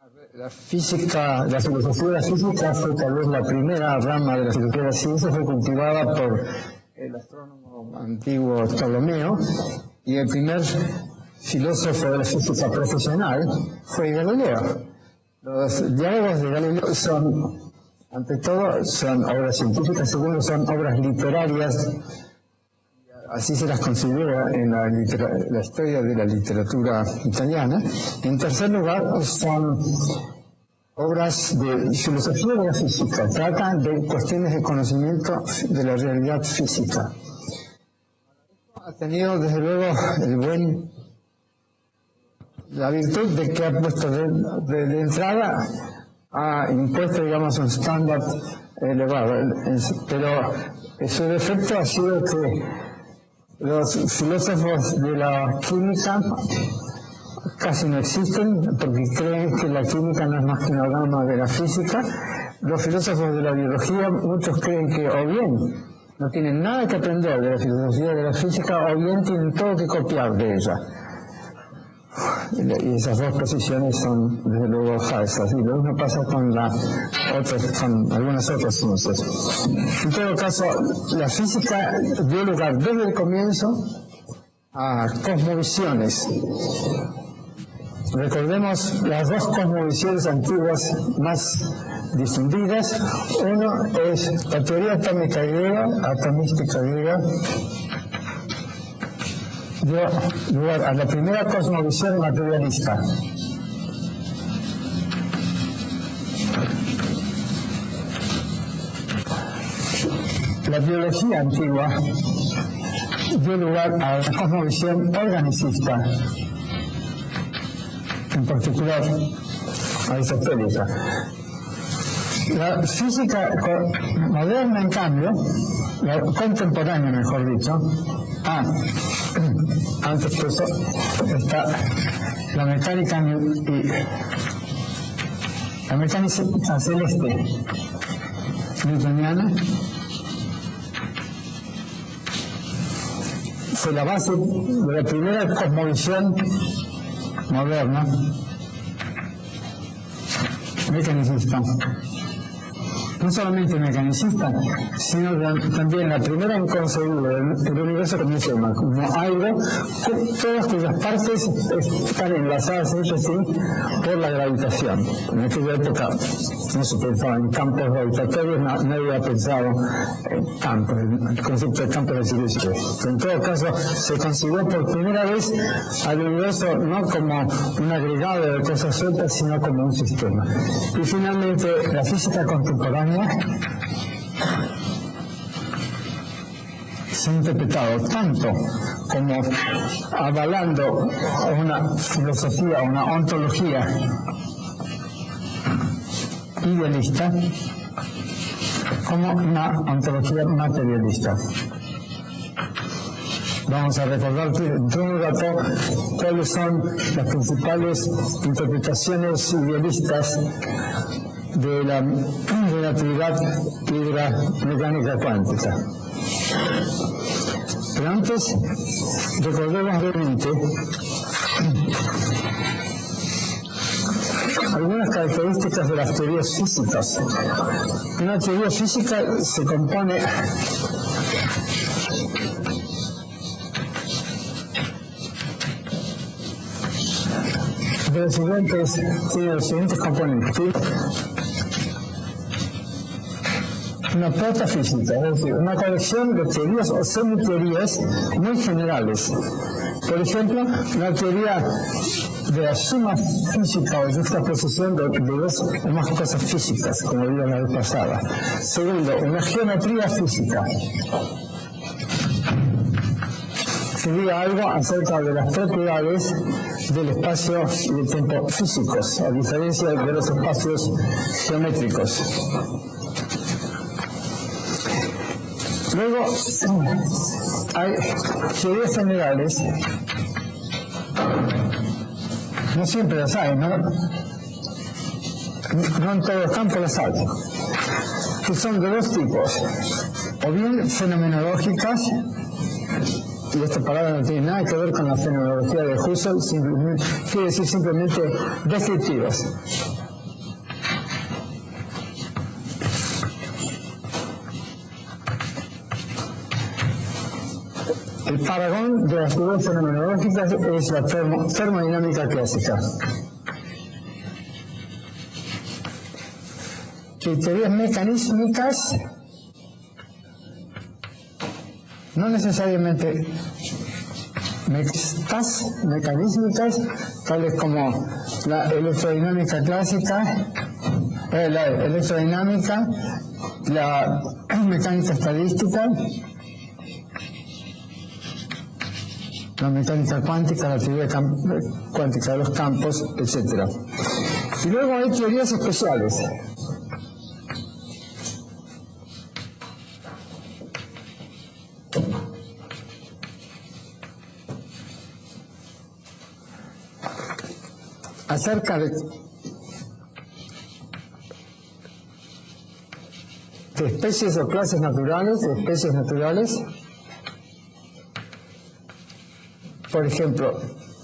La física, la filosofía de la física fue tal vez la primera rama de la filosofía de la ciencia, fue cultivada por el astrónomo antiguo Ptolomeo, y el primer filósofo de la física profesional fue Galileo. Los diálogos de Galileo son, ante todo, son obras científicas, segundo, son obras literarias, así se las considera en la historia de la literatura italiana. En tercer lugar, son obras de filosofía de la física, tratan de cuestiones de conocimiento de la realidad física. Ha tenido, desde luego, la virtud de que ha puesto de entrada, ha impuesto, digamos, un estándar elevado, pero su defecto ha sido que los filósofos de la química casi no existen, porque creen que la química no es más que una rama de la física. Los filósofos de la biología, muchos creen que o bien no tienen nada que aprender de la filosofía de la física, o bien tienen todo que copiar de ella. Y esas dos posiciones son, desde luego, falsas. Y lo mismo pasa con algunas otras ciencias. En todo caso, la física dio lugar desde el comienzo a cosmovisiones. Recordemos las dos cosmovisiones antiguas más difundidas. Uno es la teoría atomística griega, dio lugar a la primera cosmovisión materialista. La biología antigua dio lugar a la cosmovisión organicista, en particular aristotélica. La física moderna, en cambio, la contemporánea, mejor dicho, antes que eso está la mecánica celeste newtoniana. Fue la base de la primera cosmovisión moderna mecanicista. No solamente mecanicista, sino también la primera en concebir el universo como algo, todas cuyas partes están enlazadas entre sí por la gravitación. En aquella época no se pensaba en campos gravitatorios, nadie había pensado en campos, el concepto de campo no existe. En todo caso, se concibió por primera vez al universo no como un agregado de cosas sueltas, sino como un sistema. Y finalmente, la física contemporánea se ha interpretado tanto como avalando una filosofía, una ontología idealista, como una ontología materialista. Vamos a recordar de un rato cuáles son las principales interpretaciones idealistas de la relatividad y de la mecánica cuántica. Pero antes, recordemos brevemente algunas características de las teorías físicas. Una teoría física se compone de los siguientes componentes. Una protafísica, es decir, una colección de teorías o semiteorías muy generales. Por ejemplo, una teoría de la suma física o juxtaposición de dos o más cosas físicas, como vimos la vez pasada. Segundo, una geometría física, que diga algo acerca de las propiedades del espacio y del tiempo físicos, a diferencia de los espacios geométricos. Luego, hay teorías generales, no siempre las hay, no en todos los campos las hay, que son de dos tipos, o bien fenomenológicas, y esta palabra no tiene nada que ver con la fenomenología de Husserl, quiere decir simplemente descriptivas. El paragón de las teorías fenomenológicas es la termodinámica clásica. Y teorías mecanísmicas, no necesariamente mecanísmicas, tales como la electrodinámica clásica, la electrodinámica, la mecánica estadística, la mecánica cuántica, la teoría cuántica de los campos, etc. Y luego hay teorías especiales. Acerca de especies o clases naturales, de especies naturales. Por ejemplo,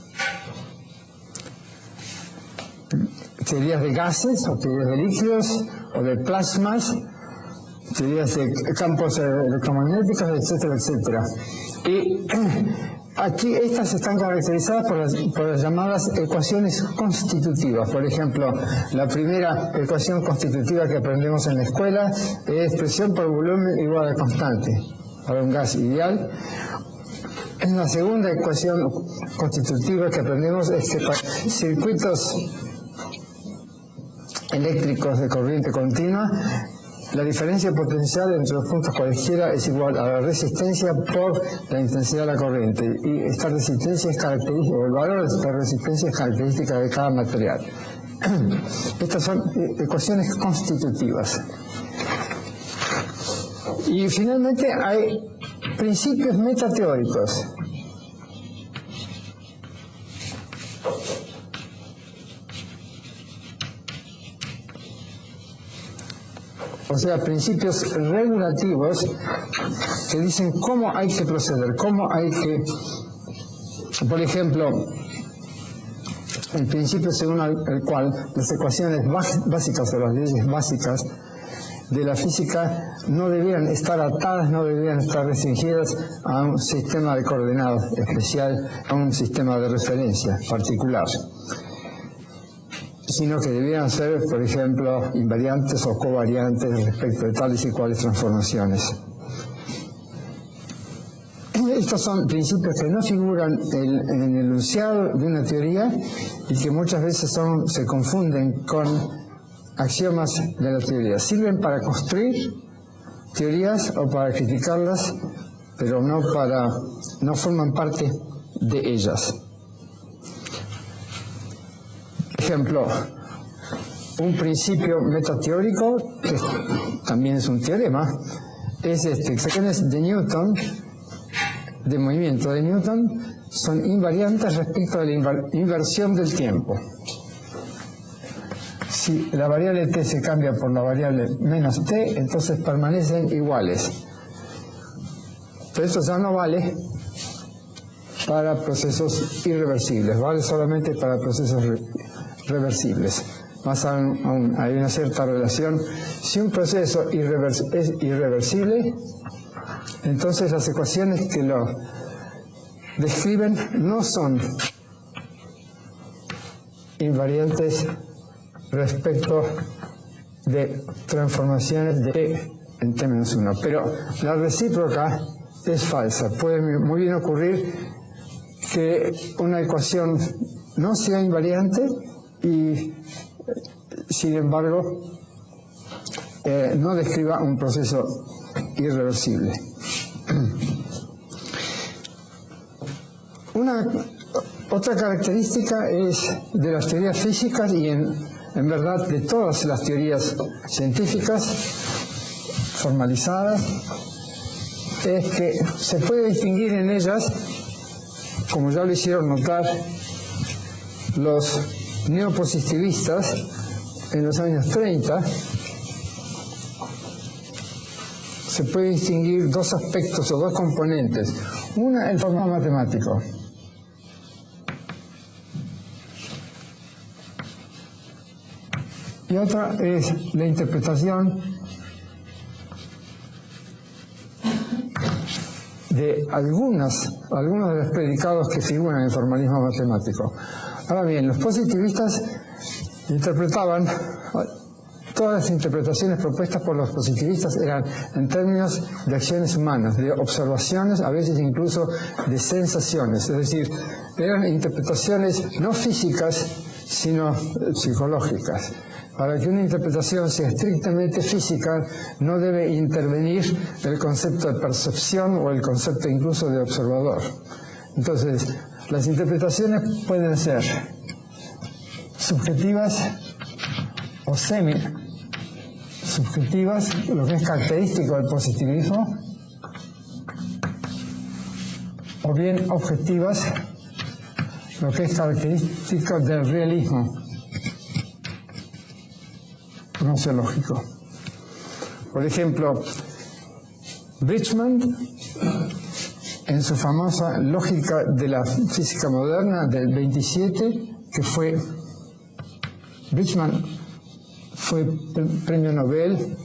teorías de gases, o teorías de líquidos, o de plasmas, teorías de campos electromagnéticos, etcétera, etcétera. Y aquí estas están caracterizadas por las llamadas ecuaciones constitutivas. Por ejemplo, la primera ecuación constitutiva que aprendemos en la escuela es presión por volumen igual a constante para un gas ideal. En la segunda ecuación constitutiva que aprendemos es que para circuitos eléctricos de corriente continua, la diferencia potencial entre los puntos cualesquiera es igual a la resistencia por la intensidad de la corriente. Y esta resistencia es característica, o el valor de esta resistencia es característica de cada material. Estas son ecuaciones constitutivas. Y finalmente hay principios metateóricos. O sea, principios regulativos que dicen cómo hay que proceder, cómo hay que... Por ejemplo, el principio según el cual las ecuaciones básicas o las leyes básicas de la física no debían estar atadas, no debían estar restringidas a un sistema de coordenadas especial, a un sistema de referencia particular, sino que debían ser, por ejemplo, invariantes o covariantes respecto de tales y cuales transformaciones. Estos son principios que no figuran en el enunciado de una teoría y que muchas veces se confunden con axiomas de la teoría. Sirven para construir teorías o para criticarlas, pero no forman parte de ellas. Por ejemplo, un principio metateórico, que también es un teorema, es ecuaciones de Newton, de movimiento de Newton, son invariantes respecto a la inversión del tiempo. Si la variable t se cambia por la variable menos t, entonces permanecen iguales. Pero eso ya no vale para procesos irreversibles, vale solamente para procesos reversibles. Más aún, hay una cierta relación. Si un proceso es irreversible, entonces las ecuaciones que lo describen no son invariantes respecto de transformaciones de t en t-1. Pero la recíproca es falsa. Puede muy bien ocurrir que una ecuación no sea invariante y, sin embargo, no describa un proceso irreversible. Otra característica es de las teorías físicas y en verdad de todas las teorías científicas formalizadas, es que se puede distinguir en ellas, como ya lo hicieron notar los neopositivistas en los años 30, se puede distinguir dos aspectos o dos componentes. Una, el formalismo matemático. Y otra es la interpretación de algunos de los predicados que figuran en el formalismo matemático. Ahora bien, los positivistas interpretaban, todas las interpretaciones propuestas por los positivistas eran en términos de acciones humanas, de observaciones, a veces incluso de sensaciones, es decir, eran interpretaciones no físicas, sino psicológicas. Para que una interpretación sea estrictamente física, no debe intervenir el concepto de percepción o el concepto incluso de observador. Entonces, las interpretaciones pueden ser subjetivas o semi-subjetivas, lo que es característico del positivismo, o bien objetivas, lo que es característico del realismo gnoseológico. Por ejemplo, Bridgman, en su famosa Lógica de la Física Moderna del 27, que fue Bridgman fue premio Nobel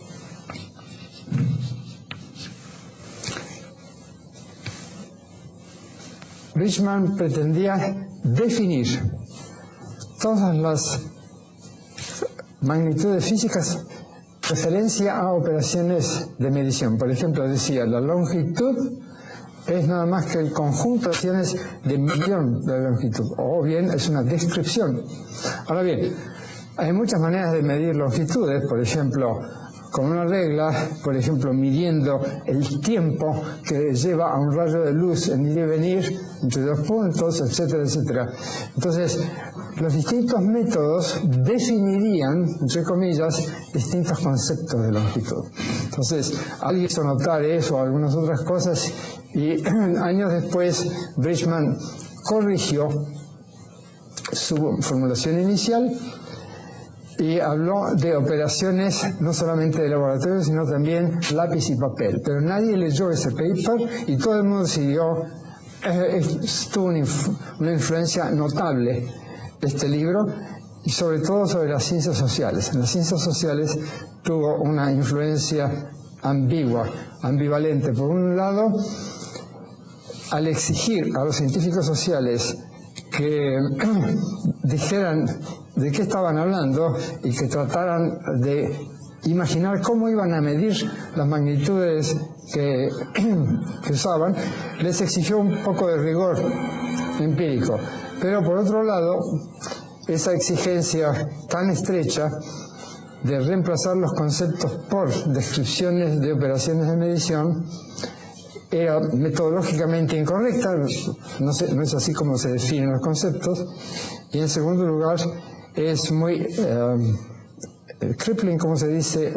Bridgman pretendía definir todas las magnitudes físicas referencia a operaciones de medición. Por ejemplo, decía, la longitud es nada más que el conjunto de acciones de medición de la longitud, o bien es una descripción. Ahora bien, hay muchas maneras de medir longitudes, por ejemplo, con una regla, por ejemplo, midiendo el tiempo que lleva a un rayo de luz en ir y venir entre dos puntos, etcétera, etcétera. Entonces, los distintos métodos definirían, entre comillas, distintos conceptos de longitud. Entonces, alguien hizo notar eso o algunas otras cosas y años después Bridgman corrigió su formulación inicial y habló de operaciones no solamente de laboratorio, sino también lápiz y papel. Pero nadie leyó ese paper y todo el mundo siguió. Tuvo una influencia notable este libro, y sobre todo sobre las ciencias sociales. En las ciencias sociales tuvo una influencia ambigua, ambivalente. Por un lado, al exigir a los científicos sociales que dijeran de qué estaban hablando y que trataran de imaginar cómo iban a medir las magnitudes que usaban, les exigió un poco de rigor empírico. Pero por otro lado, esa exigencia tan estrecha de reemplazar los conceptos por descripciones de operaciones de medición era metodológicamente incorrecta, no es así como se definen los conceptos, y en segundo lugar es muy crippling, como se dice,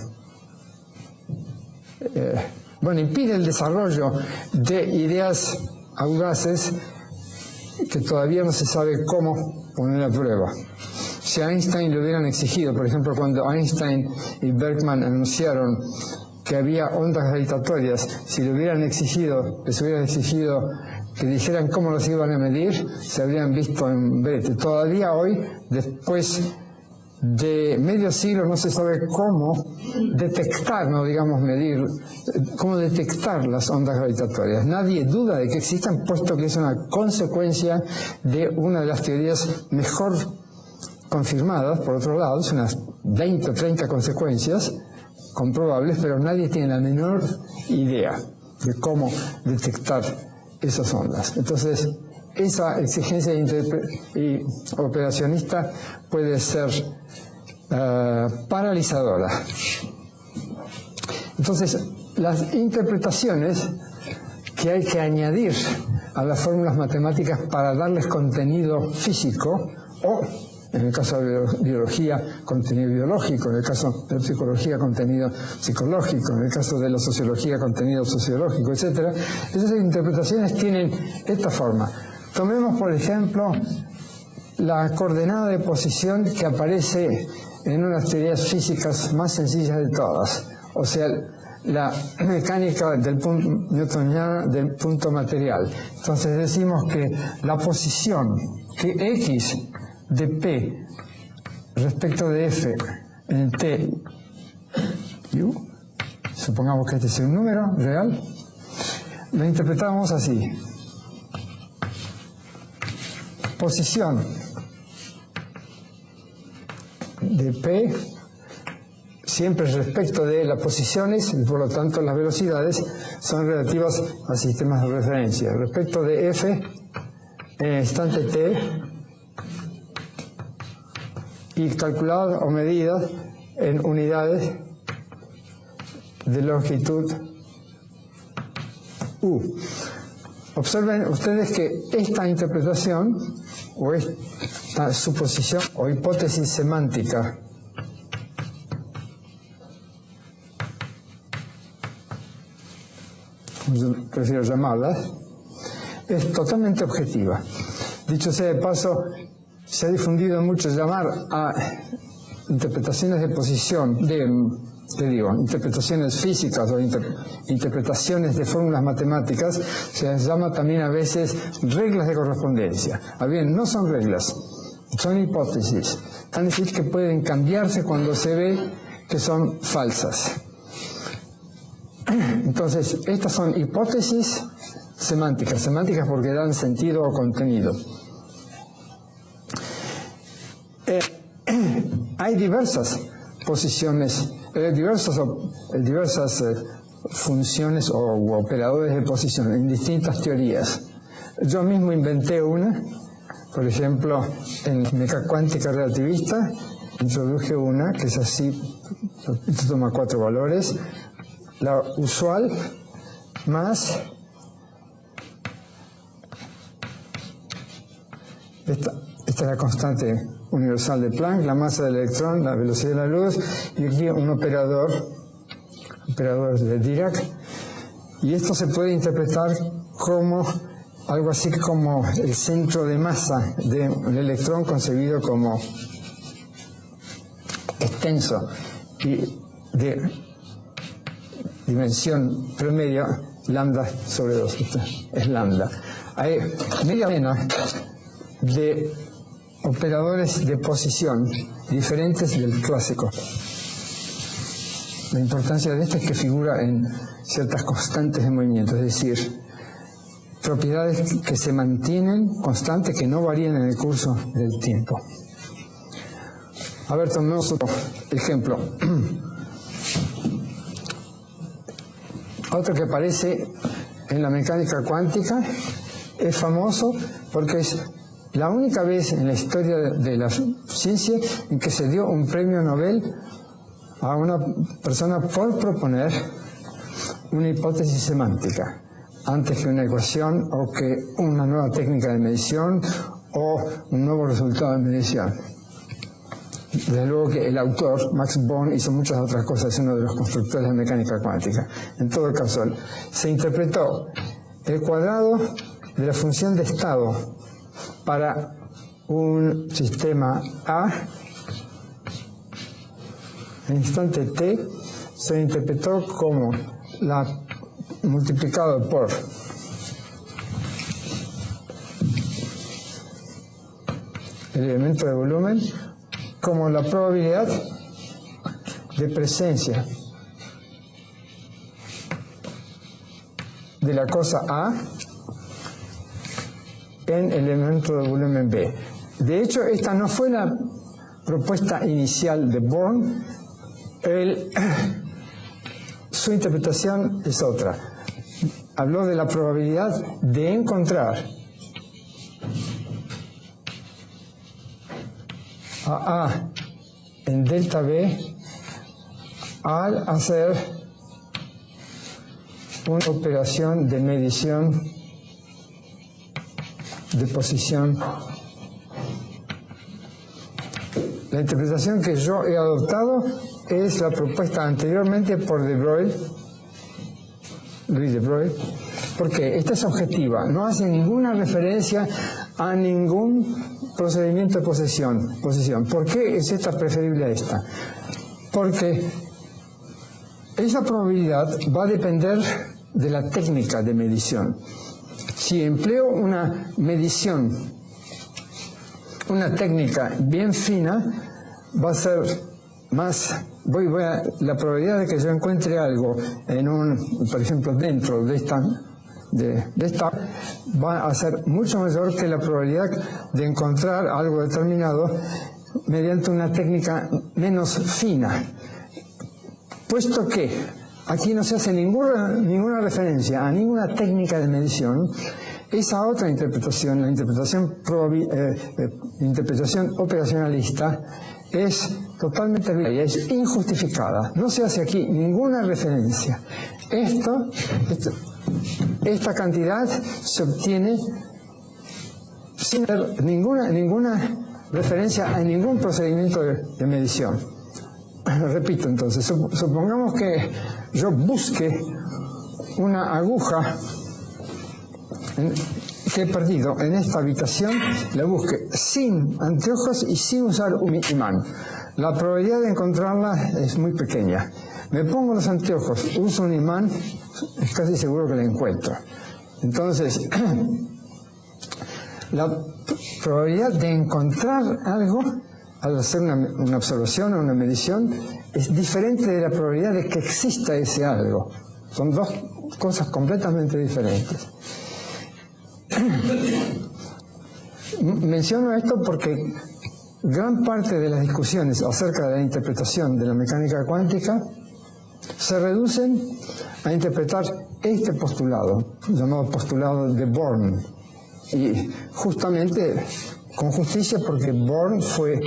impide el desarrollo de ideas audaces que todavía no se sabe cómo poner a prueba. Si a Einstein le hubieran exigido, por ejemplo, cuando Einstein y Bergman anunciaron que había ondas gravitatorias, si les hubieran exigido que dijeran cómo los iban a medir, se habrían visto en brete. Todavía hoy, después de medio siglo, no se sabe cómo detectar, no digamos medir, cómo detectar las ondas gravitatorias. Nadie duda de que existan, puesto que es una consecuencia de una de las teorías mejor confirmadas, por otro lado, son unas 20 o 30 consecuencias comprobables, pero nadie tiene la menor idea de cómo detectar esas ondas. Entonces, esa exigencia y operacionista puede ser paralizadora. Entonces, las interpretaciones que hay que añadir a las fórmulas matemáticas para darles contenido físico, o en el caso de biología, contenido biológico, en el caso de la psicología, contenido psicológico, en el caso de la sociología, contenido sociológico, etc. Esas interpretaciones tienen esta forma. Tomemos, por ejemplo, la coordenada de posición que aparece en unas teorías físicas más sencillas de todas, o sea, la mecánica del punto newtoniana del punto material. Entonces decimos que la posición que X de P respecto de F en T U, supongamos que este es un número real, lo interpretamos así. Posición de P, siempre respecto de las posiciones, y por lo tanto las velocidades son relativas a sistemas de referencia. Respecto de F, en el instante T, y calculadas o medidas en unidades de longitud U. Observen ustedes que esta interpretación o esta suposición o hipótesis semántica yo prefiero llamarlas, es totalmente objetiva. Dicho sea de paso, se ha difundido mucho llamar a interpretaciones de posición, interpretaciones físicas o interpretaciones de fórmulas matemáticas, se les llama también a veces reglas de correspondencia. Bien, no son reglas, son hipótesis. Es decir, que pueden cambiarse cuando se ve que son falsas. Entonces, estas son hipótesis semánticas porque dan sentido o contenido. Hay diversas posiciones, diversas funciones o operadores de posición en distintas teorías. Yo mismo inventé una, por ejemplo, en mecánica cuántica relativista, introduje una que es así, esto toma 4 valores, la usual más esta es la constante universal de Planck, la masa del electrón, la velocidad de la luz, y aquí un operador de Dirac, y esto se puede interpretar como algo así como el centro de masa de un electrón concebido como extenso y de dimensión promedio lambda sobre 2, esto es lambda. Hay media pena de operadores de posición diferentes del clásico. La importancia de esto es que figura en ciertas constantes de movimiento, es decir, propiedades que se mantienen constantes, que no varían en el curso del tiempo. A ver, tomemos otro ejemplo. Otro que aparece en la mecánica cuántica es famoso porque es la única vez en la historia de la ciencia en que se dio un premio Nobel a una persona por proponer una hipótesis semántica antes que una ecuación o que una nueva técnica de medición o un nuevo resultado de medición. Desde luego que el autor, Max Born, hizo muchas otras cosas, es uno de los constructores de mecánica cuántica. En todo caso, se interpretó el cuadrado de la función de estado para un sistema A en instante t, se interpretó como multiplicado por el elemento de volumen como la probabilidad de presencia de la cosa A en el elemento de volumen B. De hecho, esta no fue la propuesta inicial de Born. Su interpretación es otra. Habló de la probabilidad de encontrar a A en delta B al hacer una operación de medición de posición. La interpretación que yo he adoptado es la propuesta anteriormente por Louis de Broglie, porque esta es objetiva, no hace ninguna referencia a ningún procedimiento de posición. ¿Por qué es esta preferible a esta? Porque esa probabilidad va a depender de la técnica de medición. Si empleo una medición, una técnica bien fina, va a ser más, la probabilidad de que yo encuentre algo por ejemplo, dentro de esta de esta va a ser mucho mayor que la probabilidad de encontrar algo determinado mediante una técnica menos fina. Puesto que aquí no se hace ninguna referencia a ninguna técnica de medición, esa otra interpretación, la interpretación operacionalista, es totalmente arbitraria, es injustificada. No se hace aquí ninguna referencia. Esta cantidad se obtiene sin hacer ninguna referencia a ningún procedimiento de medición. Repito entonces, supongamos que yo busque una aguja que he perdido en esta habitación, la busque sin anteojos y sin usar un imán. La probabilidad de encontrarla es muy pequeña. Me pongo los anteojos, uso un imán, es casi seguro que la encuentro. Entonces, la probabilidad de encontrar algo al hacer una observación o una medición es diferente de la probabilidad de que exista ese algo. Son dos cosas completamente diferentes. Menciono esto porque gran parte de las discusiones acerca de la interpretación de la mecánica cuántica se reducen a interpretar este postulado, llamado postulado de Born. Y justamente con justicia, porque Born fue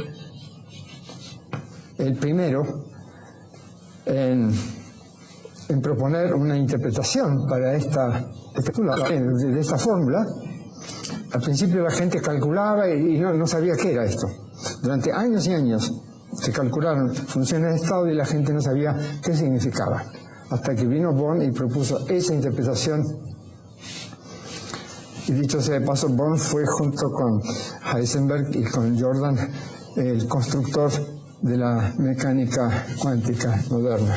el primero en proponer una interpretación para de esta fórmula. Al principio la gente calculaba y no sabía qué era esto. Durante años y años se calcularon funciones de estado y la gente no sabía qué significaba. Hasta que vino Born y propuso esa interpretación. Y dicho sea de paso, Born fue junto con Heisenberg y con Jordan el constructor de la mecánica cuántica moderna.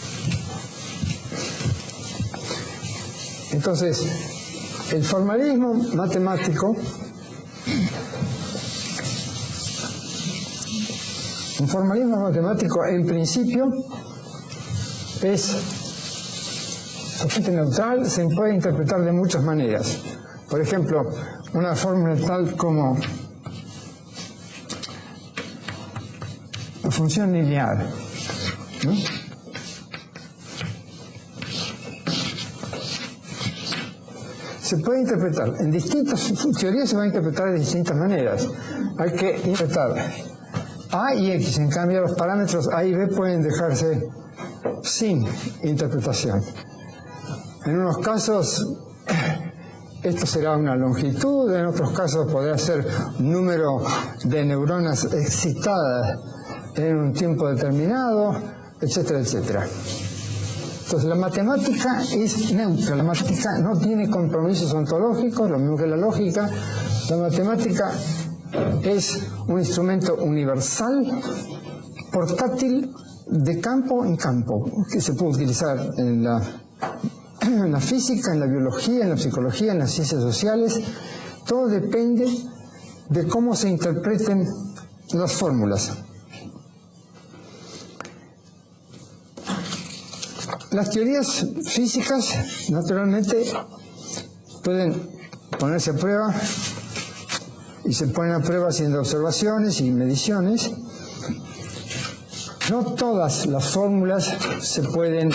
Entonces, el formalismo matemático, un formalismo matemático en principio es totalmente neutral, se puede interpretar de muchas maneras. Por ejemplo, una fórmula tal como la función lineal, ¿no? Se puede interpretar, en distintas teorías se va a interpretar de distintas maneras. Hay que interpretar A y X, en cambio los parámetros A y B pueden dejarse sin interpretación. En unos casos esto será una longitud, en otros casos podrá ser un número de neuronas excitadas en un tiempo determinado, etcétera, etcétera. Entonces la matemática es neutra, la matemática no tiene compromisos ontológicos, lo mismo que la lógica. La matemática es un instrumento universal, portátil, de campo en campo, que se puede utilizar en la física, en la biología, en la psicología, en las ciencias sociales. Todo depende de cómo se interpreten las fórmulas. Las teorías físicas, naturalmente, pueden ponerse a prueba y se ponen a prueba haciendo observaciones y mediciones. No todas las fórmulas se pueden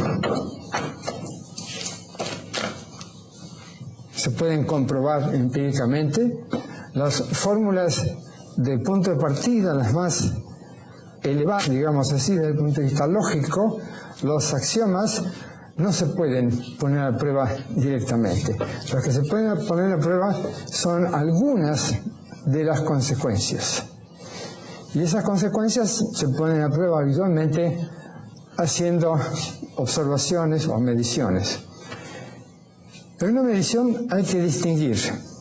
comprobar empíricamente. Las fórmulas de punto de partida, las más elevadas, digamos así, desde el punto de vista lógico, los axiomas no se pueden poner a prueba directamente. Los que se pueden poner a prueba son algunas de las consecuencias. Y esas consecuencias se ponen a prueba habitualmente haciendo observaciones o mediciones. Pero en una medición hay que distinguir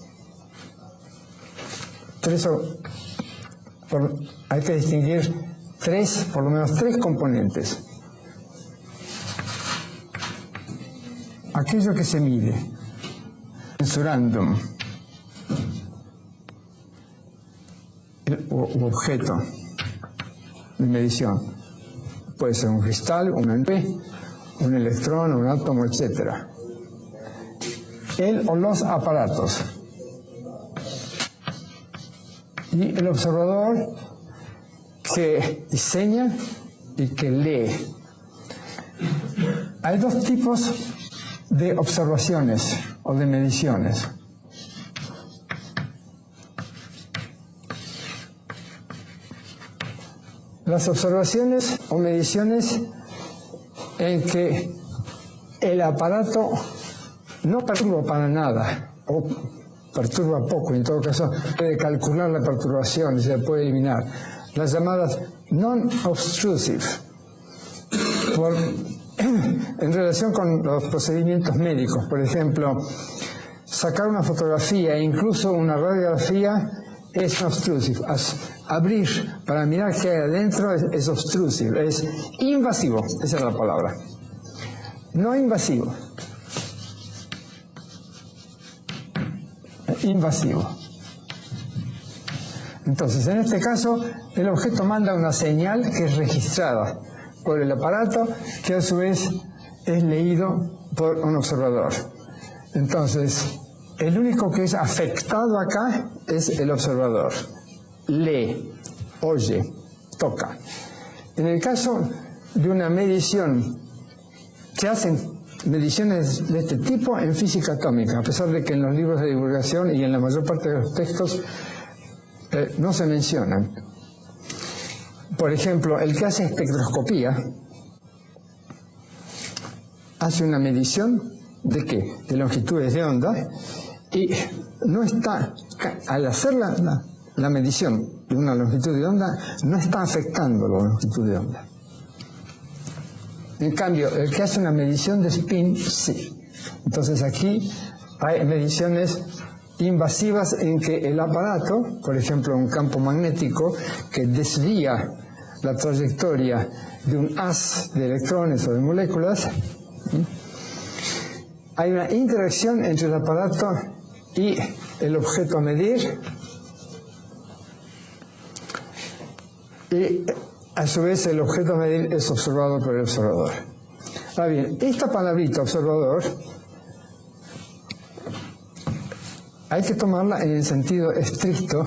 por lo menos tres componentes. Aquello que se mide, mensurandum, u objeto de medición. Puede ser un cristal, una nube, un electrón, un átomo, etc. el o los aparatos. Y el observador que diseña y que lee. Hay dos tipos de observaciones o de mediciones. Las observaciones o mediciones en que el aparato no perturba para nada, o perturba poco, en todo caso puede calcular la perturbación y se puede eliminar. Las llamadas non-obtrusive, en relación con los procedimientos médicos. Por ejemplo, sacar una fotografía e incluso una radiografía es obtrusive. Abrir para mirar qué hay adentro es obtrusive, es invasivo, esa es la palabra. No invasivo. Invasivo. Entonces, en este caso, el objeto manda una señal que es registrada por el aparato, que a su vez es leído por un observador. Entonces, el único que es afectado acá es el observador. Lee, oye, toca. En el caso de una medición, se hacen mediciones de este tipo en física atómica, a pesar de que en los libros de divulgación y en la mayor parte de los textos no se mencionan. Por ejemplo, el que hace espectroscopía hace una medición ¿de qué? De longitudes de onda, y no está, al hacer la medición de una longitud de onda, no está afectando la longitud de onda. En cambio, el que hace una medición de spin, sí. Entonces aquí hay mediciones invasivas en que el aparato, por ejemplo un campo magnético que desvía la trayectoria de un haz de electrones o de moléculas, hay una interacción entre el aparato y el objeto a medir, y a su vez el objeto a medir es observado por el observador. Ahora bien, esta palabrita observador hay que tomarla en el sentido estricto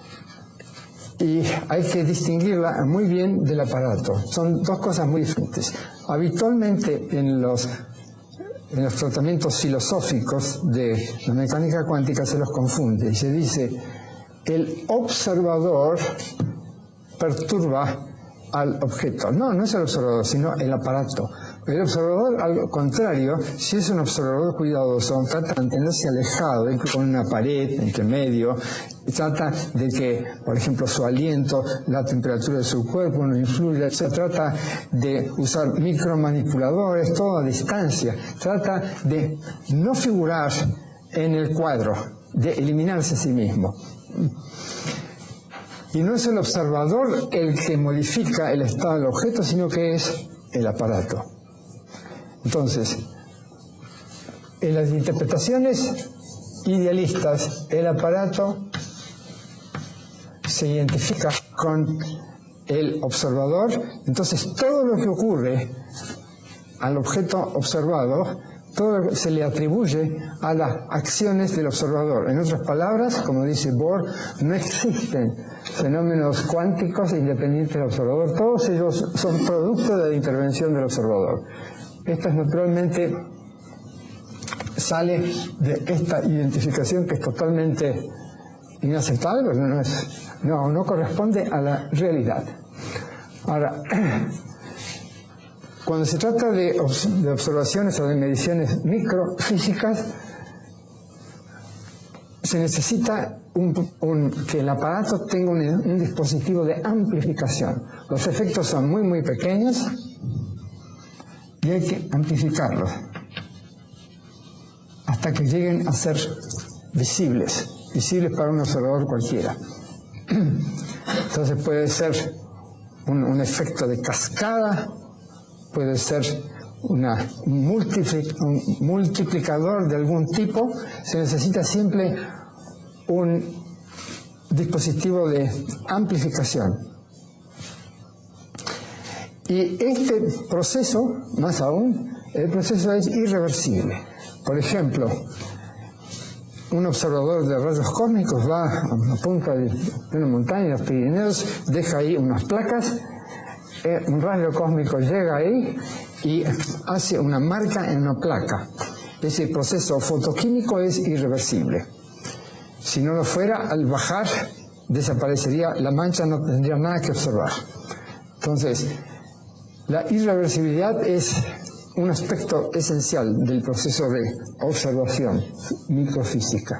y hay que distinguirla muy bien del aparato. Son dos cosas muy diferentes. Habitualmente en los tratamientos filosóficos de la mecánica cuántica se los confunde y se dice el observador perturba al objeto. No, no es el observador, sino el aparato. El observador, al contrario, si es un observador cuidadoso, trata de mantenerse alejado, con una pared entre medio, trata de que, por ejemplo, su aliento, la temperatura de su cuerpo no influya, se trata de usar micromanipuladores, todo a distancia, trata de no figurar en el cuadro, de eliminarse a sí mismo. Y no es el observador el que modifica el estado del objeto, sino que es el aparato. Entonces, en las interpretaciones idealistas, el aparato se identifica con el observador, entonces todo lo que ocurre al objeto observado, todo se le atribuye a las acciones del observador. En otras palabras, como dice Bohr, no existen fenómenos cuánticos independientes del observador, todos ellos son producto de la intervención del observador. Esto naturalmente sale de esta identificación que es totalmente inaceptable, no corresponde a la realidad. Ahora, cuando se trata de observaciones o de mediciones microfísicas, se necesita que el aparato tenga un dispositivo de amplificación. Los efectos son muy, muy pequeños y hay que amplificarlos hasta que lleguen a ser visibles para un observador cualquiera. Entonces puede ser un efecto de cascada, puede ser un multiplicador de algún tipo. Se necesita siempre un dispositivo de amplificación. Y este proceso, más aún, el proceso es irreversible. Por ejemplo, un observador de rayos cósmicos va a la punta de una montaña, en los Pirineos, deja ahí unas placas, un rayo cósmico llega ahí y hace una marca en una placa. Ese proceso fotoquímico es irreversible. Si no lo fuera, al bajar desaparecería la mancha, no tendría nada que observar. Entonces, la irreversibilidad es un aspecto esencial del proceso de observación microfísica.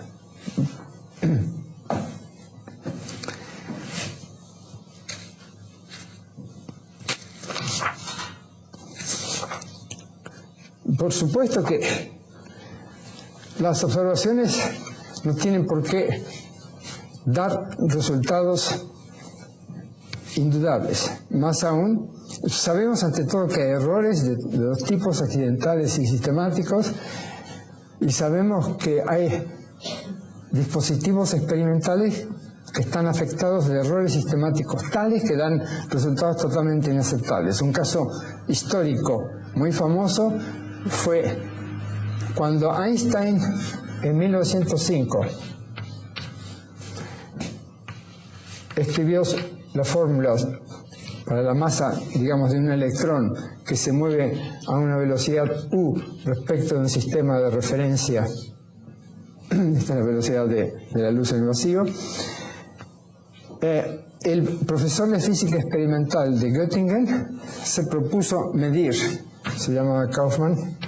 Por supuesto que las observaciones no tienen por qué dar resultados indudables. Más aún, sabemos ante todo que hay errores de dos tipos, accidentales y sistemáticos, y sabemos que hay dispositivos experimentales que están afectados de errores sistemáticos tales que dan resultados totalmente inaceptables. Un caso histórico muy famoso fue cuando Einstein, en 1905, escribió las fórmulas para la masa, digamos, de un electrón que se mueve a una velocidad u respecto de un sistema de referencia. Esta es la velocidad de la luz en el vacío. El profesor de física experimental de Göttingen se propuso medir, se llamaba Kaufmann,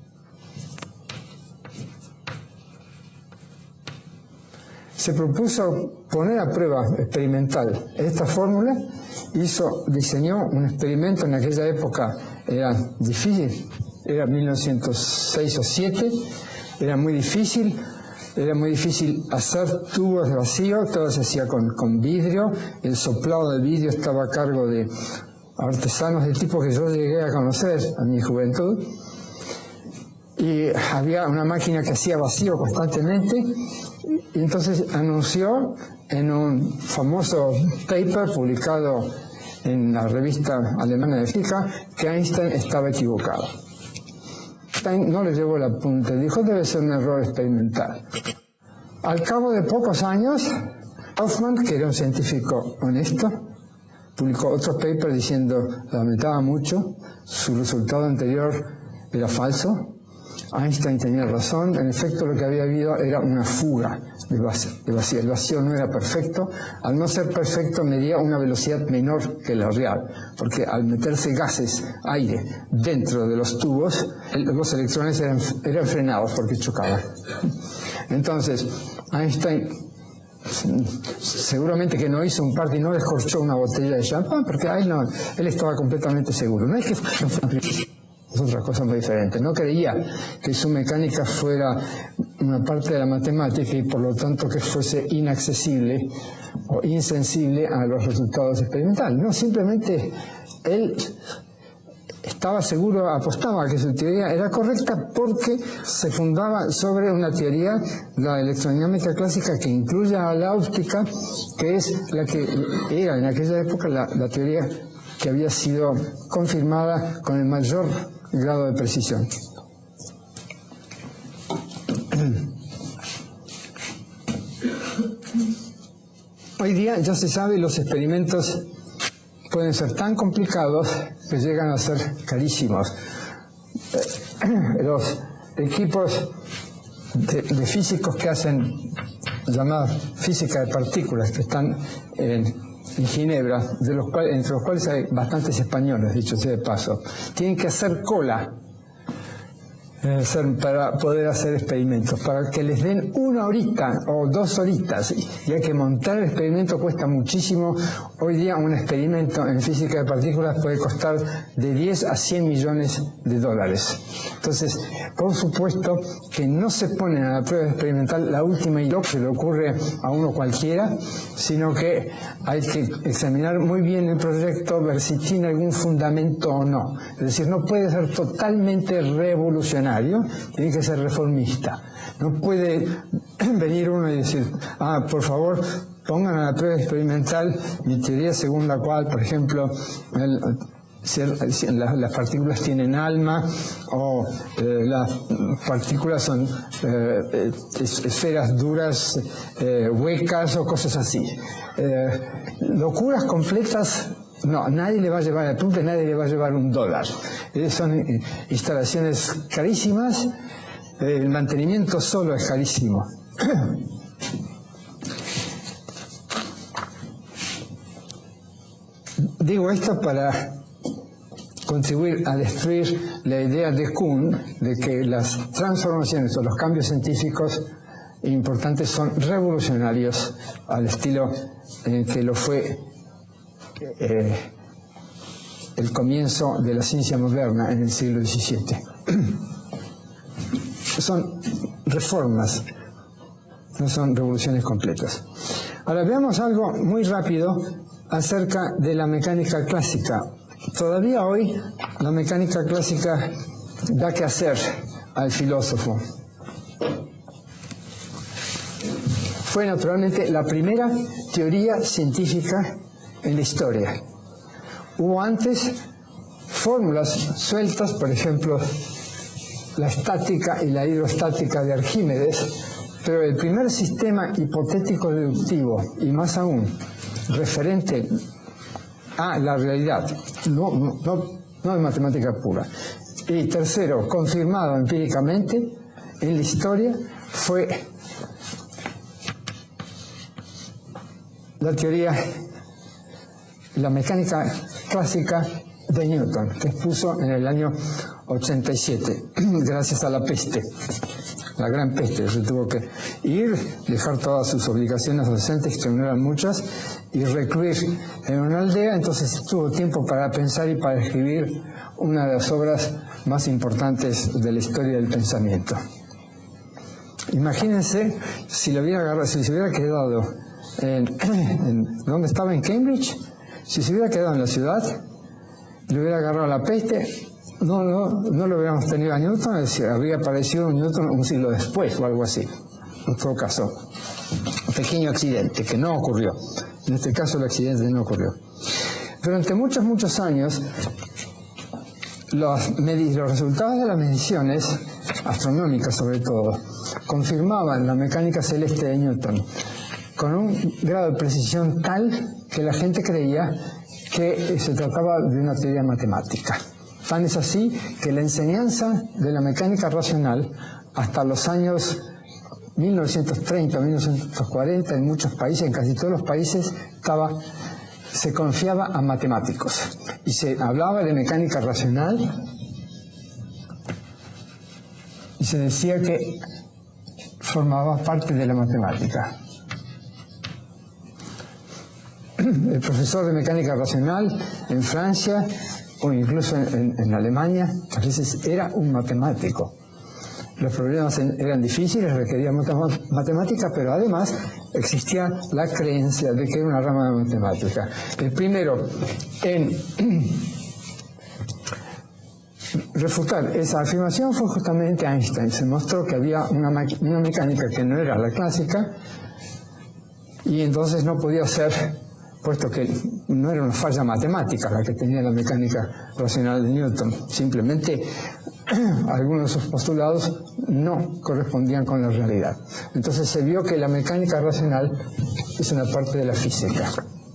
se propuso poner a prueba experimental esta fórmula, diseñó un experimento. En aquella época era difícil, era 1906 o 7, era muy difícil hacer tubos de vacío, todo se hacía con vidrio, el soplado del vidrio estaba a cargo de artesanos del tipo que yo llegué a conocer en mi juventud, y había una máquina que hacía vacío constantemente. Y entonces anunció en un famoso paper publicado en la revista alemana de física que Einstein estaba equivocado. Einstein no le llevó la punta, dijo debe ser un error experimental. Al cabo de pocos años, Kaufmann, que era un científico honesto, publicó otro paper diciendo lamentaba mucho, su resultado anterior era falso. Einstein tenía razón, en efecto lo que había habido era una fuga de vacío. El vacío no era perfecto, al no ser perfecto medía una velocidad menor que la real, porque al meterse gases, aire, dentro de los tubos, los electrones eran frenados porque chocaban. Entonces, Einstein seguramente que no hizo un party, no descorchó una botella de champán, porque él estaba completamente seguro. No es que es otra cosa muy diferente. No creía que su mecánica fuera una parte de la matemática y por lo tanto que fuese inaccesible o insensible a los resultados experimentales. No, simplemente él estaba seguro, apostaba a que su teoría era correcta porque se fundaba sobre una teoría, la electrodinámica clásica, que incluye a la óptica, que es la que era en aquella época la teoría que había sido confirmada con el mayor grado de precisión. Hoy día ya se sabe, los experimentos pueden ser tan complicados que llegan a ser carísimos. Los equipos de físicos que hacen llamada física de partículas, que están en Ginebra, entre los cuales hay bastantes españoles, dicho sea de paso, tienen que hacer cola para poder hacer experimentos, para que les den 1 horita o 2 horitas, y hay que montar el experimento, cuesta muchísimo. Hoy día un experimento en física de partículas puede costar de 10 a 100 millones de dólares. Entonces, por supuesto que no se pone a la prueba experimental la última idea que le ocurre a uno cualquiera, sino que hay que examinar muy bien el proyecto, ver si tiene algún fundamento o no. Es decir, no puede ser totalmente revolucionario, tiene que ser reformista. No puede venir uno y decir, por favor, pongan a la prueba experimental mi teoría según la cual, por ejemplo, las partículas tienen alma o las partículas son esferas duras, huecas o cosas así. Locuras completas, no, nadie le va a llevar al punto, nadie le va a llevar $1. Son instalaciones carísimas, el mantenimiento solo es carísimo. Digo esto para contribuir a destruir la idea de Kuhn de que las transformaciones o los cambios científicos importantes son revolucionarios al estilo en que lo fue el comienzo de la ciencia moderna en el siglo XVII. Son reformas, no son revoluciones completas. Ahora veamos algo muy rápido acerca de la mecánica clásica. Todavía hoy la mecánica clásica da que hacer al filósofo. Fue naturalmente la primera teoría científica en la historia. Hubo antes fórmulas sueltas, por ejemplo, la estática y la hidrostática de Arquímedes, pero el primer sistema hipotético deductivo, y más aún, referente a la realidad, no de matemática pura. Y tercero, confirmado empíricamente en la historia, fue la teoría, la mecánica clásica de Newton, que expuso en el año 87, gracias a la peste, la gran peste. Se tuvo que ir, dejar todas sus obligaciones docentes, que no eran muchas, y recluir en una aldea. Entonces tuvo tiempo para pensar y para escribir una de las obras más importantes de la historia del pensamiento. Imagínense si se hubiera quedado ¿dónde estaba? En Cambridge. Si se hubiera quedado en la ciudad, le hubiera agarrado la peste, no lo hubiéramos tenido a Newton, es decir, habría aparecido Newton un siglo después o algo así. En todo caso, un pequeño accidente que no ocurrió. En este caso el accidente no ocurrió. Durante muchos años, los resultados de las mediciones, astronómicas sobre todo, confirmaban la mecánica celeste de Newton con un grado de precisión tal que la gente creía que se trataba de una teoría matemática. Tan es así que la enseñanza de la mecánica racional hasta los años 1930 o 1940 en muchos países, en casi todos los países, se confiaba a matemáticos y se hablaba de mecánica racional y se decía que formaba parte de la matemática. El profesor de mecánica racional en Francia o incluso en Alemania a veces era un matemático. Los problemas eran difíciles, requerían mucha matemática, pero además existía la creencia de que era una rama de matemática. El primero en refutar esa afirmación fue justamente Einstein. Se mostró que había una mecánica que no era la clásica y entonces no podía ser, puesto que no era una falla matemática la que tenía la mecánica racional de Newton, simplemente algunos de sus postulados no correspondían con la realidad. Entonces se vio que la mecánica racional es una parte de la física.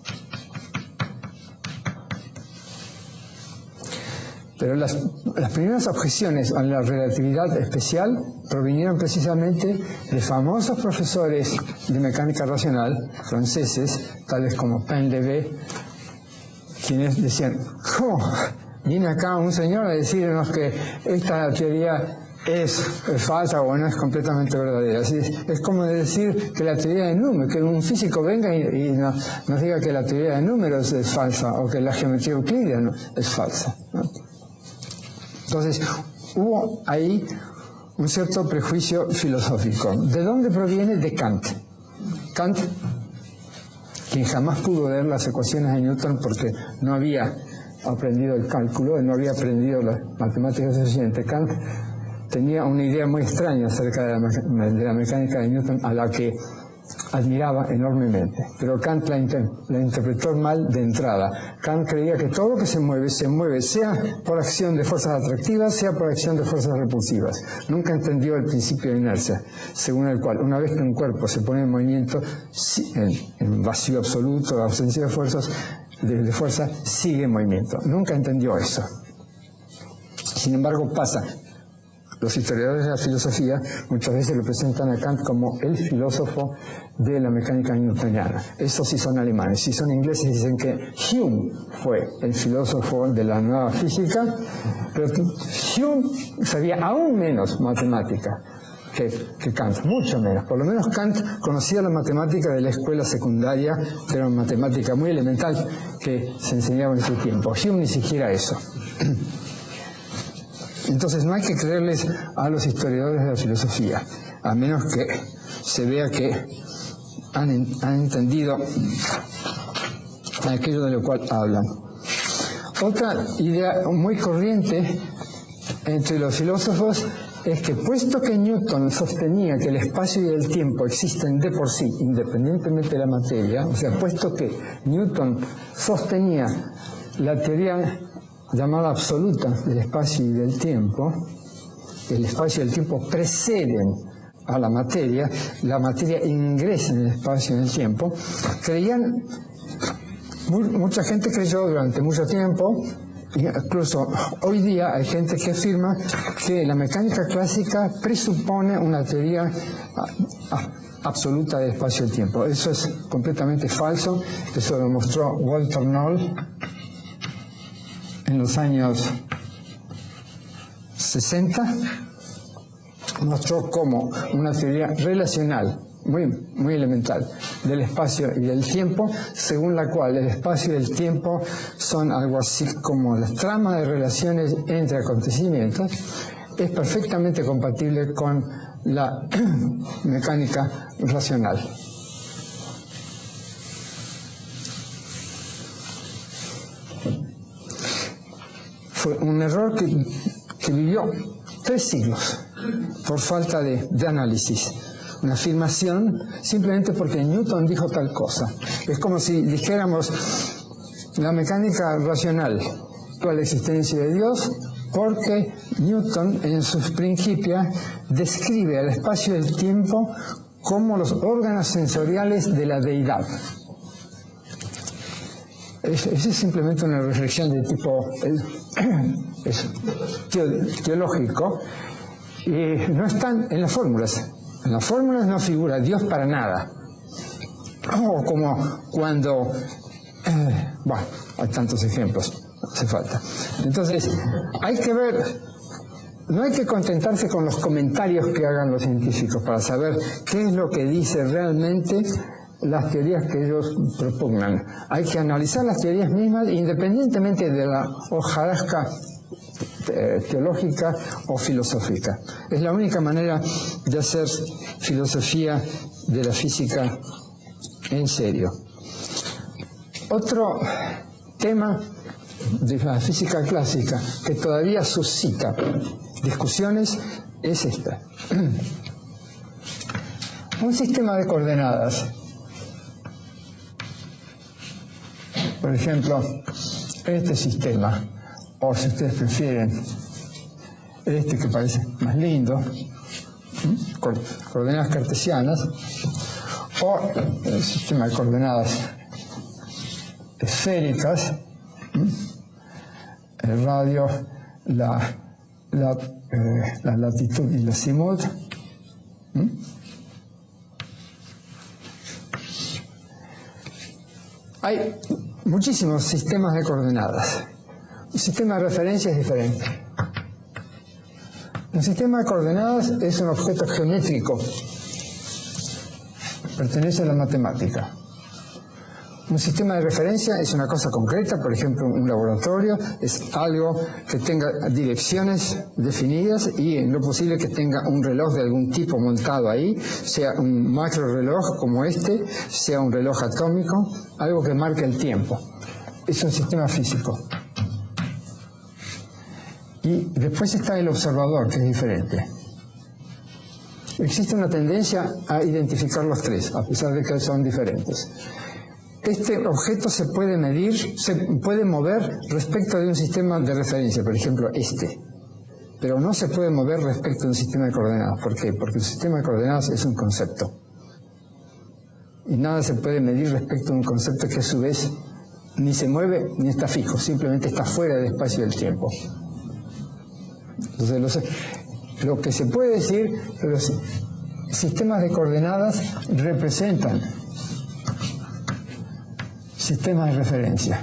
Pero las primeras objeciones a la relatividad especial provinieron precisamente de famosos profesores de mecánica racional franceses, tales como Painlevé, quienes decían: ¿cómo viene acá un señor a decirnos que esta teoría es falsa o no es completamente verdadera? Es como decir que la teoría de números, que un físico venga y nos diga que la teoría de números es falsa o que la geometría euclidiana es falsa, ¿no? Entonces, hubo ahí un cierto prejuicio filosófico. ¿De dónde proviene? De Kant. Kant, quien jamás pudo leer las ecuaciones de Newton porque no había aprendido el cálculo, no había aprendido las matemáticas suficientes. Kant tenía una idea muy extraña acerca de la mecánica de Newton, a la que admiraba enormemente, pero Kant la interpretó mal de entrada. Kant creía que todo lo que se mueve sea por acción de fuerzas atractivas, sea por acción de fuerzas repulsivas. Nunca entendió el principio de inercia, según el cual una vez que un cuerpo se pone en movimiento, en vacío absoluto, ausencia de fuerza, sigue en movimiento. Nunca entendió eso. Sin embargo, pasa. Los historiadores de la filosofía muchas veces lo presentan a Kant como el filósofo de la mecánica newtoniana. Estos sí son alemanes. Si son ingleses dicen que Hume fue el filósofo de la nueva física, pero Hume sabía aún menos matemática que Kant, mucho menos. Por lo menos Kant conocía la matemática de la escuela secundaria, que era una matemática muy elemental que se enseñaba en su tiempo. Hume ni siquiera eso. Entonces no hay que creerles a los historiadores de la filosofía, a menos que se vea que han entendido aquello de lo cual hablan. Otra idea muy corriente entre los filósofos es que, puesto que Newton sostenía que el espacio y el tiempo existen de por sí, independientemente de la materia, o sea, puesto que Newton sostenía la teoría llamada absoluta del espacio y del tiempo, el espacio y el tiempo preceden a la materia ingresa en el espacio y en el tiempo, mucha gente creyó durante mucho tiempo, incluso hoy día hay gente que afirma que la mecánica clásica presupone una teoría absoluta del espacio y el tiempo. Eso es completamente falso. Eso lo mostró Walter Noll en los años 60, mostró cómo una teoría relacional muy elemental del espacio y del tiempo, según la cual el espacio y el tiempo son algo así como la trama de relaciones entre acontecimientos, es perfectamente compatible con la mecánica racional. Fue un error que vivió 3 siglos por falta de análisis. Una afirmación simplemente porque Newton dijo tal cosa. Es como si dijéramos la mecánica racional, toda la existencia de Dios, porque Newton en sus Principia describe el espacio y el tiempo como los órganos sensoriales de la deidad. Esa es simplemente una reflexión de tipo teológico, y no están en las fórmulas. En las fórmulas no figura Dios para nada. O como cuando... bueno, hay tantos ejemplos, hace falta. Entonces, hay que ver... No hay que contentarse con los comentarios que hagan los científicos para saber qué es lo que dice realmente las teorías que ellos propugnan. Hay que analizar las teorías mismas independientemente de la hojarasca teológica o filosófica. Es la única manera de hacer filosofía de la física en serio. Otro tema de la física clásica que todavía suscita discusiones es esta. Un sistema de coordenadas. Por ejemplo, este sistema, o si ustedes prefieren, este que parece más lindo, coordenadas cartesianas, o el sistema de coordenadas esféricas, el radio, la latitud y la azimut. Hay muchísimos sistemas de coordenadas. Un sistema de referencia es diferente. Un sistema de coordenadas es un objeto geométrico. Pertenece a la matemática. Un sistema de referencia es una cosa concreta, por ejemplo, un laboratorio es algo que tenga direcciones definidas y en lo posible que tenga un reloj de algún tipo montado ahí, sea un macro reloj como este, sea un reloj atómico, algo que marque el tiempo. Es un sistema físico. Y después está el observador, que es diferente. existe una tendencia a identificar los tres, a pesar de que son diferentes. Este objeto se puede medir, se puede mover respecto de un sistema de referencia, por ejemplo este, pero no se puede mover respecto de un sistema de coordenadas. ¿Por qué? Porque un sistema de coordenadas es un concepto. Y nada se puede medir respecto a un concepto que a su vez ni se mueve ni está fijo, simplemente está fuera del espacio y del tiempo. Entonces, lo que se puede decir, los sistemas de coordenadas representan sistemas de referencia.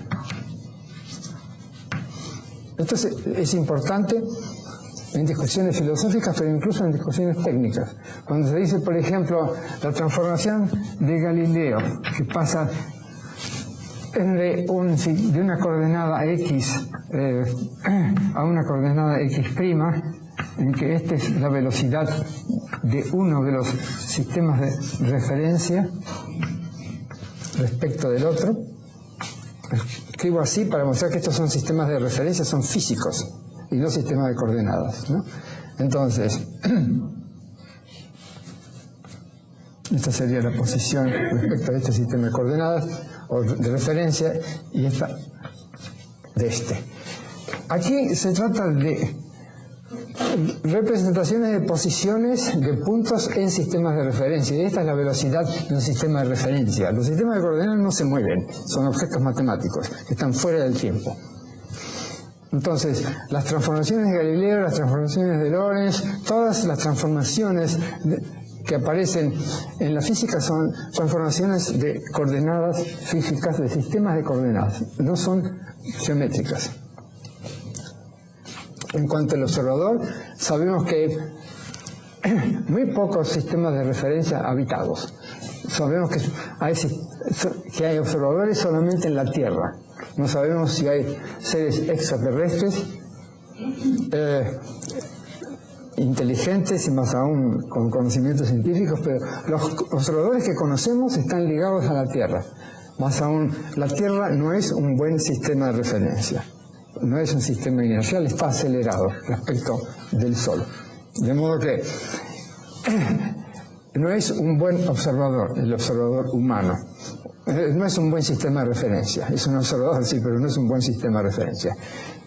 Esto es importante en discusiones filosóficas, pero incluso en discusiones técnicas. Cuando se dice, por ejemplo, la transformación de Galileo, que pasa de una coordenada x a una coordenada x', en que esta es la velocidad de uno de los sistemas de referencia respecto del otro. Escribo así para mostrar que estos son sistemas de referencia, son físicos y no sistemas de coordenadas, ¿no? Entonces, esta sería la posición respecto a este sistema de coordenadas o de referencia y esta de este. Aquí se trata de representaciones de posiciones de puntos en sistemas de referencia, y esta es la velocidad de un sistema de referencia. Los sistemas de coordenadas no se mueven, son objetos matemáticos que están fuera del tiempo. Entonces, las transformaciones de Galileo, las transformaciones de Lorentz, todas las transformaciones que aparecen en la física son transformaciones de coordenadas físicas, de sistemas de coordenadas, no son geométricas. En cuanto al observador, sabemos que hay muy pocos sistemas de referencia habitados. Sabemos que hay observadores solamente en la Tierra. No sabemos si hay seres extraterrestres inteligentes y más aún con conocimientos científicos, pero los observadores que conocemos están ligados a la Tierra. Más aún, la Tierra no es un buen sistema de referencia. No es un sistema inercial, está acelerado respecto del Sol. De modo que no es un buen observador, el observador humano. No es un buen sistema de referencia. Es un observador, sí, pero no es un buen sistema de referencia.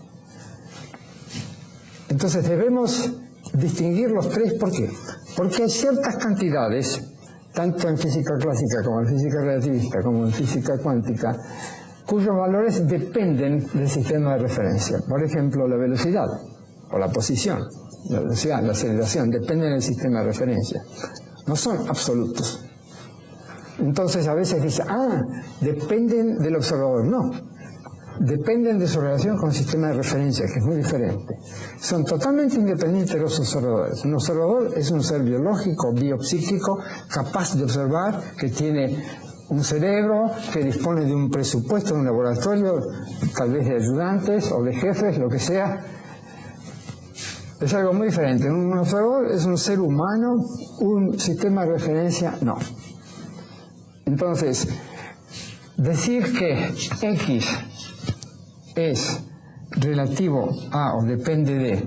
Entonces debemos distinguir los tres. ¿Por qué? Porque hay ciertas cantidades, tanto en física clásica como en física relativista, como en física cuántica, cuyos valores dependen del sistema de referencia. Por ejemplo, la velocidad o la posición, la velocidad, la aceleración, dependen del sistema de referencia. No son absolutos. Entonces a veces dice, dependen del observador. No, dependen de su relación con el sistema de referencia, que es muy diferente. Son totalmente independientes los observadores. Un observador es un ser biológico, biopsíquico, capaz de observar, que tiene un cerebro, que dispone de un presupuesto de un laboratorio, tal vez de ayudantes o de jefes, lo que sea. Es algo muy diferente. Un observador es un ser humano, un sistema de referencia no. Entonces, decir que X es relativo a o depende de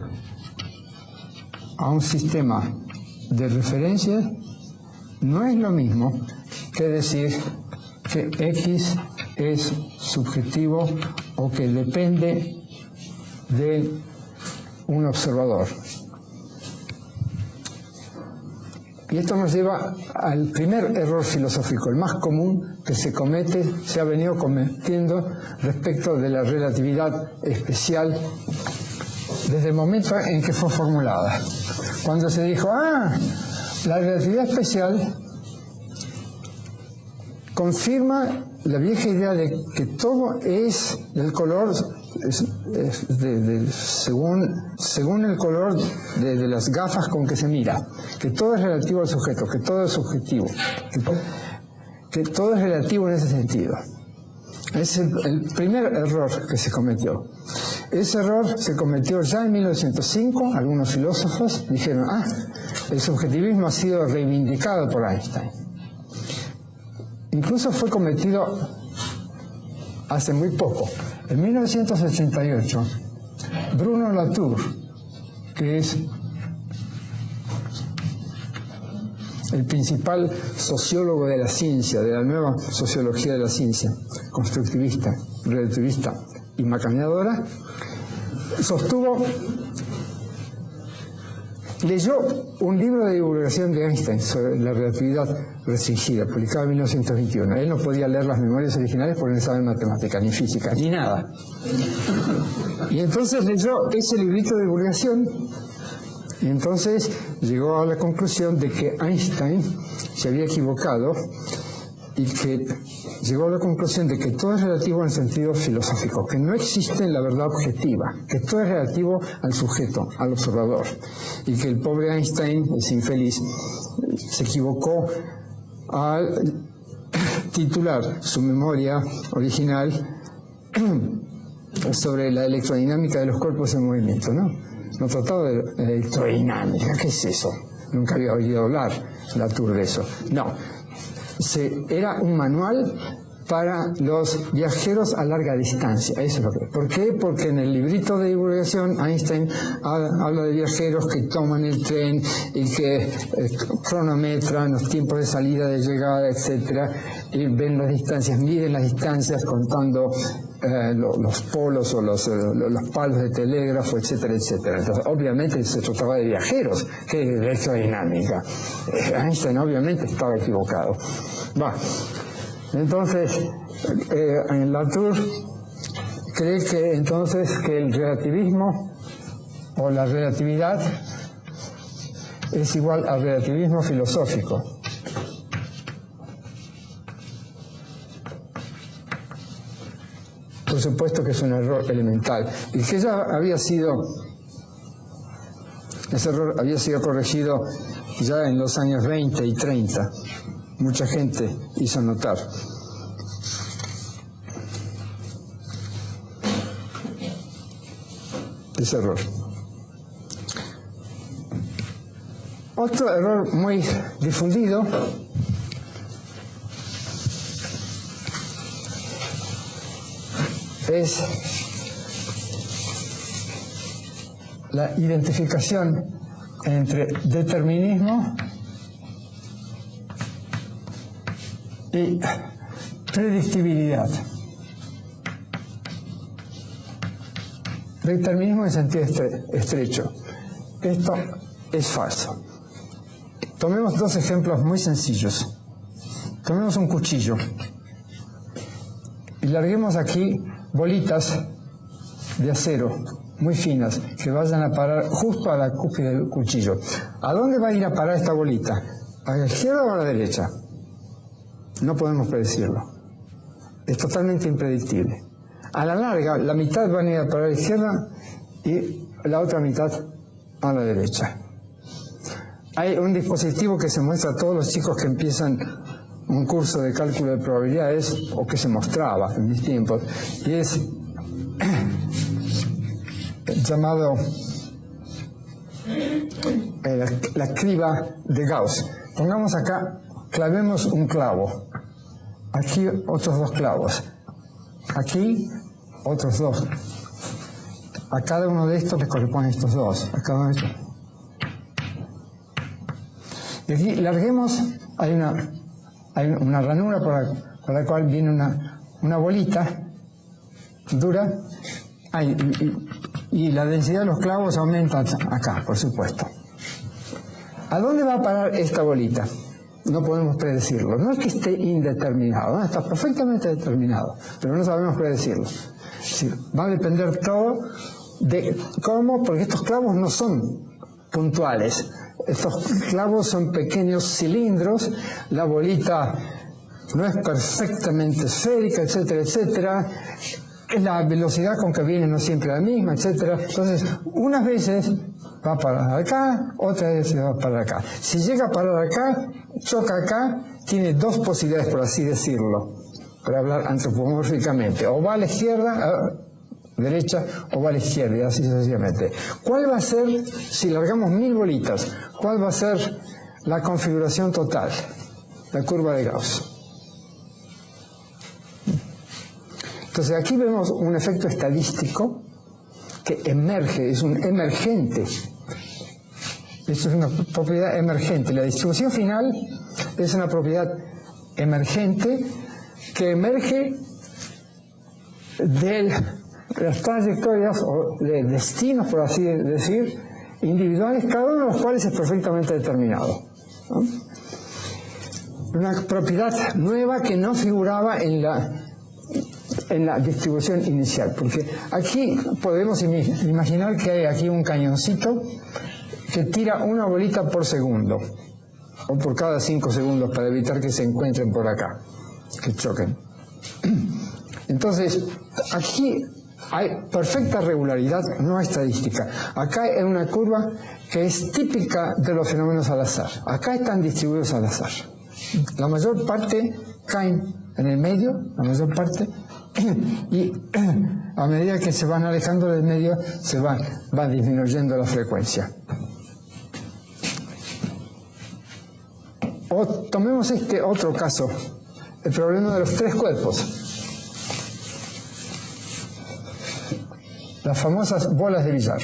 a un sistema de referencia no es lo mismo que decir que X es subjetivo o que depende de un observador. Y esto nos lleva al primer error filosófico, el más común que se ha venido cometiendo respecto de la relatividad especial desde el momento en que fue formulada. Cuando se dijo, la relatividad especial confirma la vieja idea de que todo es del color, según el color de las gafas con que se mira, que todo es relativo al sujeto, que todo es subjetivo, que todo es relativo en ese sentido. Ese es el primer error que se cometió. Ese error se cometió ya en 1905, algunos filósofos dijeron, el subjetivismo ha sido reivindicado por Einstein. Incluso fue cometido hace muy poco. En 1988, Bruno Latour, que es el principal sociólogo de la ciencia, de la nueva sociología de la ciencia, constructivista, relativista y macaneadora, leyó un libro de divulgación de Einstein sobre la relatividad restringida, publicado en 1921. Él no podía leer las memorias originales porque no sabe matemática, ni física, ni nada. Y entonces leyó ese librito de divulgación y entonces llegó a la conclusión de que Einstein se había equivocado y que llegó a la conclusión de que todo es relativo en sentido filosófico, que no existe la verdad objetiva, que todo es relativo al sujeto, al observador, y que el pobre Einstein, ese infeliz, se equivocó al titular su memoria original sobre la electrodinámica de los cuerpos en movimiento, ¿no? No trataba de electrodinámica, ¿qué es eso? Nunca había oído hablar Latour de eso. No. Era un manual para los viajeros a larga distancia. Eso es lo que. ¿Por qué? Porque en el librito de divulgación Einstein habla de viajeros que toman el tren y que cronometran los tiempos de salida, de llegada, etcétera, y ven las distancias, miden las distancias contando los polos o los palos de telégrafo, etcétera, etcétera. Entonces, obviamente se trataba de viajeros, que de electrodinámica. Einstein obviamente estaba equivocado. Entonces, Latour cree que entonces que el relativismo o la relatividad es igual al relativismo filosófico. Por supuesto que es un error elemental y que ese error había sido corregido ya en los años 20 y 30. Mucha gente hizo notar. Ese error. Otro error muy difundido es la identificación entre determinismo y predictibilidad. Determinismo en sentido estrecho. Esto es falso. Tomemos dos ejemplos muy sencillos. Tomemos un cuchillo y larguemos aquí bolitas de acero muy finas que vayan a parar justo a la cúspide del cuchillo. ¿A dónde va a ir a parar esta bolita? ¿A la izquierda o a la derecha? No podemos predecirlo. Es totalmente impredictible. A la larga, la mitad van a ir a parar a la izquierda y la otra mitad a la derecha. Hay un dispositivo que se muestra a todos los chicos que empiezan un curso de cálculo de probabilidades, o que se mostraba en mis tiempos, y es llamado la criba de Gauss. Pongamos acá, clavemos un clavo, aquí otros dos clavos, aquí otros dos, a cada uno de estos les corresponden estos dos, a cada uno de estos. Y aquí larguemos, hay una ranura por la cual viene una bolita dura, y la densidad de los clavos aumenta acá, por supuesto. ¿A dónde va a parar esta bolita? No podemos predecirlo. No es que esté indeterminado, ¿no? Está perfectamente determinado, pero no sabemos predecirlo. Sí, va a depender todo de cómo, porque estos clavos no son puntuales. Estos clavos son pequeños cilindros, la bolita no es perfectamente esférica, etcétera, etcétera. La velocidad con que viene no siempre la misma, etcétera. Entonces, unas veces va a parar acá, otras veces va a parar acá. Si llega a parar acá, choca acá, tiene dos posibilidades, por así decirlo, para hablar antropomórficamente. O va a la izquierda, derecha, o va a la izquierda, y así sucesivamente. ¿Cuál va a ser, si largamos 1000 bolitas, cuál va a ser la configuración total? La curva de Gauss. Entonces aquí vemos un efecto estadístico que emerge, es un emergente Esto es una propiedad emergente. La distribución final es una propiedad emergente que emerge de las trayectorias o de destinos, por así decir, individuales, cada uno de los cuales es perfectamente determinado, ¿no? Una propiedad nueva que no figuraba en la distribución inicial, porque aquí podemos imaginar que hay aquí un cañoncito que tira una bolita por segundo, o por cada 5 segundos, para evitar que se encuentren por acá, que choquen. Entonces, aquí hay perfecta regularidad, no estadística. Acá hay una curva que es típica de los fenómenos al azar. Acá están distribuidos al azar. La mayor parte caen en el medio, la mayor parte, y a medida que se van alejando del medio, se va disminuyendo la frecuencia. O tomemos este otro caso, el problema de los 3 cuerpos. Las famosas bolas de billar.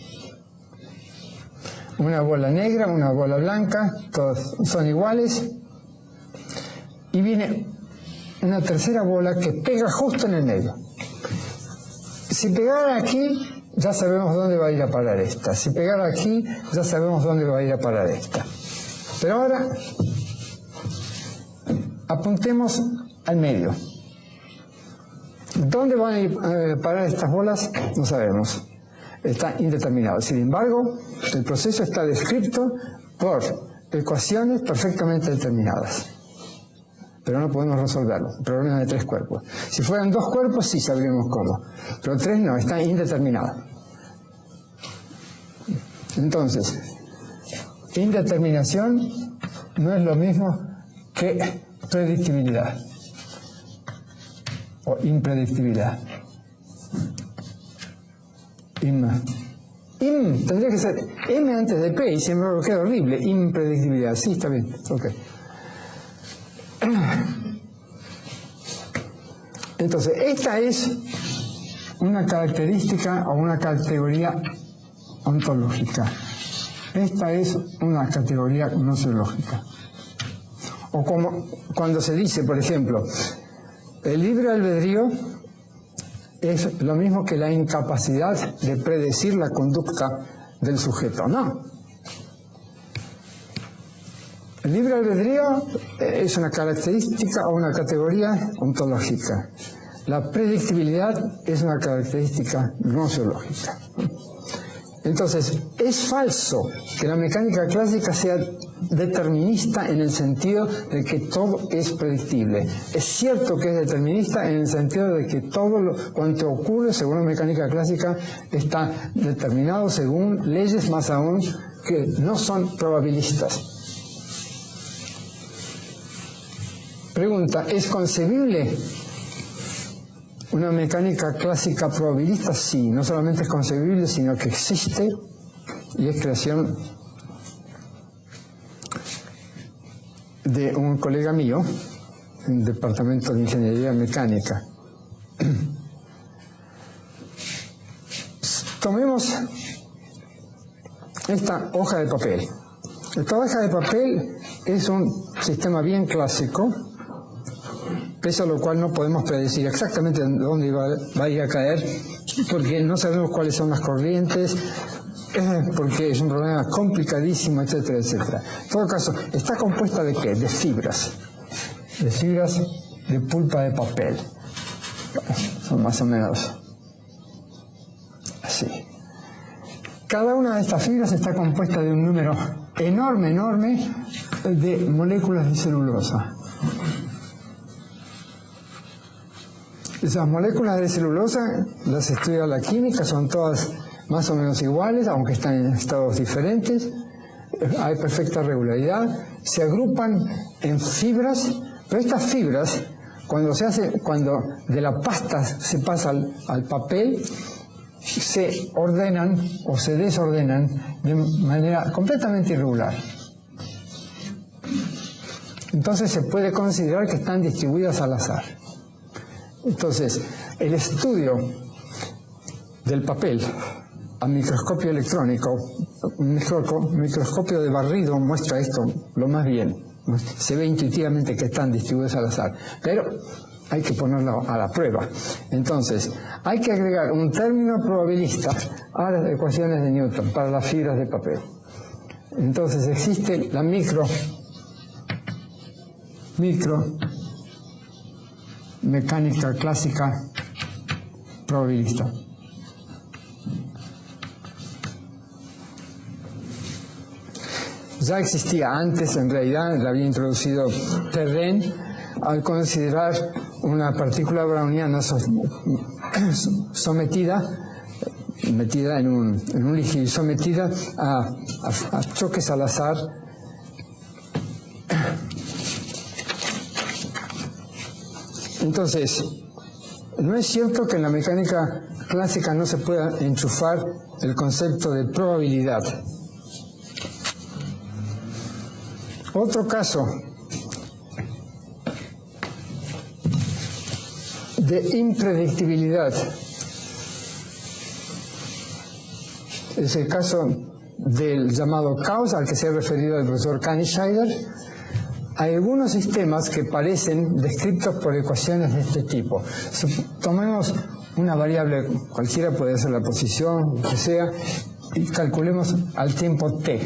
Una bola negra, una bola blanca, todas son iguales. Y viene una tercera bola que pega justo en el medio. Si pegara aquí, ya sabemos dónde va a ir a parar esta. Si pegara aquí, ya sabemos dónde va a ir a parar esta. Pero ahora apuntemos al medio. ¿Dónde van a ir a parar estas bolas? No sabemos. Está indeterminado. Sin embargo, el proceso está descrito por ecuaciones perfectamente determinadas. Pero no podemos resolverlo. El problema de 3 cuerpos. Si fueran 2 cuerpos, sí sabríamos cómo. Pero 3 no, está indeterminado. Entonces, indeterminación no es lo mismo que predictibilidad o impredictibilidad. Tendría que ser M antes de P, y siempre me queda horrible. Impredictibilidad, sí, está bien, ok. Entonces, esta es una característica o una categoría ontológica. Esta es una categoría gnoseológica. O como cuando se dice, por ejemplo, el libre albedrío es lo mismo que la incapacidad de predecir la conducta del sujeto. No. El libre albedrío es una característica o una categoría ontológica. La predictibilidad es una característica gnoseológica. Entonces, es falso que la mecánica clásica sea determinista en el sentido de que todo es predictible. Es cierto que es determinista en el sentido de que todo cuanto ocurre según la mecánica clásica está determinado según leyes más aún que no son probabilistas. Pregunta, ¿es concebible una mecánica clásica probabilista? Sí, no solamente es concebible, sino que existe y es creación de un colega mío en el Departamento de Ingeniería Mecánica. Tomemos esta hoja de papel. Esta hoja de papel es un sistema bien clásico, pese a lo cual no podemos predecir exactamente dónde va a ir a caer, porque no sabemos cuáles son las corrientes, porque es un problema complicadísimo, etcétera, etcétera. En todo caso, ¿está compuesta de qué? De fibras de pulpa de papel. Son más o menos así. Cada una de estas fibras está compuesta de un número enorme de moléculas de celulosa. Esas moléculas de celulosa las estudia la química, son todas más o menos iguales, aunque están en estados diferentes. Hay perfecta regularidad, se agrupan en fibras, pero estas fibras, cuando de la pasta se pasa al papel, se ordenan o se desordenan de manera completamente irregular. Entonces se puede considerar que están distribuidas al azar. Entonces, el estudio del papel a microscopio electrónico un microscopio de barrido muestra esto lo más bien. Se ve intuitivamente que están distribuidos al azar, pero hay que ponerlo a la prueba. Entonces, hay que agregar un término probabilista a las ecuaciones de Newton para las fibras de papel. Entonces, existe la micro mecánica clásica probabilista. Ya existía antes, en realidad, la había introducido Perrin al considerar una partícula browniana metida en un líquido y sometida a choques al azar Entonces, no es cierto que en la mecánica clásica no se pueda enchufar el concepto de probabilidad. Otro caso de impredictibilidad es el caso del llamado caos al que se ha referido el profesor Kanischeider. Hay algunos sistemas que parecen descritos por ecuaciones de este tipo. Tomemos una variable, cualquiera puede ser la posición, lo que sea, y calculemos al tiempo t.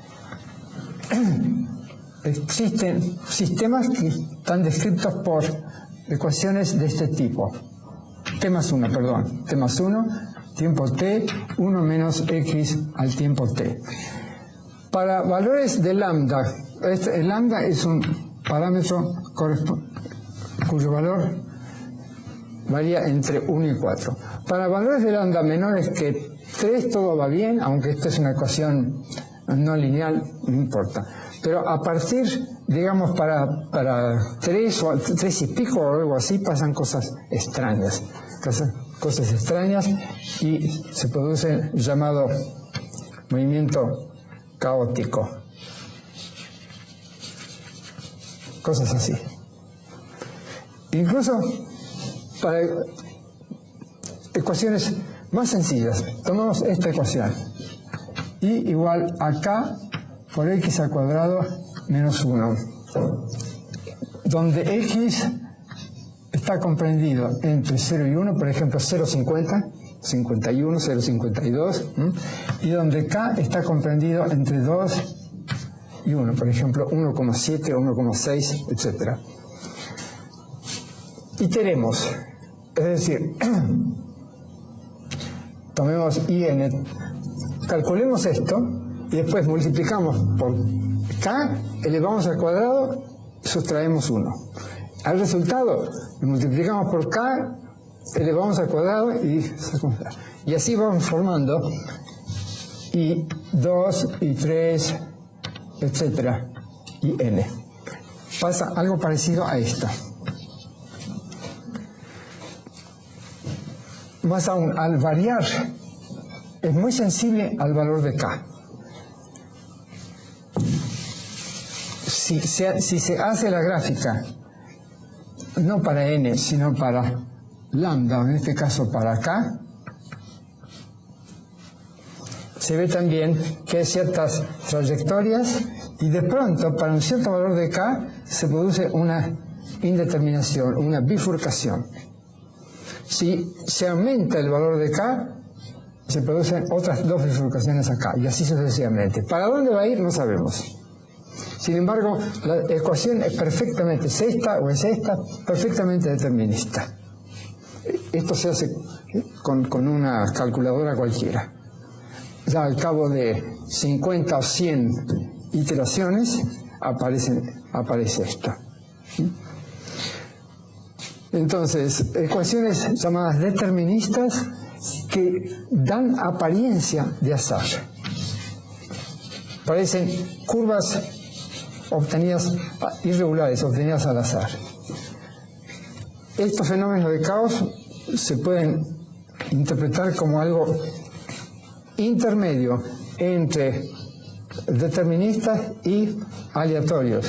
Existen sistemas que están descritos por ecuaciones de este tipo. T más 1, tiempo t, 1 menos x al tiempo t. Para valores de lambda, el lambda es un parámetro cuyo valor varía entre 1 y 4. Para valores de lambda menores que 3 todo va bien, aunque esta es una ecuación no lineal, no importa. Pero a partir, digamos, para 3 y pico o algo así, pasan cosas extrañas. Cosas extrañas y se produce el llamado movimiento caótico. Cosas así. Incluso para ecuaciones más sencillas, tomamos esta ecuación. Y igual a k por x al cuadrado menos 1, donde x está comprendido entre 0 y 1, por ejemplo 0,50, 51, 0,52, y donde k está comprendido entre 2 y 1, por ejemplo 1,7, 1,6, etc. Iteremos, es decir, tomemos IN, calculemos esto y después multiplicamos por k, elevamos al cuadrado, sustraemos 1. Al resultado, multiplicamos por k, elevamos al cuadrado y así vamos formando y 2 y 3, etcétera, y n. Pasa algo parecido a esto. Más aún, al variar, es muy sensible al valor de k. Si se hace la gráfica, no para n, sino para lambda, en este caso para k, se ve también que hay ciertas trayectorias y de pronto, para un cierto valor de k, se produce una indeterminación, una bifurcación. Si se aumenta el valor de k, se producen otras dos bifurcaciones acá, y así sucesivamente. ¿Para dónde va a ir? No sabemos. Sin embargo, la ecuación es perfectamente, perfectamente determinista. Esto se hace con una calculadora cualquiera. Ya al cabo de 50 o 100 iteraciones aparece esto. Entonces, ecuaciones llamadas deterministas que dan apariencia de azar. Parecen curvas irregulares, obtenidas al azar. Estos fenómenos de caos se pueden interpretar como algo intermedio entre deterministas y aleatorios.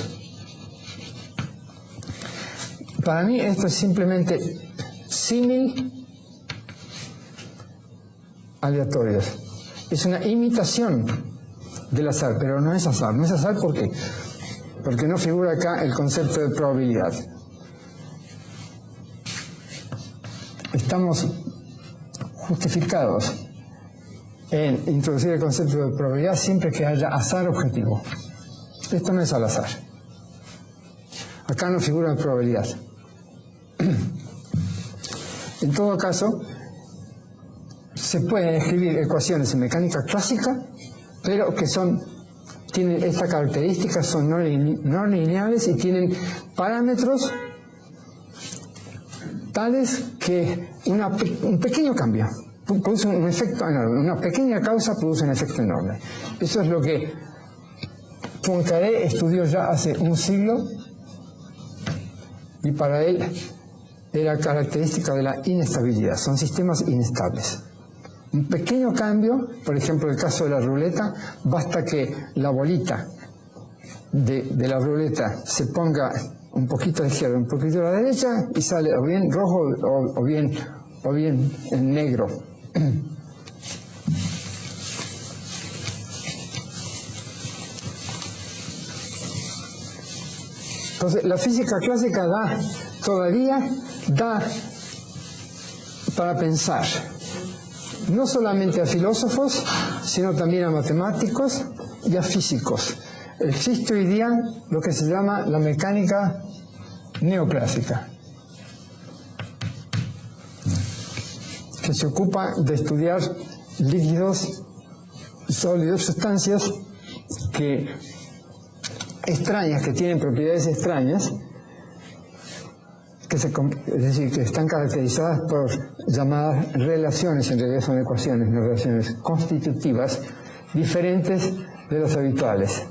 Para mí esto es simplemente símil aleatorios. Es una imitación del azar, pero no es azar. No es azar, ¿por qué? Porque no figura acá el concepto de probabilidad. Estamos justificados en introducir el concepto de probabilidad siempre que haya azar objetivo. Esto no es al azar. Acá no figura probabilidad. En todo caso, se pueden escribir ecuaciones en mecánica clásica, pero que tienen esta característica, son no lineales y tienen parámetros tales que un pequeño cambio produce un efecto enorme, una pequeña causa produce un efecto enorme. Eso es lo que Poincaré estudió ya hace un siglo, y para él era característica de la inestabilidad. Son sistemas inestables. Un pequeño cambio, por ejemplo, el caso de la ruleta, basta que la bolita de la ruleta se ponga un poquito a la izquierda, un poquito a la derecha, y sale o bien rojo o bien en negro. Entonces, la física clásica todavía da para pensar, no solamente a filósofos, sino también a matemáticos y a físicos. Existe hoy día lo que se llama la mecánica neoclásica, que se ocupa de estudiar líquidos, sólidos, sustancias extrañas, que tienen propiedades extrañas, es decir, que están caracterizadas por llamadas relaciones, en realidad son ecuaciones, no relaciones constitutivas, diferentes de las habituales.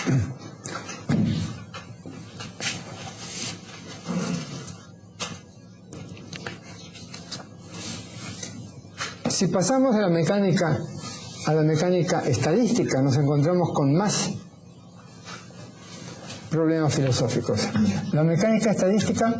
Si pasamos de la mecánica a la mecánica estadística, nos encontramos con más problemas filosóficos. La mecánica estadística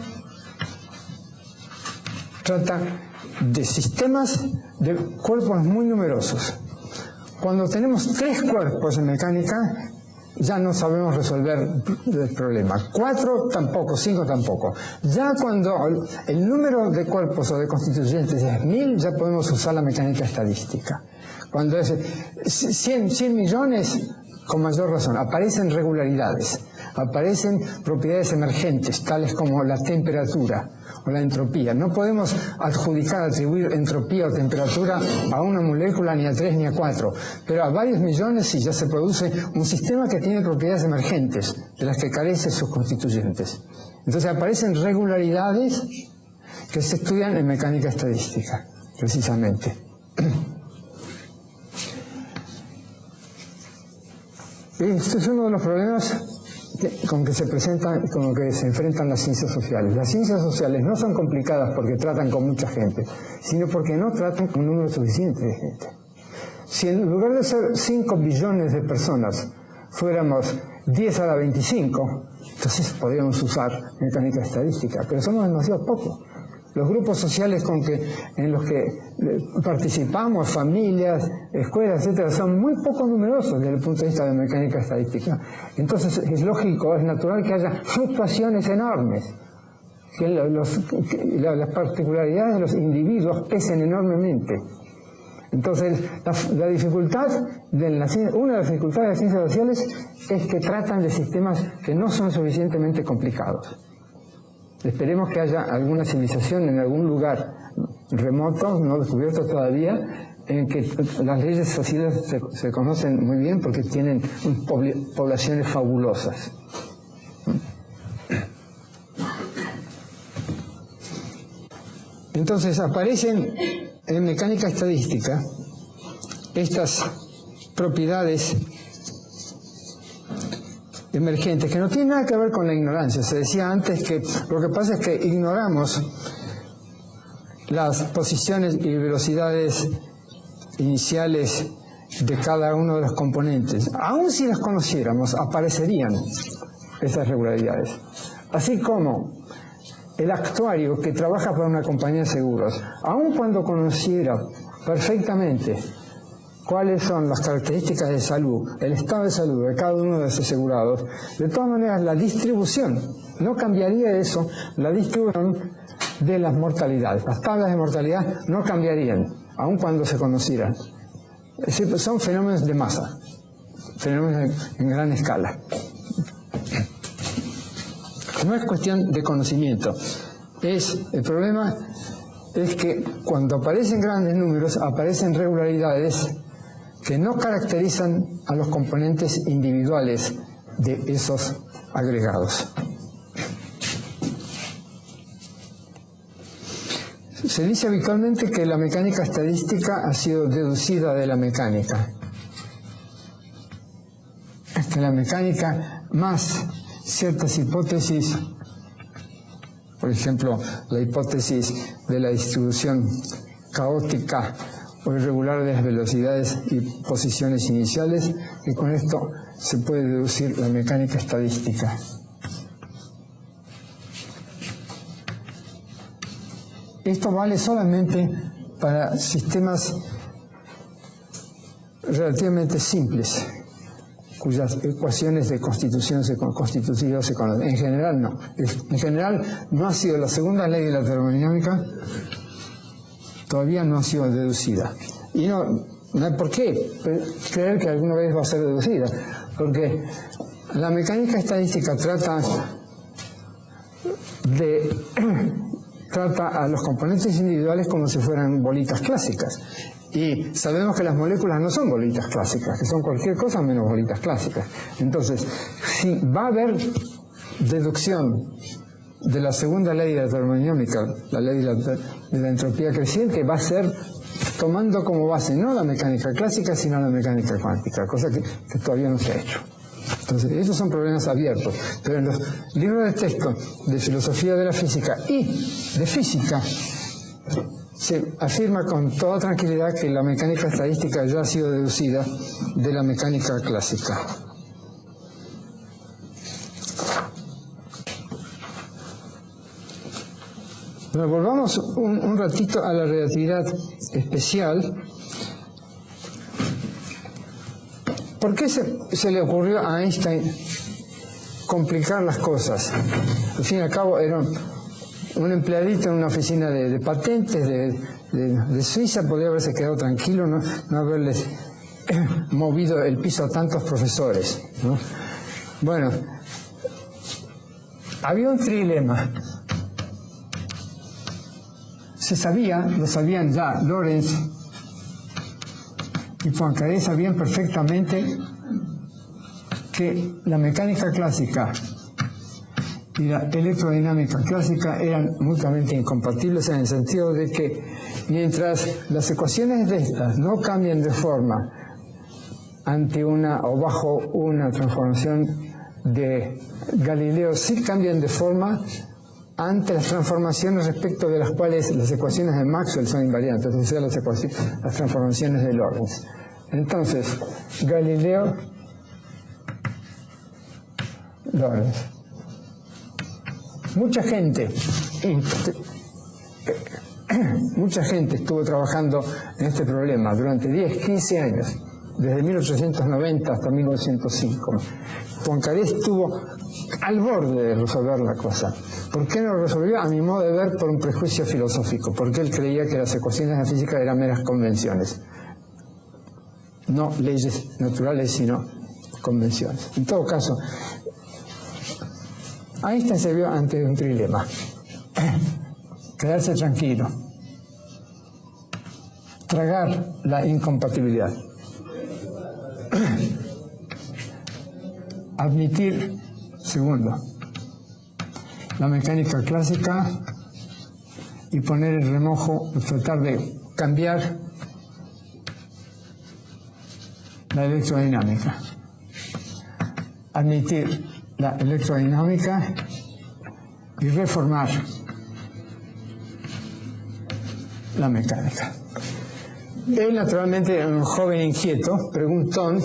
trata de sistemas de cuerpos muy numerosos. Cuando tenemos 3 cuerpos en mecánica, ya no sabemos resolver el problema. 4 tampoco, 5 tampoco. Ya cuando el número de cuerpos o de constituyentes es 1000, ya podemos usar la mecánica estadística. Cuando es 100 millones, con mayor razón, aparecen regularidades, aparecen propiedades emergentes, tales como la temperatura o la entropía. No podemos atribuir entropía o temperatura a una molécula, ni a 3 ni a 4, pero a varios millones sí ya se produce un sistema que tiene propiedades emergentes, de las que carecen sus constituyentes. Entonces aparecen regularidades que se estudian en mecánica estadística, precisamente. Este es uno de los problemas con que se enfrentan las ciencias sociales. Las ciencias sociales no son complicadas porque tratan con mucha gente, sino porque no tratan con un número suficiente de gente. Si en lugar de ser 5 billones de personas fuéramos 10 a la 25, entonces podríamos usar mecánica estadística, pero somos demasiado pocos. Los grupos sociales en los que participamos, familias, escuelas, etcétera, son muy poco numerosos desde el punto de vista de mecánica estadística. Entonces es lógico, es natural que haya fluctuaciones enormes, que las particularidades de los individuos pesen enormemente. Entonces la dificultad una de las dificultades de las ciencias sociales es que tratan de sistemas que no son suficientemente complicados. Esperemos que haya alguna civilización en algún lugar remoto, no descubierto todavía, en que las leyes sociales se conocen muy bien porque tienen poblaciones fabulosas. Entonces aparecen en mecánica estadística estas propiedades emergentes que no tienen nada que ver con la ignorancia. Se decía antes que lo que pasa es que ignoramos las posiciones y velocidades iniciales de cada uno de los componentes. Aun si las conociéramos, aparecerían esas regularidades. Así como el actuario que trabaja para una compañía de seguros, aun cuando conociera perfectamente cuáles son las características de salud, el estado de salud de cada uno de los asegurados, de todas maneras la distribución, no cambiaría eso, la distribución de las mortalidades. Las tablas de mortalidad no cambiarían, aun cuando se conocieran. Es decir, son fenómenos de masa, fenómenos en gran escala. No es cuestión de conocimiento. El problema es que cuando aparecen grandes números, aparecen regularidades que no caracterizan a los componentes individuales de esos agregados. Se dice habitualmente que la mecánica estadística ha sido deducida de la mecánica. Que la mecánica más ciertas hipótesis, por ejemplo, la hipótesis de la distribución caótica o irregular de las velocidades y posiciones iniciales, y con esto se puede deducir la mecánica estadística. Esto vale solamente para sistemas relativamente simples, cuyas ecuaciones de constitutivos se conocen. En general no. En general no ha sido la segunda ley de la termodinámica, todavía no ha sido deducida. Y no hay por qué creer que alguna vez va a ser deducida, porque la mecánica estadística trata a los componentes individuales como si fueran bolitas clásicas. Y sabemos que las moléculas no son bolitas clásicas, que son cualquier cosa menos bolitas clásicas. Entonces, si va a haber deducción de la segunda ley de la termodinámica, la ley de la entropía creciente, va a ser tomando como base no la mecánica clásica, sino la mecánica cuántica, cosa que todavía no se ha hecho. Entonces, esos son problemas abiertos. Pero en los libros de texto de filosofía de la física y de física, se afirma con toda tranquilidad que la mecánica estadística ya ha sido deducida de la mecánica clásica. Bueno, volvamos un ratito a la relatividad especial. ¿Por qué se le ocurrió a Einstein complicar las cosas? Al fin y al cabo era un empleadito en una oficina de patentes de Suiza, podría haberse quedado tranquilo, no haberles movido el piso a tantos profesores, ¿no? Bueno, había un trilema. Lo sabían ya Lorentz y Poincaré, sabían perfectamente que la mecánica clásica y la electrodinámica clásica eran mutuamente incompatibles, en el sentido de que mientras las ecuaciones de estas no cambian de forma ante una o bajo una transformación de Galileo, sí cambian de forma ante las transformaciones respecto de las cuales las ecuaciones de Maxwell son invariantes, o sea, las transformaciones de Lorentz. Entonces, Galileo, Lorentz. Mucha gente estuvo trabajando en este problema durante 10, 15 años, desde 1890 hasta 1905. Poincaré estuvo al borde de resolver la cosa. ¿Por qué no lo resolvió? A mi modo de ver, por un prejuicio filosófico, porque él creía que las ecuaciones de física eran meras convenciones, no leyes naturales, sino convenciones. En todo caso, Einstein se vio ante un trilema: quedarse tranquilo, tragar la incompatibilidad, admitir, segundo, la mecánica clásica y poner en remojo, tratar de cambiar la electrodinámica, admitir la electrodinámica y reformar la mecánica. Él, naturalmente, era un joven inquieto, preguntón,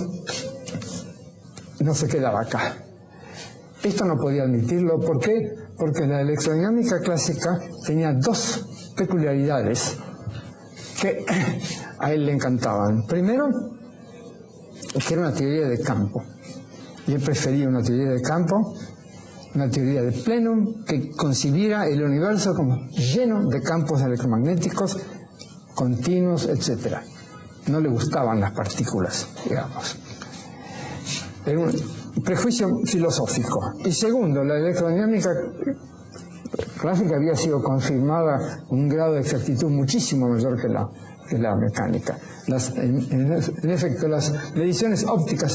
no se quedaba acá. Esto no podía admitirlo. ¿Por qué? Porque la electrodinámica clásica tenía dos peculiaridades que a él le encantaban. Primero, que era una teoría de campo. Y él prefería una teoría de campo, una teoría de plenum, que concibiera el universo como lleno de campos electromagnéticos continuos, etc. No le gustaban las partículas, digamos. Era un prejuicio filosófico. Y segundo, la electrodinámica clásica había sido confirmada con un grado de exactitud muchísimo mayor que la mecánica. En efecto, las mediciones ópticas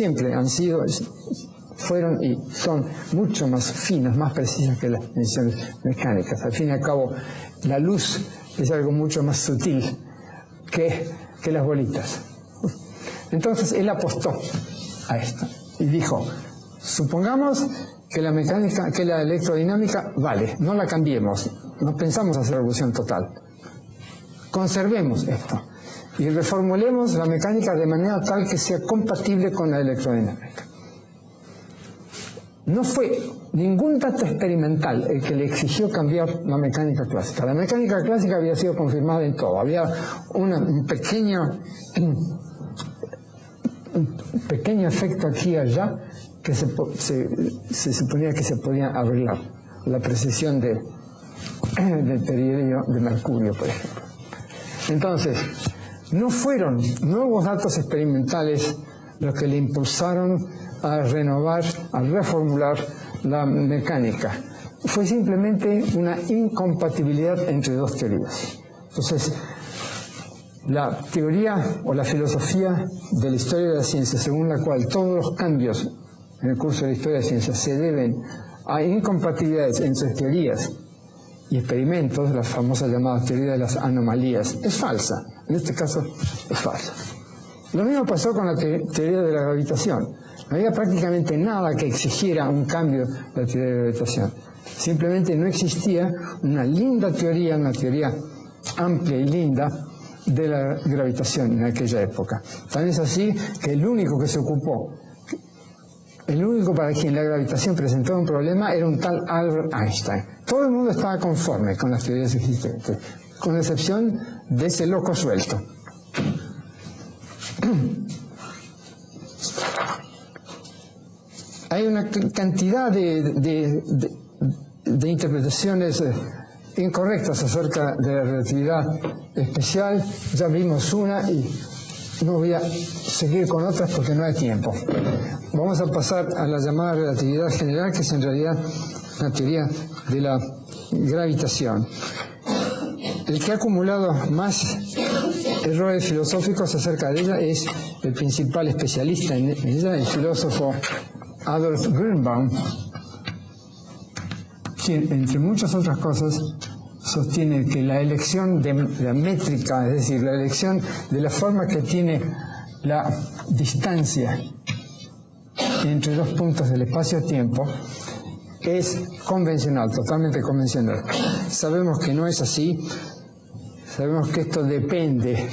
fueron y son mucho más finas, más precisas que las mediciones mecánicas. Al fin y al cabo, la luz es algo mucho más sutil que las bolitas. Entonces él apostó a esto y dijo: supongamos que la mecánica, que la electrodinámica vale, no la cambiemos, no pensamos hacer revolución total, conservemos esto y reformulemos la mecánica de manera tal que sea compatible con la electrodinámica. No fue ningún dato experimental el que le exigió cambiar la mecánica clásica. La mecánica clásica había sido confirmada en todo. Había un pequeño efecto aquí y allá que se suponía que se podía arreglar. La precesión del perihelio de mercurio, por ejemplo. Entonces, no fueron nuevos datos experimentales los que le impulsaron a renovar, a reformular la mecánica. Fue simplemente una incompatibilidad entre dos teorías. Entonces, la teoría o la filosofía de la historia de la ciencia, según la cual todos los cambios en el curso de la historia de la ciencia se deben a incompatibilidades entre teorías y experimentos, la famosa llamada teoría de las anomalías, es falsa. En este caso, es falsa. Lo mismo pasó con la teoría de la gravitación. No había prácticamente nada que exigiera un cambio de la teoría de la gravitación. Simplemente no existía una linda teoría, una teoría amplia y linda de la gravitación en aquella época. Tan es así que el único para quien la gravitación presentó un problema era un tal Albert Einstein. Todo el mundo estaba conforme con las teorías existentes, con excepción de ese loco suelto. Hay una cantidad de interpretaciones incorrectas acerca de la relatividad especial. Ya vimos una y no voy a seguir con otras porque no hay tiempo. Vamos a pasar a la llamada relatividad general, que es en realidad una teoría de la gravitación. El que ha acumulado más errores filosóficos acerca de ella es el principal especialista en ella, el filósofo Adolf Grünbaum, quien, entre muchas otras cosas, sostiene que la elección de la métrica, es decir, la elección de la forma que tiene la distancia entre dos puntos del espacio-tiempo, es convencional, totalmente convencional. Sabemos que no es así, sabemos que esto depende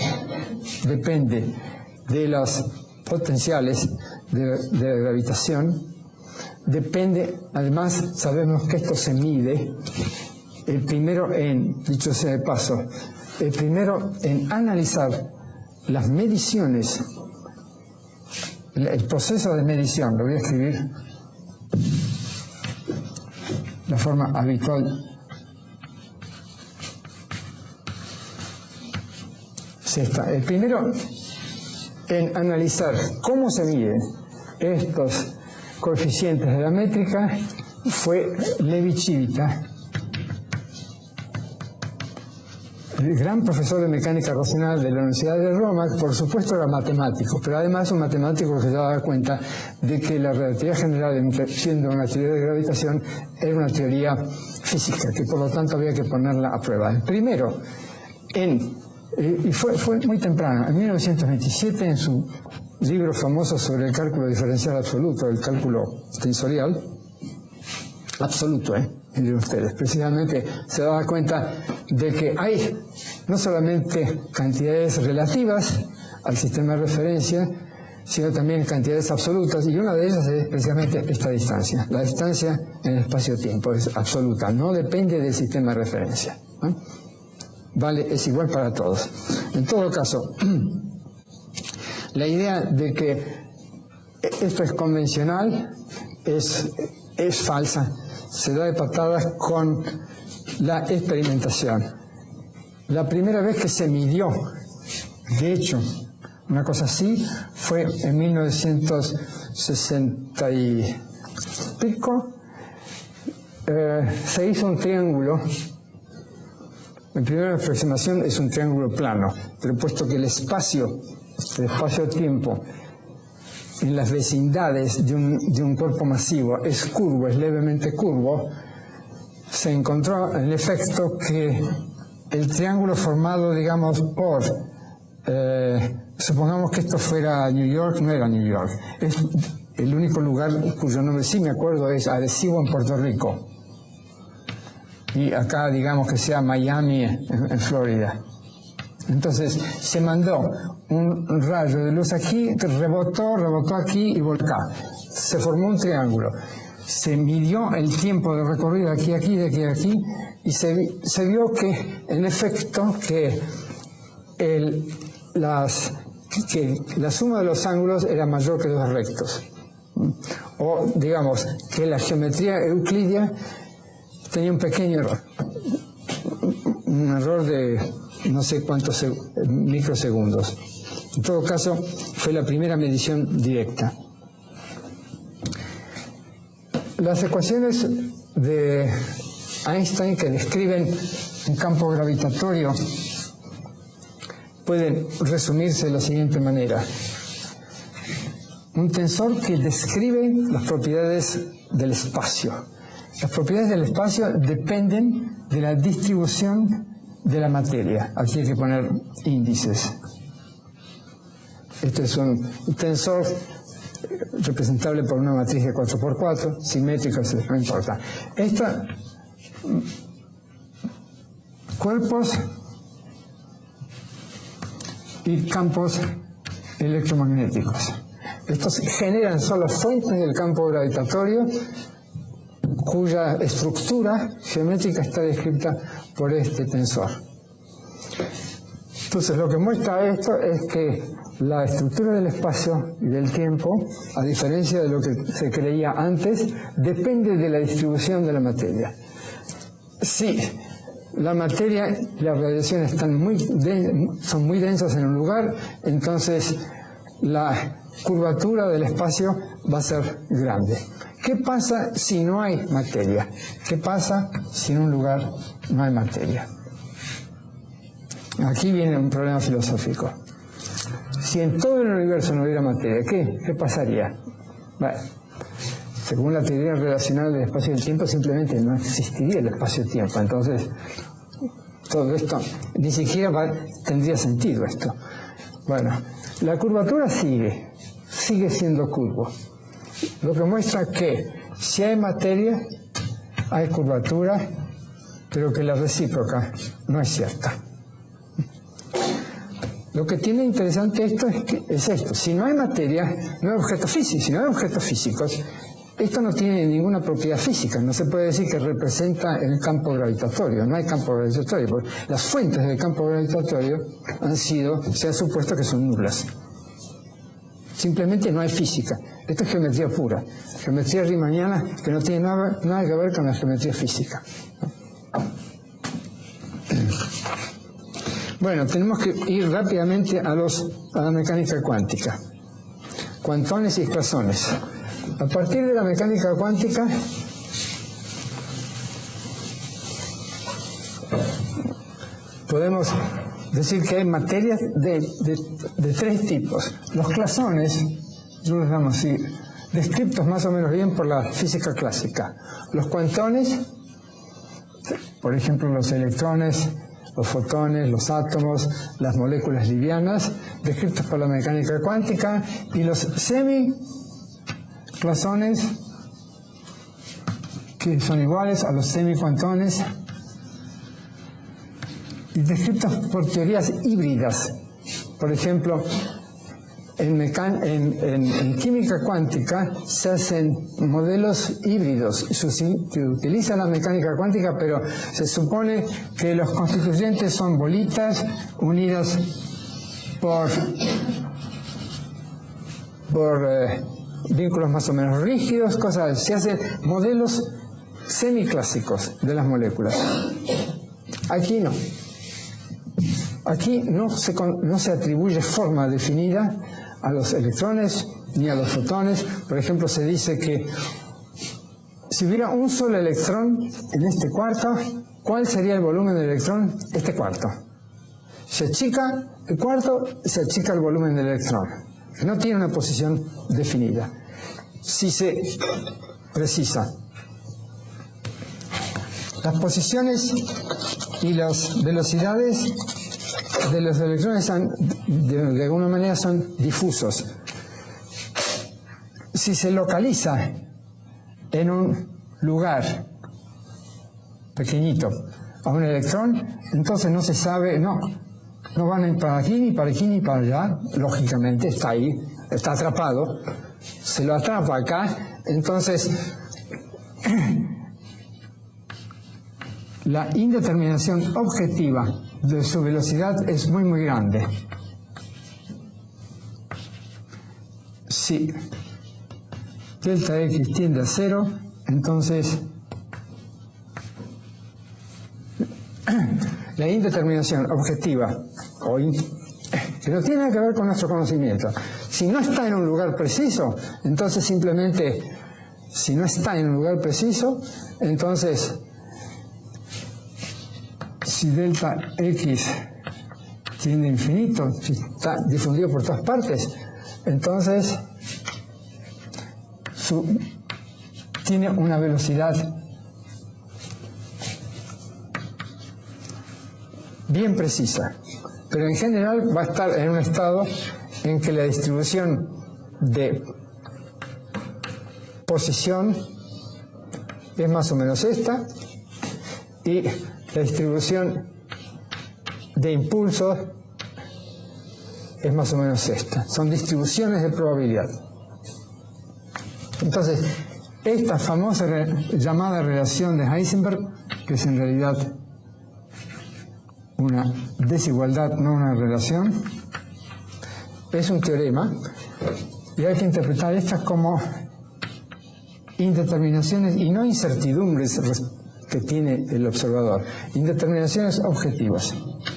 de los potenciales de la gravitación, además sabemos que esto se mide, dicho sea de paso, el primero en analizar las mediciones, el proceso de medición, lo voy a escribir la forma habitual. El primero en analizar cómo se miden estos coeficientes de la métrica fue Levi Civita, el gran profesor de mecánica racional de la Universidad de Roma. Por supuesto era matemático, pero además un matemático que se daba cuenta de que la relatividad general, siendo una teoría de gravitación, era una teoría física, que por lo tanto había que ponerla a prueba. El primero, y fue muy temprano, en 1927, en su libro famoso sobre el cálculo diferencial absoluto, el cálculo tensorial, absoluto, miren ustedes, precisamente se daba cuenta de que hay no solamente cantidades relativas al sistema de referencia, sino también cantidades absolutas, y una de ellas es precisamente esta distancia. La distancia en el espacio-tiempo es absoluta, no depende del sistema de referencia. es igual para todos. En todo caso, la idea de que esto es convencional es falsa. Se da de patadas con la experimentación. La primera vez que se midió, de hecho, una cosa así, fue en 1960 y pico. Se hizo un triángulo. En primera aproximación es un triángulo plano, pero puesto que el espacio-tiempo en las vecindades de un cuerpo masivo es curvo, es levemente curvo, se encontró el efecto que el triángulo formado, digamos, por, supongamos que esto fuera New York, no era New York, es el único lugar cuyo nombre sí me acuerdo es Arecibo en Puerto Rico, y acá digamos que sea Miami en Florida. Entonces se mandó un rayo de luz aquí, rebotó aquí y volcó acá. Se formó un triángulo. Se midió el tiempo de recorrido de aquí a aquí, y se vio que, en efecto, que la suma de los ángulos era mayor que los rectos. O, digamos, que la geometría euclidia tenía un pequeño error. Un error de no sé cuántos microsegundos. En todo caso, fue la primera medición directa. Las ecuaciones de Einstein que describen un campo gravitatorio pueden resumirse de la siguiente manera. Un tensor que describe las propiedades del espacio. Las propiedades del espacio dependen de la distribución de la materia. Aquí hay que poner índices. Este es un tensor representable por una matriz de 4×4, simétrica, no importa. Cuerpos y campos electromagnéticos. Estos generan solo fuentes del campo gravitatorio cuya estructura geométrica está descrita por este tensor. Entonces, lo que muestra esto es que la estructura del espacio y del tiempo, a diferencia de lo que se creía antes, depende de la distribución de la materia. Si la materia y la radiación son muy densas en un lugar, entonces la curvatura del espacio va a ser grande. ¿Qué pasa si no hay materia? ¿Qué pasa si en un lugar no hay materia? Aquí viene un problema filosófico. Si en todo el universo no hubiera materia, ¿qué pasaría? Bueno, según la teoría relacional del espacio y del tiempo, simplemente no existiría el espacio-tiempo. Entonces, todo esto, ni siquiera tendría sentido esto. Bueno, la curvatura sigue siendo curvo. Lo que muestra que si hay materia, hay curvatura, pero que la recíproca no es cierta. Lo que tiene interesante esto es esto. Si no hay materia, no hay objetos físicos. Si no hay objetos físicos, esto no tiene ninguna propiedad física. No se puede decir que representa el campo gravitatorio. No hay campo gravitatorio, porque las fuentes del campo gravitatorio se ha supuesto que son nulas. Simplemente no hay física. Esto es geometría pura. Geometría riemanniana que no tiene nada que ver con la geometría física. Bueno, tenemos que ir rápidamente a la mecánica cuántica. Cuantones y clasones. A partir de la mecánica cuántica, podemos decir que hay materias de tres tipos. Los clasones, yo los llamo así, descritos más o menos bien por la física clásica. Los cuantones, por ejemplo, los electrones, los fotones, los átomos, las moléculas livianas, descritos por la mecánica cuántica, y los semiclasones, que son iguales a los semicuantones, y descritos por teorías híbridas. Por ejemplo, En química cuántica se hacen modelos híbridos, se utiliza la mecánica cuántica, pero se supone que los constituyentes son bolitas unidas por vínculos más o menos rígidos, cosas. Se hacen modelos semiclásicos de las moléculas. Aquí no. Aquí no se atribuye forma definida a los electrones ni a los fotones. Por ejemplo, se dice que si hubiera un solo electrón en este cuarto, ¿cuál sería el volumen del electrón? Este cuarto. Se achica el cuarto, se achica el volumen del electrón. No tiene una posición definida. Si se precisa las posiciones y las velocidades de los electrones de alguna manera son difusos. Si se localiza en un lugar pequeñito a un electrón, entonces no se sabe, no van a ir para aquí, ni para aquí, ni para allá. Lógicamente está ahí, está atrapado, se lo atrapa acá, entonces la indeterminación objetiva de su velocidad es muy muy grande. Si delta X tiende a 0, entonces la indeterminación objetiva, que no tiene nada que ver con nuestro conocimiento, si no está en un lugar preciso, entonces simplemente, si no está en un lugar preciso, entonces si delta X tiende a infinito, si está difundido por todas partes, entonces tiene una velocidad bien precisa, pero en general va a estar en un estado en que la distribución de posición es más o menos esta, y la distribución de impulsos es más o menos esta. Son distribuciones de probabilidad. Entonces, esta famosa llamada relación de Heisenberg, que es en realidad una desigualdad, no una relación, es un teorema, y hay que interpretar estas como indeterminaciones y no incertidumbres que tiene el observador, indeterminaciones objetivas.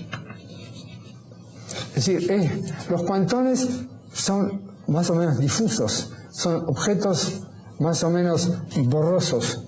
Es decir, los cuantones son más o menos difusos, son objetos más o menos borrosos,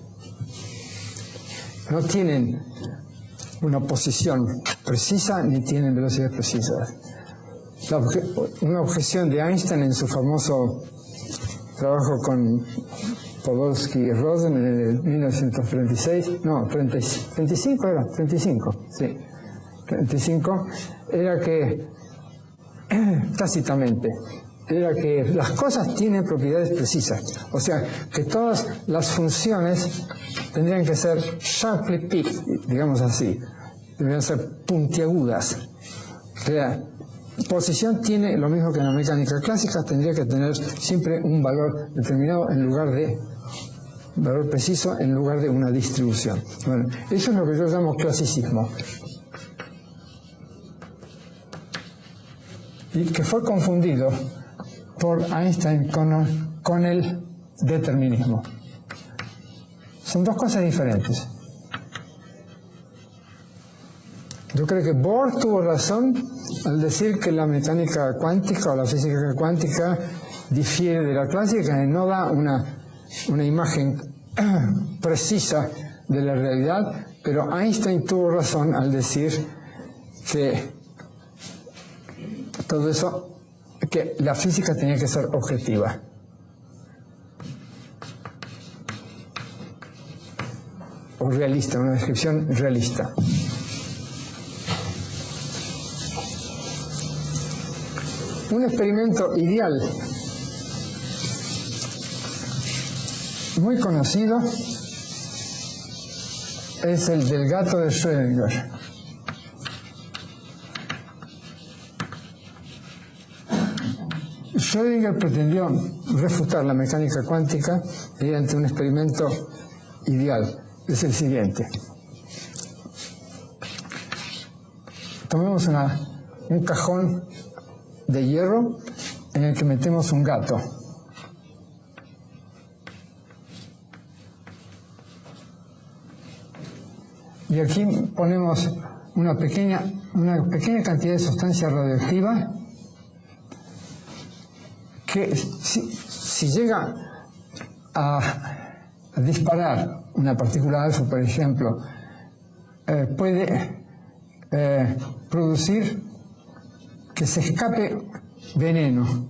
no tienen una posición precisa ni tienen velocidades precisas. Una objeción de Einstein en su famoso trabajo con Podolsky y Rosen en el 1936, no, 35 era, 35, sí, 35, era que, tácitamente, era que las cosas tienen propiedades precisas, o sea, que todas las funciones tendrían que ser sharply picked, digamos así, deberían ser puntiagudas. La posición tiene lo mismo que en la mecánica clásica, tendría que tener siempre un valor determinado en lugar de valor preciso en lugar de una distribución. Bueno, eso es lo que yo llamo clasicismo. Y que fue confundido por Einstein con el determinismo. Son dos cosas diferentes. Yo creo que Bohr tuvo razón al decir que la mecánica cuántica o la física cuántica difiere de la clásica y no da una imagen precisa de la realidad, pero Einstein tuvo razón al decir que todo eso, que la física tenía que ser objetiva. O realista, una descripción realista. Un experimento ideal muy conocido es el del gato de Schrödinger. Schrödinger pretendió refutar la mecánica cuántica mediante un experimento ideal. Es el siguiente. Tomemos un cajón de hierro en el que metemos un gato. Y aquí ponemos una pequeña cantidad de sustancia radioactiva que si llega a disparar una partícula alfa, por ejemplo, puede producir que se escape veneno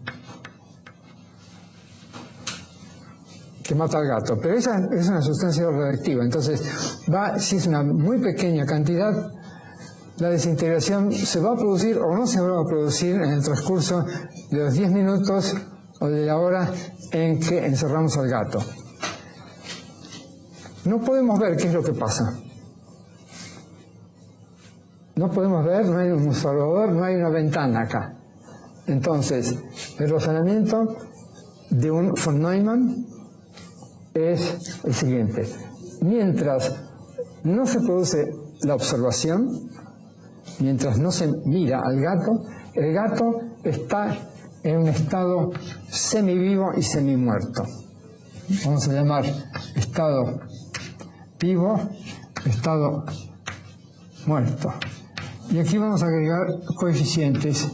que mata al gato, pero esa es una sustancia radioactiva. Entonces, si es una muy pequeña cantidad, la desintegración se va a producir o no se va a producir en el transcurso de los 10 minutos o de la hora en que encerramos al gato. No podemos ver qué es lo que pasa. No podemos ver, no hay un observador, no hay una ventana acá. Entonces, el razonamiento de un von Neumann es el siguiente. Mientras no se produce la observación, mientras no se mira al gato, el gato está en un estado semivivo y semimuerto. Vamos a llamar estado vivo, estado muerto. Y aquí vamos a agregar coeficientes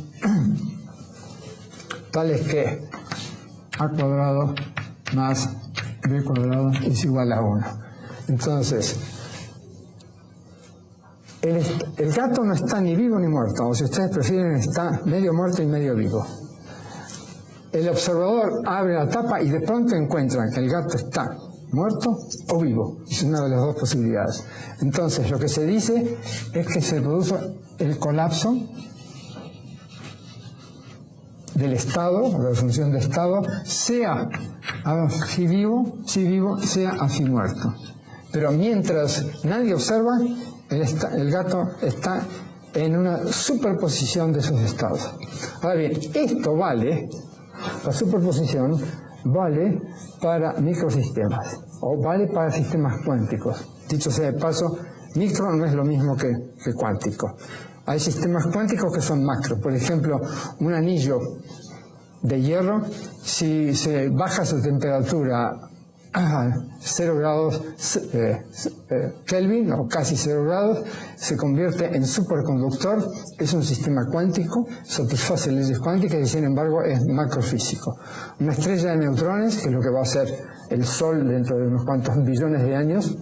tales que a cuadrado más b cuadrado es igual a 1. Entonces, el gato no está ni vivo ni muerto, o si ustedes prefieren, está medio muerto y medio vivo. El observador abre la tapa y de pronto encuentra que el gato está muerto o vivo. Es una de las dos posibilidades. Entonces, lo que se dice es que se produce el colapso del estado, de la función de estado, sea así vivo, sea así muerto. Pero mientras nadie observa, el gato está en una superposición de esos estados. Ahora bien, esto vale, la superposición vale para microsistemas, o vale para sistemas cuánticos. Dicho sea de paso, micro no es lo mismo que cuántico. Hay sistemas cuánticos que son macro. Por ejemplo, un anillo de hierro, si se baja su temperatura a 0 grados Kelvin, o casi 0 grados, se convierte en superconductor. Es un sistema cuántico, satisface leyes cuánticas y sin embargo es macrofísico. Una estrella de neutrones, que es lo que va a ser el Sol dentro de unos cuantos billones de años,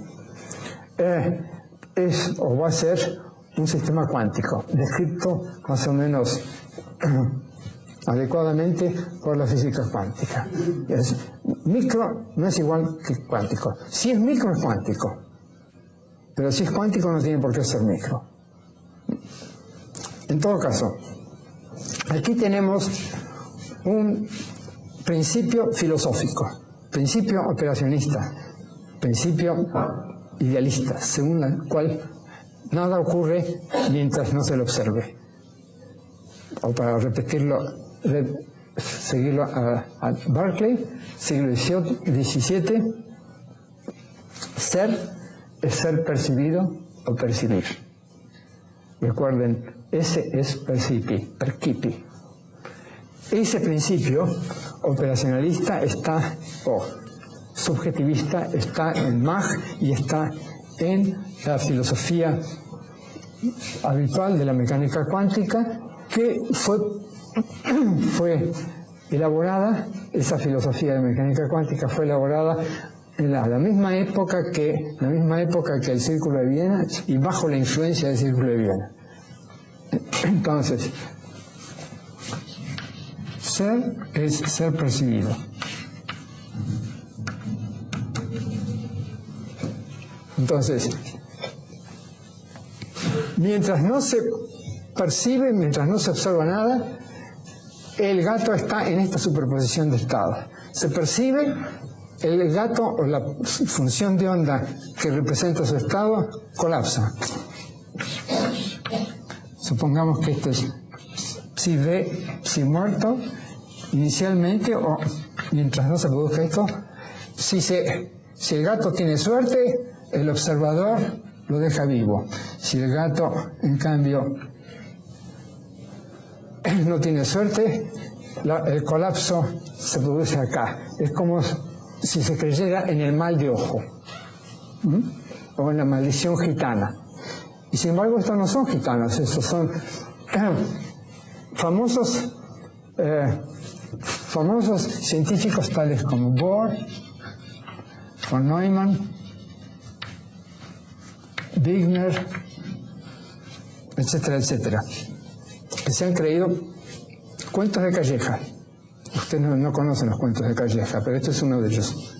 va a ser un sistema cuántico, descrito más o menos adecuadamente por la física cuántica. Micro no es igual que cuántico. Si es micro, es cuántico. Pero si es cuántico, no tiene por qué ser micro. En todo caso, aquí tenemos un principio filosófico, principio operacionista, principio idealista, según el cual nada ocurre mientras no se lo observe. O para repetirlo, seguirlo a Berkeley, siglo XVII, ser es ser percibido o percibir. Recuerden, ese es percipi. Ese principio operacionalista está, o subjetivista, está en Mach y está en la filosofía habitual de la mecánica cuántica, que fue elaborada, esa filosofía de mecánica cuántica fue elaborada en la misma época que el Círculo de Viena y bajo la influencia del Círculo de Viena. Entonces, ser es ser percibido. Entonces, mientras no se percibe, mientras no se observa nada, el gato está en esta superposición de estados. Se percibe, el gato o la función de onda que representa su estado colapsa. Supongamos que esto es psi muerto inicialmente, o mientras no se produzca esto, si el gato tiene suerte, el observador lo deja vivo. Si el gato, en cambio, no tiene suerte, el colapso se produce acá. Es como si se creyera en el mal de ojo, o en la maldición gitana. Y sin embargo, estos no son gitanos, estos son famosos científicos tales como Bohr, von Neumann, Wigner, etcétera, etcétera, que se han creído cuentos de Calleja. Ustedes no conocen los cuentos de Calleja, pero este es uno de ellos.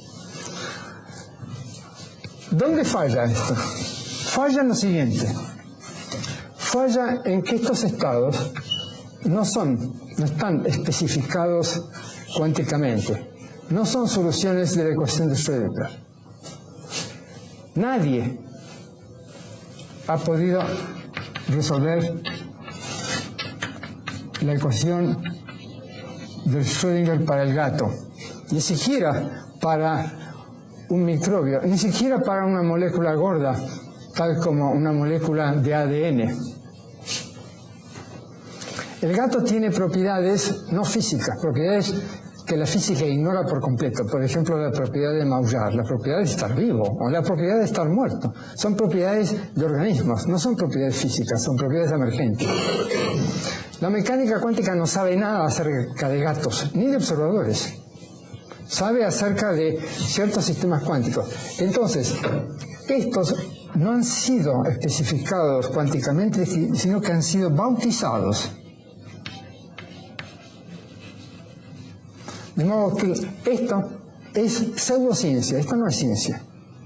¿Dónde falla esto? Falla en lo siguiente. Falla en que estos estados no están especificados cuánticamente. No son soluciones de la ecuación de Schrödinger. Nadie ha podido resolver la ecuación de Schrödinger para el gato, ni siquiera para un microbio, ni siquiera para una molécula gorda, tal como una molécula de ADN. El gato tiene propiedades no físicas, propiedades que la física ignora por completo. Por ejemplo, la propiedad de maullar, la propiedad de estar vivo o la propiedad de estar muerto. Son propiedades de organismos, no son propiedades físicas, son propiedades emergentes. La mecánica cuántica no sabe nada acerca de gatos, ni de observadores. Sabe acerca de ciertos sistemas cuánticos. Entonces, estos no han sido especificados cuánticamente, sino que han sido bautizados. De modo que esto es pseudociencia, esto no es ciencia.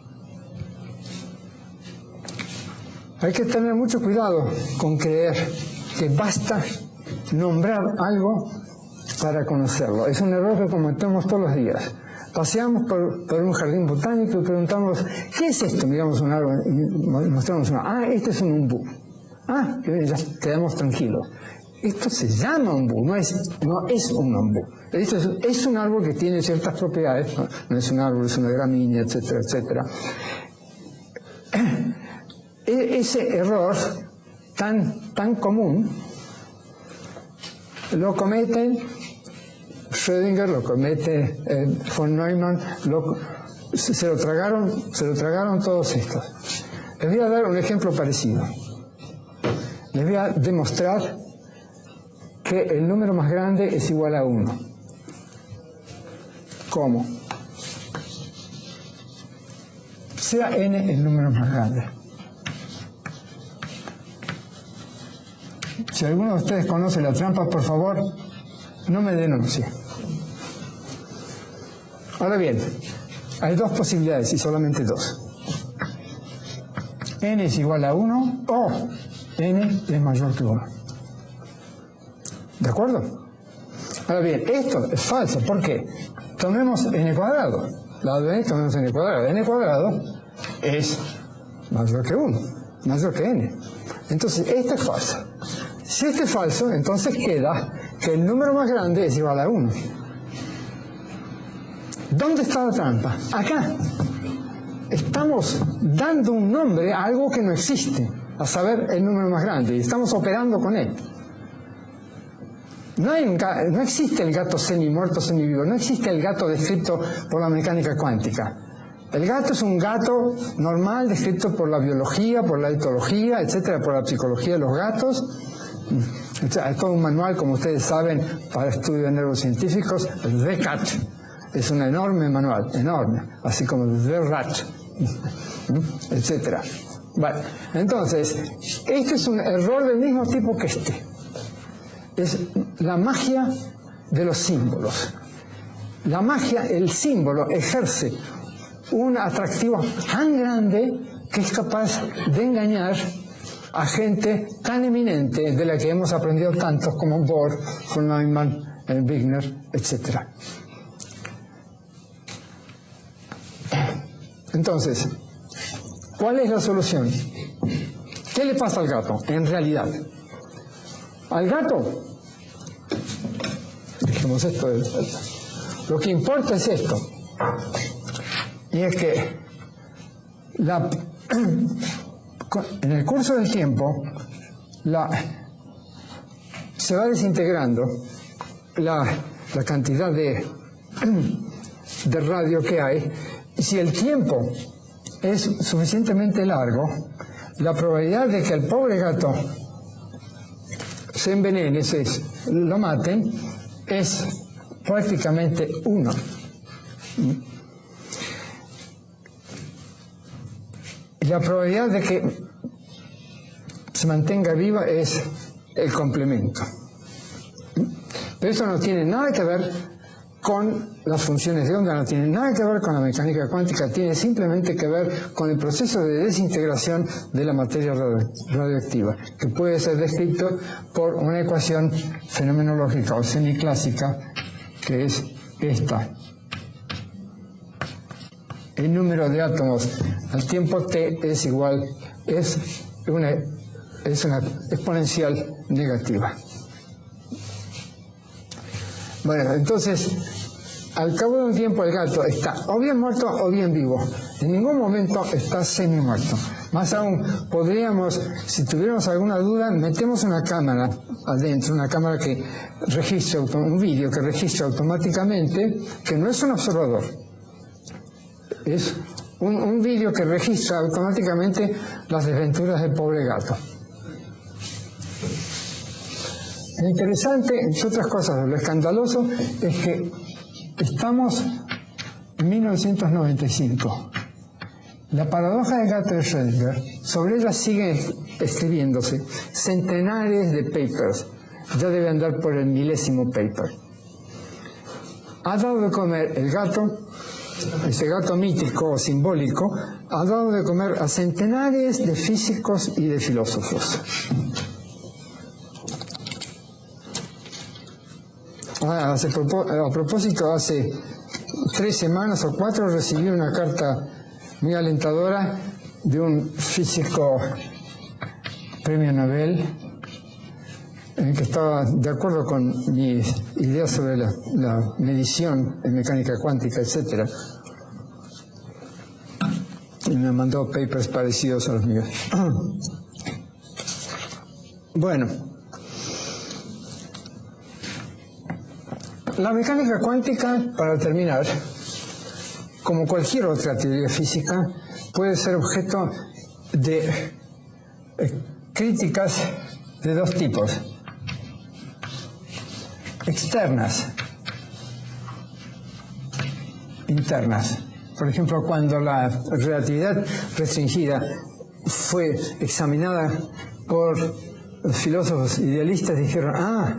Hay que tener mucho cuidado con creer que basta nombrar algo para conocerlo. Es un error que cometemos todos los días. Paseamos por un jardín botánico y preguntamos, ¿qué es esto? Miramos un árbol y mostramos este es un umbú. Ya quedamos tranquilos. Esto se llama umbú, no es un umbú. Esto es un árbol que tiene ciertas propiedades, no es un árbol, es una gramínea, etcétera, etcétera. Ese error tan común lo cometen Schrödinger, lo comete von Neumann, se lo tragaron todos estos. Les voy a dar un ejemplo parecido. Les voy a demostrar que el número más grande es igual a 1. ¿Cómo? Sea n el número más grande. Si alguno de ustedes conoce la trampa, por favor, no me denuncie. Ahora bien, hay dos posibilidades y solamente dos. N es igual a 1 o n es mayor que 1. ¿De acuerdo? Ahora bien, esto es falso. ¿Por qué? Tomemos n cuadrado. Lado de n tomemos n cuadrado. N cuadrado es mayor que 1, mayor que n. Entonces, esto es falso. Si esto es falso, entonces queda que el número más grande es igual a 1. ¿Dónde está la trampa? Acá. Estamos dando un nombre a algo que no existe, a saber, el número más grande, y estamos operando con él. No existe el gato semi-muerto, semi-vivo, no existe el gato descrito por la mecánica cuántica. El gato es un gato normal descrito por la biología, por la etología, etcétera, por la psicología de los gatos. Hay todo un manual, como ustedes saben, para estudio de neurocientíficos, el The Cat. Es un enorme manual, enorme, así como The Rat, etcétera. Vale. Entonces, este es un error del mismo tipo que este. Es la magia de los símbolos. La magia, el símbolo, ejerce un atractivo tan grande que es capaz de engañar a gente tan eminente de la que hemos aprendido tantos como Bohr, von Neumann, Wigner, etc. Entonces, ¿cuál es la solución? ¿Qué le pasa al gato, en realidad? Al gato, Hacemos esto. Lo que importa es esto. Y es que en el curso del tiempo se va desintegrando la cantidad de radio que hay. Y si el tiempo es suficientemente largo, la probabilidad de que el pobre gato se envenene, lo maten, es prácticamente 1. Y la probabilidad de que se mantenga viva es el complemento. Pero eso no tiene nada que ver con las funciones de onda, no tiene nada que ver con la mecánica cuántica, tiene simplemente que ver con el proceso de desintegración de la materia radioactiva, que puede ser descrito por una ecuación fenomenológica o semiclásica, que es esta. El número de átomos al tiempo t es igual, es una exponencial negativa. Bueno, entonces, al cabo de un tiempo el gato está o bien muerto o bien vivo. En ningún momento está semi-muerto. Más aún, podríamos, si tuviéramos alguna duda, metemos una cámara adentro, una cámara que registra, un vídeo que registra automáticamente, que no es un observador. Es un vídeo que registra automáticamente las desventuras del pobre gato. Lo interesante, entre otras cosas, lo escandaloso, es que estamos en 1995. La paradoja del gato de Schrödinger, sobre ella siguen escribiéndose centenares de papers. Ya debe andar por el 1000º paper. Ha dado de comer el gato, ese gato mítico o simbólico, ha dado de comer a centenares de físicos y de filósofos. A propósito, hace 3 semanas o 4 recibí una carta muy alentadora de un físico premio Nobel que estaba de acuerdo con mis ideas sobre la medición en mecánica cuántica, etc. Y me mandó papers parecidos a los míos. Bueno, la mecánica cuántica, para terminar, como cualquier otra teoría física, puede ser objeto de críticas de 2 tipos. Externas, internas. Por ejemplo, cuando la relatividad restringida fue examinada por los filósofos idealistas, dijeron,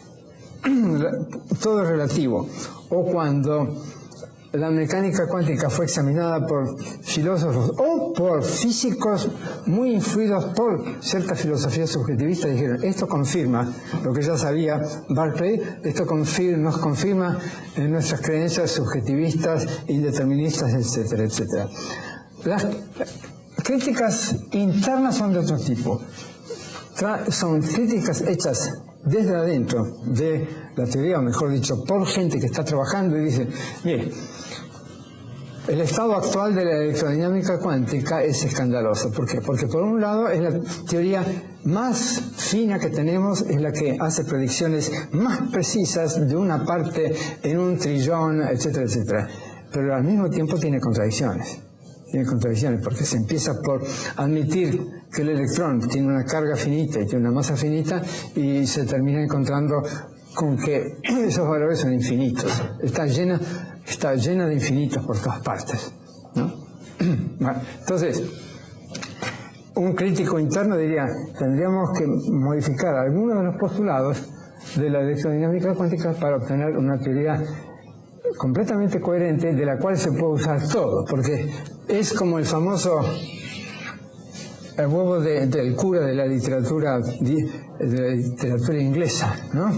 todo es relativo. O cuando la mecánica cuántica fue examinada por filósofos o por físicos muy influidos por cierta filosofía subjetivista, dijeron, esto confirma lo que ya sabía Berkeley, esto nos confirma nuestras creencias subjetivistas, indeterministas, etcétera, etcétera. Las críticas internas son de otro tipo. Son críticas hechas desde adentro de la teoría, o mejor dicho, por gente que está trabajando y dice, mire, el estado actual de la electrodinámica cuántica es escandaloso. ¿Por qué? Porque por un lado es la teoría más fina que tenemos, es la que hace predicciones más precisas de una parte en un trillón, etcétera, etcétera. Pero al mismo tiempo tiene contradicciones. Porque se empieza por admitir que el electrón tiene una carga finita y tiene una masa finita y se termina encontrando con que esos valores son infinitos. Está llena de infinitos por todas partes, ¿no? Bueno, entonces, un crítico interno diría, tendríamos que modificar algunos de los postulados de la electrodinámica cuántica para obtener una teoría completamente coherente de la cual se puede usar todo, porque es como el famoso huevo del cura de la literatura inglesa, ¿no?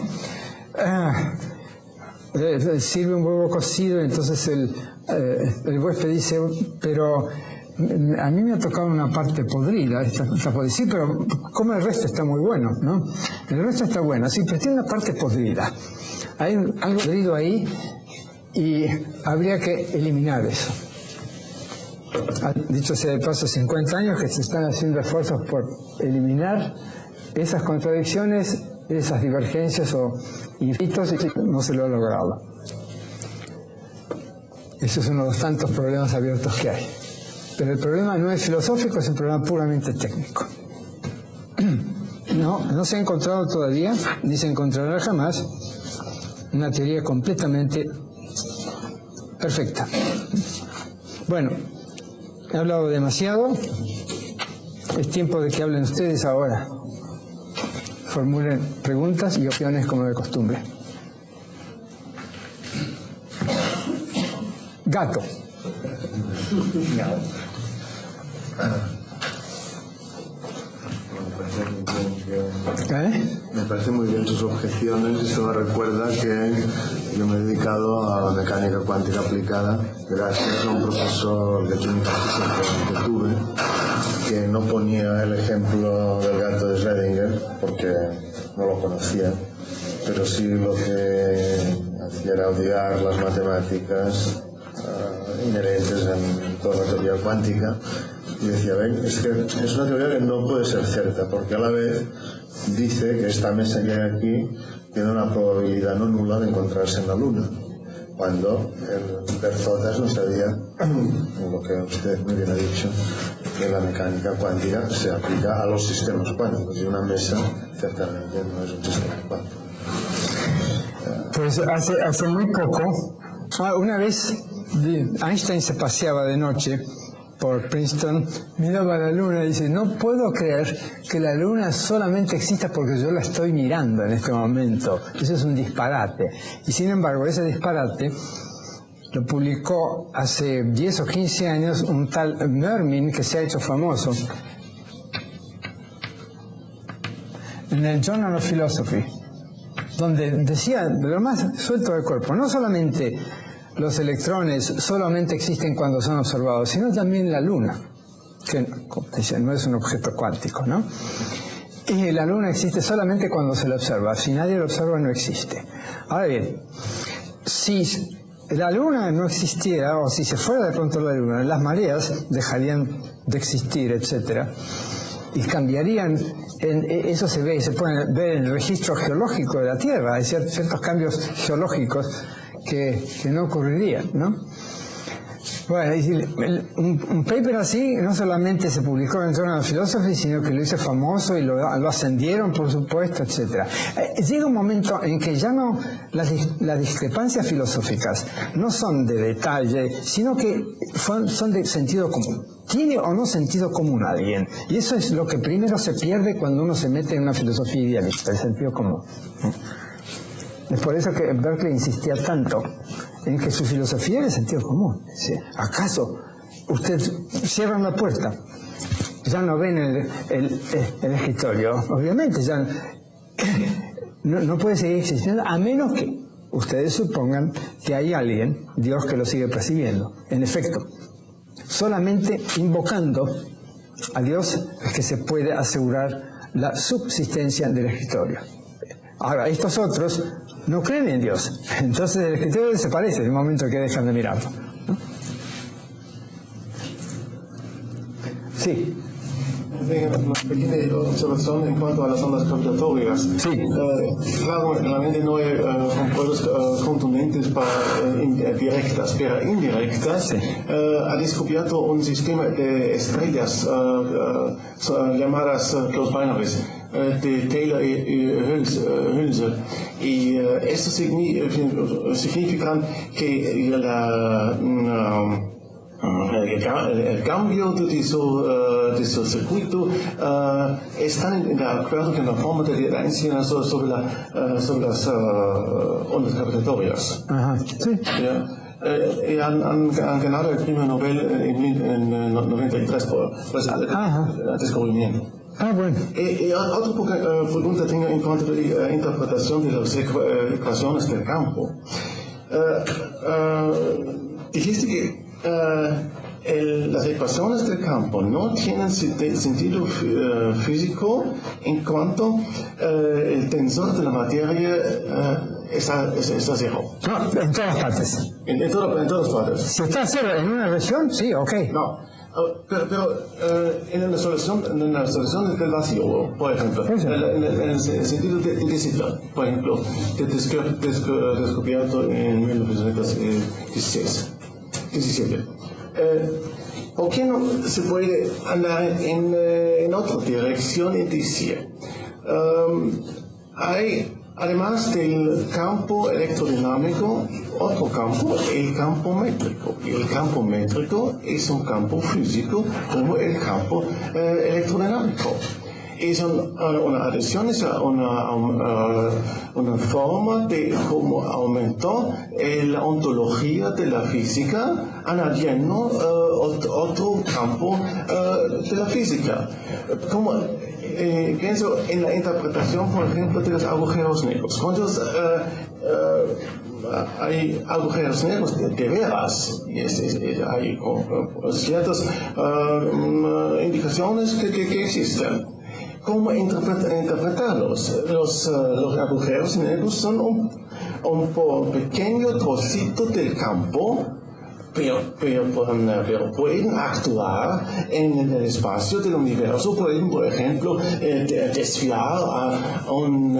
Sirve un huevo cocido, entonces el huésped dice, pero a mí me ha tocado una parte podrida, esta sí, pero como el resto está muy bueno, ¿no? El resto está bueno, sí, pero tiene una parte podrida. Hay algo podrido ahí y habría que eliminar eso. Dicho sea de paso, 50 años que se están haciendo esfuerzos por eliminar esas contradicciones, esas divergencias o infitos, y no se lo ha logrado. Eso es uno de los tantos problemas abiertos que hay. Pero el problema no es filosófico, es un problema puramente técnico. No se ha encontrado todavía, ni se encontrará jamás, una teoría completamente perfecta. Bueno, he hablado demasiado. Es tiempo de que hablen ustedes ahora. Formulen preguntas y opiniones como de costumbre. Gato. Me parece muy bien sus objeciones. Esto me recuerda que yo me he dedicado a la mecánica cuántica aplicada gracias a un profesor de química física que tuve, que no ponía el ejemplo del gato de Schrödinger porque no lo conocía, pero sí lo que hacía era odiar las matemáticas inherentes en toda la teoría cuántica. Y decía, ven, es que es una teoría que no puede ser cierta, porque a la vez dice que esta mesa que hay aquí tiene una probabilidad no nula de encontrarse en la Luna, cuando el Berzotas nos sabía, lo que usted muy bien ha dicho, que la mecánica cuántica se aplica a los sistemas cuánticos, y una mesa ciertamente no es un sistema cuántico. Pues hace muy poco, una vez Einstein se paseaba de noche por Princeton, miraba la luna y dice, no puedo creer que la luna solamente exista porque yo la estoy mirando en este momento. Eso es un disparate. Y sin embargo, ese disparate lo publicó hace 10 o 15 años un tal Mermin, que se ha hecho famoso, en el Journal of Philosophy, donde decía de lo más suelto del cuerpo, no solamente los electrones solamente existen cuando son observados, sino también la Luna, que como dicen, no es un objeto cuántico, ¿no? Y la Luna existe solamente cuando se la observa. Si nadie la observa, no existe. Ahora bien, si la Luna no existiera, o si se fuera de pronto la Luna, las mareas dejarían de existir, etcétera, y cambiarían. Eso se ve y se puede ver en el registro geológico de la Tierra. Hay ciertos cambios geológicos que no ocurrirían, ¿no? Bueno, un paper así no solamente se publicó en el Journal of Philosophy, sino que lo hizo famoso y lo ascendieron, por supuesto, etc. Llega un momento en que ya no las discrepancias filosóficas no son de detalle, sino que son de sentido común. ¿Tiene o no sentido común alguien? Y eso es lo que primero se pierde cuando uno se mete en una filosofía idealista, el sentido común. Es por eso que Berkeley insistía tanto en que su filosofía era el sentido común. ¿Acaso usted cierra la puerta? Ya no ven el escritorio. Obviamente ya no puede seguir existiendo a menos que ustedes supongan que hay alguien, Dios, que lo sigue percibiendo. En efecto, solamente invocando a Dios es que se puede asegurar la subsistencia del escritorio. Ahora, estos otros no creen en Dios. Entonces el escritorio desaparece en el momento que dejan de mirarlo, ¿no? Sí. Una pequeña observación en cuanto a las ondas gravitatorias. Sí. Claro, realmente no hay pruebas contundentes para directas, pero indirectas. Sí. Ha descubierto un sistema de estrellas llamadas close binaries de Taylor y Hülse. Y esto significa que el cambio de su circuito está de acuerdo con la forma de la incidencia sobre las ondas gravitatorias. Ajá, sí. Y han ganado el premio Nobel en 93 por el descubrimiento. Bueno. Y otra pregunta tengo en cuanto a la interpretación de las ecuaciones del campo. Dijiste que las ecuaciones del campo no tienen sentido físico en cuanto el tensor de la materia está cero. No, en todas partes. En todas partes. Si está cero en una región, sí, ok. No, pero en la solución del vacío, por ejemplo, en el sentido de Sittler, por ejemplo, descubierto en 1917. ¿Por qué no se puede andar en otra dirección y decir? Hay, además del campo electrodinámico, otro campo, el campo métrico. El campo métrico es un campo físico como el campo electrodinámico. Es una adición, es una forma de cómo aumentó la ontología de la física añadiendo otro campo de la física. Como pienso en la interpretación, por ejemplo, de los agujeros negros. ¿Cuántos hay agujeros negros de veras? Hay ciertas indicaciones que existen. ¿Cómo interpretarlos? Los agujeros negros son un pequeño trocito del campo, pero pueden actuar en el espacio del universo, pueden, por ejemplo, desviar a un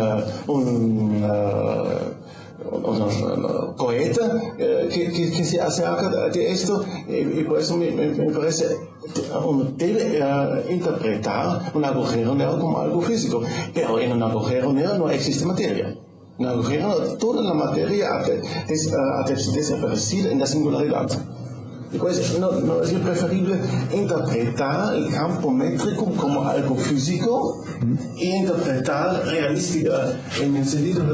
cohete que se acerca de esto, y por eso me parece uno debe interpretar un agujero negro como algo físico, pero en un agujero negro no existe materia. En un agujero negro toda la materia ha desaparecido en la singularidad. Y pues no es preferible interpretar el campo métrico como algo físico e interpretar realística en el sentido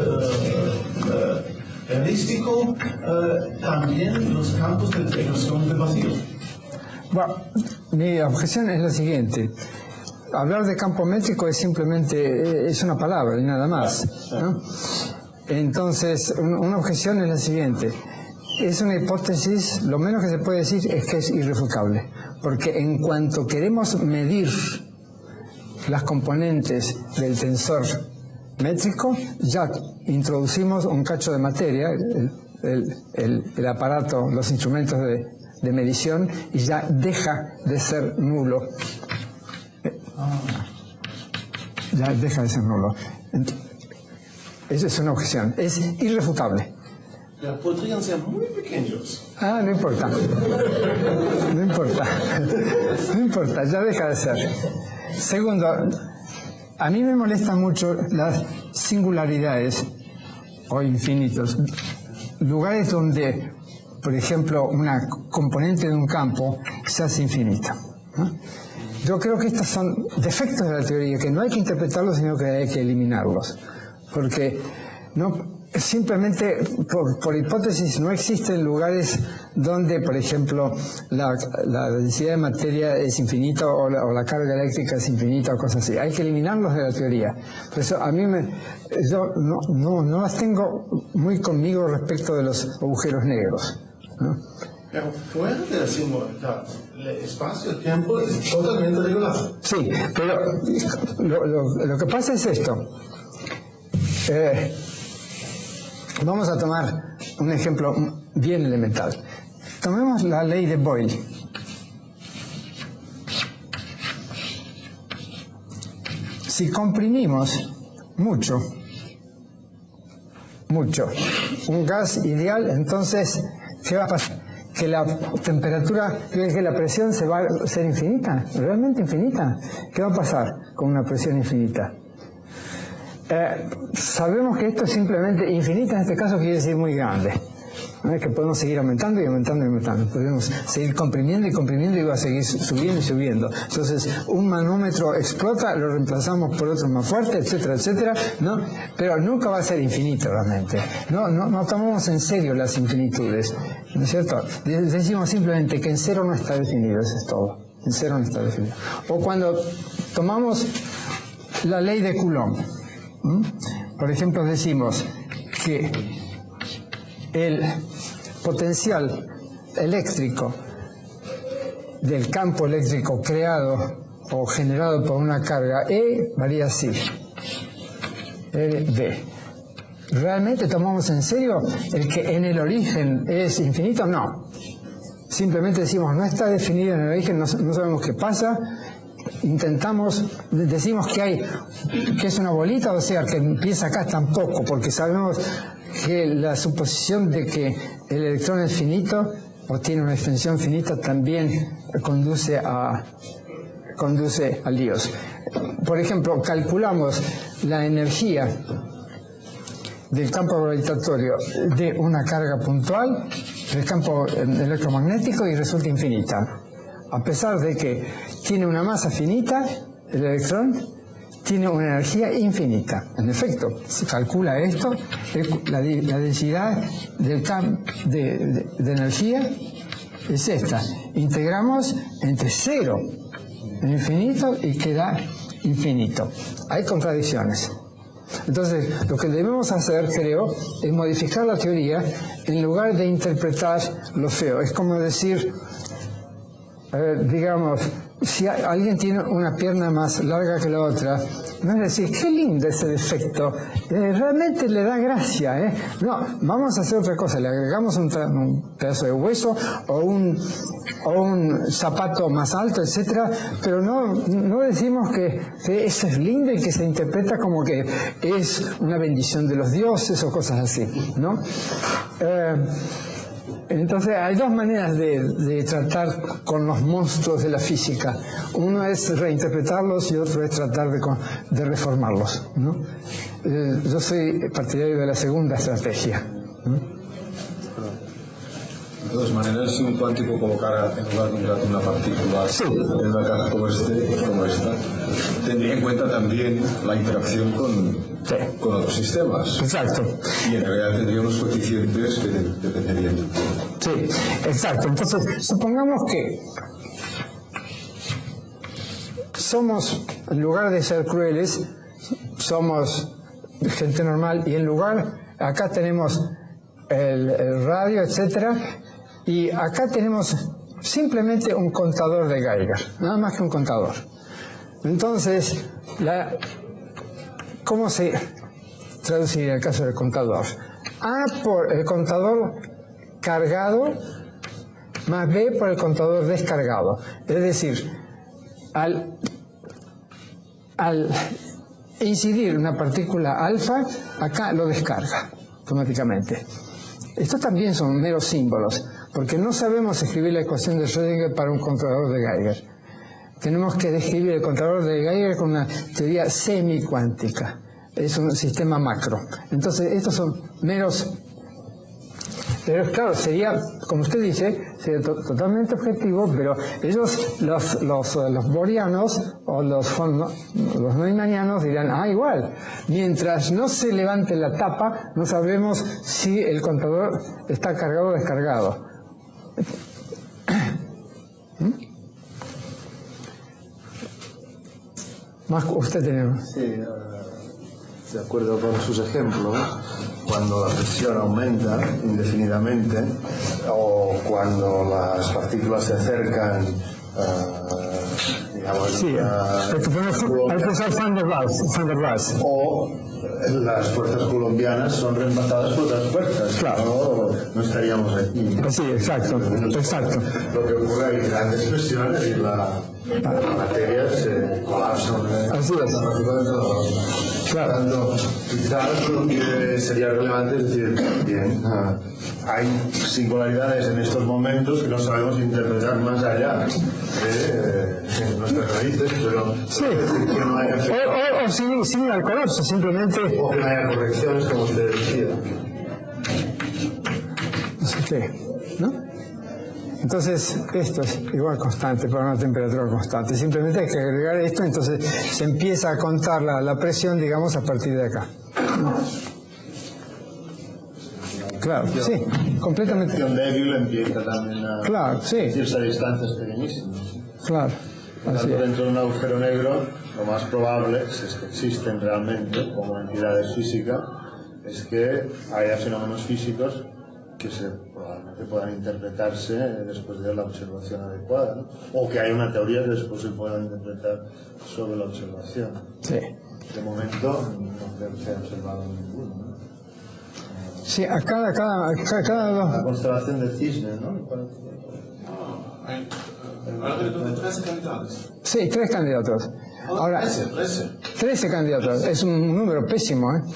realístico también los campos de ecuación del vacío. Bueno, mi objeción es la siguiente. Hablar de campo métrico es simplemente es una palabra y nada más, ¿no? Entonces, una objeción es la siguiente. Es una hipótesis, lo menos que se puede decir es que es irrefutable, porque en cuanto queremos medir las componentes del tensor métrico, ya introducimos un cacho de materia, el aparato, los instrumentos de medición, y ya deja de ser nulo. Ya deja de ser nulo. Esa es una objeción, es irrefutable. Podrían ser muy pequeños. No importa. No importa. No importa, ya deja de ser. Segundo, a mí me molestan mucho las singularidades o infinitos. Lugares donde, por ejemplo, una componente de un campo se hace infinita, ¿no? Yo creo que estos son defectos de la teoría, que no hay que interpretarlos, sino que hay que eliminarlos. Porque simplemente por hipótesis no existen lugares donde, por ejemplo, la densidad de materia es infinita o la carga eléctrica es infinita o cosas así. Hay que eliminarlos de la teoría. Por eso a mí yo no las tengo muy conmigo respecto de los agujeros negros, ¿no? Pero fuera de la singularidad, el espacio-tiempo es totalmente regular. Sí, pero lo que pasa es esto. Vamos a tomar un ejemplo bien elemental. Tomemos la ley de Boyle. Si comprimimos mucho un gas ideal, entonces, ¿qué va a pasar? Que la temperatura, que la presión se va a ser infinita, realmente infinita. ¿Qué va a pasar con una presión infinita? Sabemos que esto es simplemente infinita, en este caso quiere decir muy grande, ¿no? Que podemos seguir aumentando y aumentando y aumentando, podemos seguir comprimiendo y comprimiendo y va a seguir subiendo y subiendo. Entonces un manómetro explota, lo reemplazamos por otro más fuerte, etcétera, etcétera, ¿no? Pero nunca va a ser infinito realmente. No tomamos en serio las infinitudes, ¿no es cierto? Decimos simplemente que en cero no está definido, eso es todo. En cero no está definido. O cuando tomamos la ley de Coulomb, por ejemplo, decimos que el potencial eléctrico del campo eléctrico creado o generado por una carga E varía así. B. ¿Realmente tomamos en serio el que en el origen es infinito? No. Simplemente decimos, no está definido en el origen, no sabemos qué pasa. Decimos que es una bolita, o sea, que empieza acá tampoco, porque sabemos que la suposición de que el electrón es finito o tiene una extensión finita también conduce a líos. Por ejemplo, calculamos la energía del campo gravitatorio de una carga puntual, del campo electromagnético, y resulta infinita. A pesar de que tiene una masa finita, el electrón tiene una energía infinita. En efecto, se calcula esto, la densidad de energía es esta. Integramos entre 0 e infinito y queda infinito. Hay contradicciones. Entonces, lo que debemos hacer, creo, es modificar la teoría en lugar de interpretar lo feo. Es como decir, digamos, si alguien tiene una pierna más larga que la otra, no es decir, qué lindo ese defecto, realmente le da gracia, No, vamos a hacer otra cosa, le agregamos un pedazo de hueso o un zapato más alto, etcétera, pero no decimos que eso es lindo y que se interpreta como que es una bendición de los dioses o cosas así, ¿no? Entonces hay dos maneras de tratar con los monstruos de la física. Uno es reinterpretarlos y otro es tratar de reformarlos, ¿no? Yo soy partidario de la segunda estrategia, ¿no? De todas maneras, si un cuántico colocara en lugar de un dato una partícula en una caja como esta, tendría en cuenta también la interacción con otros sistemas. Exacto. Y en realidad tendría unos coeficientes que dependerían de todo. Sí, exacto. Entonces, supongamos que somos, en lugar de ser crueles, somos gente normal, y en lugar, acá tenemos el radio, etcétera, y acá tenemos simplemente un contador de Geiger, nada más que un contador. Entonces, ¿cómo se traduciría el caso del contador? A por el contador cargado más B por el contador descargado. Es decir, al incidir una partícula alfa, acá lo descarga automáticamente. Estos también son meros símbolos, porque no sabemos escribir la ecuación de Schrödinger para un contador de Geiger. Tenemos que describir el contador de Geiger con una teoría semicuántica. Es un sistema macro. Entonces, estos son meros... Pero claro, sería, como usted dice, sería totalmente objetivo, pero ellos, los bohrianos o los neumanianos dirán, igual. Mientras no se levante la tapa, no sabemos si el contador está cargado o descargado. Más usted tiene. Sí, de acuerdo con sus ejemplos, cuando la presión aumenta indefinidamente o cuando las partículas se acercan, digamos, sí, hay que usar Van der Waals. O las fuerzas colombianas son reemplazadas por otras fuerzas, claro. No estaríamos aquí. Sí, exacto. Lo que ocurre es que grandes presiones y la materia se colapsa. Así es. Claro. Quizás lo que sería relevante es decir, bien, hay singularidades en estos momentos que no sabemos interpretar más allá de nuestras raíces, pero sí. Que no haya o sin al colapso, simplemente. O que no haya correcciones, como usted decía. No sé qué, ¿no? Entonces, esto es igual constante para una temperatura constante. Simplemente hay que agregar esto, entonces se empieza a contar la presión, digamos, a partir de acá. Claro, sí, completamente. La presión débil empieza también a irse a distancias pequeñísimas. Claro. Tanto dentro de un agujero negro, lo más probable, si es que existen realmente como entidades físicas, es que haya fenómenos físicos que probablemente puedan interpretarse después de la observación adecuada, ¿no? O que hay una teoría que después se pueda interpretar sobre la observación. Sí. De momento no creo que se haya observado ninguno, ¿no? Sí, a cada La constelación de Cisne, ¿no? ¿13 candidatos? Sí, 3 candidatos. Ahora, 13 candidatos. Es un número pésimo, ¿eh?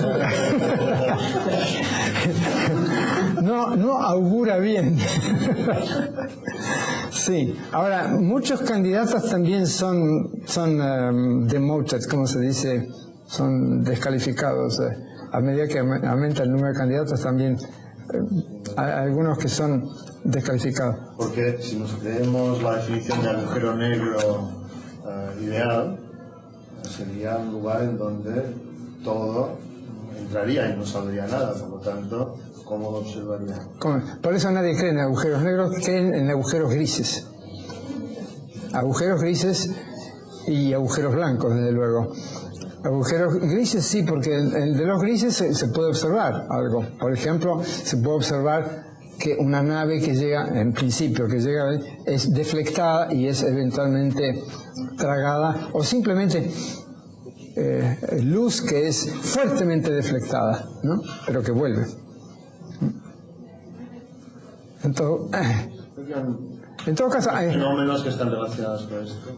No augura bien. Sí. Ahora, muchos candidatos también son demoted, como se dice, son descalificados. A medida que aumenta el número de candidatos también hay algunos que son descalificados. Porque si nos creemos la definición de agujero negro ideal, sería un lugar en donde todo entraría y no saldría nada, por lo tanto, ¿cómo lo observaría? Por eso nadie cree en agujeros negros, creen en agujeros grises. Agujeros grises y agujeros blancos, desde luego. Agujeros grises sí, porque el de los grises se puede observar algo. Por ejemplo, se puede observar que una nave que llega, en principio, que llega es deflectada y es eventualmente tragada, o simplemente luz que es fuertemente deflectada, ¿no? Pero que vuelve. En todo caso, hay fenómenos que están relacionados con esto.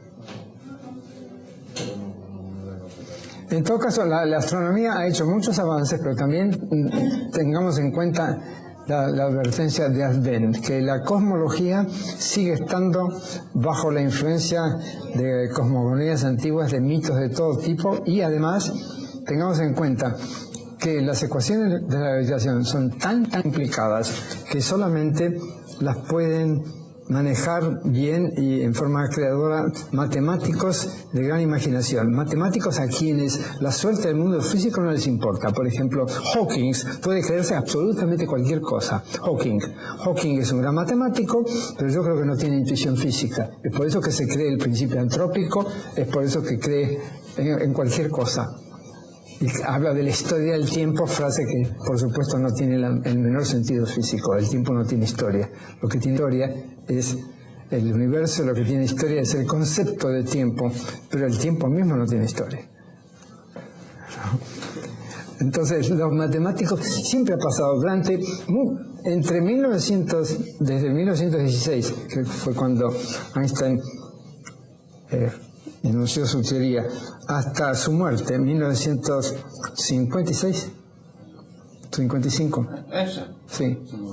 En todo caso, la astronomía ha hecho muchos avances, pero también tengamos en cuenta la advertencia de Advent, que la cosmología sigue estando bajo la influencia de cosmogonías antiguas, de mitos de todo tipo, y además tengamos en cuenta que las ecuaciones de la gravitación son tan complicadas que solamente las pueden manejar bien y en forma creadora matemáticos de gran imaginación, matemáticos a quienes la suerte del mundo físico no les importa. Por ejemplo, Hawking puede creerse absolutamente cualquier cosa. Hawking es un gran matemático, pero yo creo que no tiene intuición física. Es por eso que se cree el principio antrópico, es por eso que cree en cualquier cosa. Y habla de la historia del tiempo, frase que por supuesto no tiene el menor sentido físico. El tiempo no tiene historia. Lo que tiene historia es el universo, lo que tiene historia es el concepto de tiempo, pero el tiempo mismo no tiene historia. Entonces, los matemáticos siempre ha pasado desde 1916, que fue cuando Einstein enunció su teoría, hasta su muerte en 1956, 55. ¿Esa? Sí.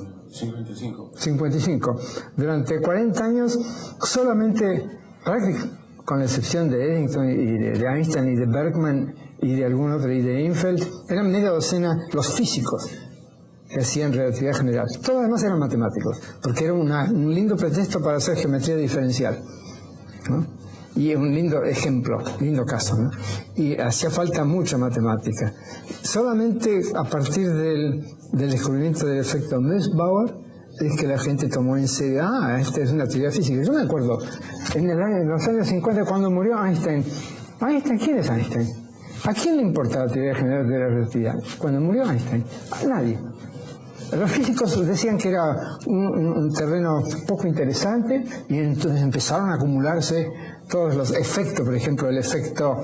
55. Durante 40 años, solamente, con la excepción de Eddington y de Einstein y de Bergman y de algún otro, y de Infeld, eran media docena los físicos que hacían relatividad general. Todos los demás eran matemáticos, porque era un lindo pretexto para hacer geometría diferencial, ¿no? Y un lindo ejemplo, lindo caso, ¿no? Y hacía falta mucha matemática. Solamente a partir del descubrimiento del efecto Mössbauer es que la gente tomó en serio, esta es una teoría física. Yo me acuerdo, en los años 50, cuando murió Einstein, ¿quién es Einstein? ¿A quién le importa la teoría general de la relatividad? Cuando murió Einstein, a nadie. Los físicos decían que era un terreno poco interesante y entonces empezaron a acumularse todos los efectos, por ejemplo, el efecto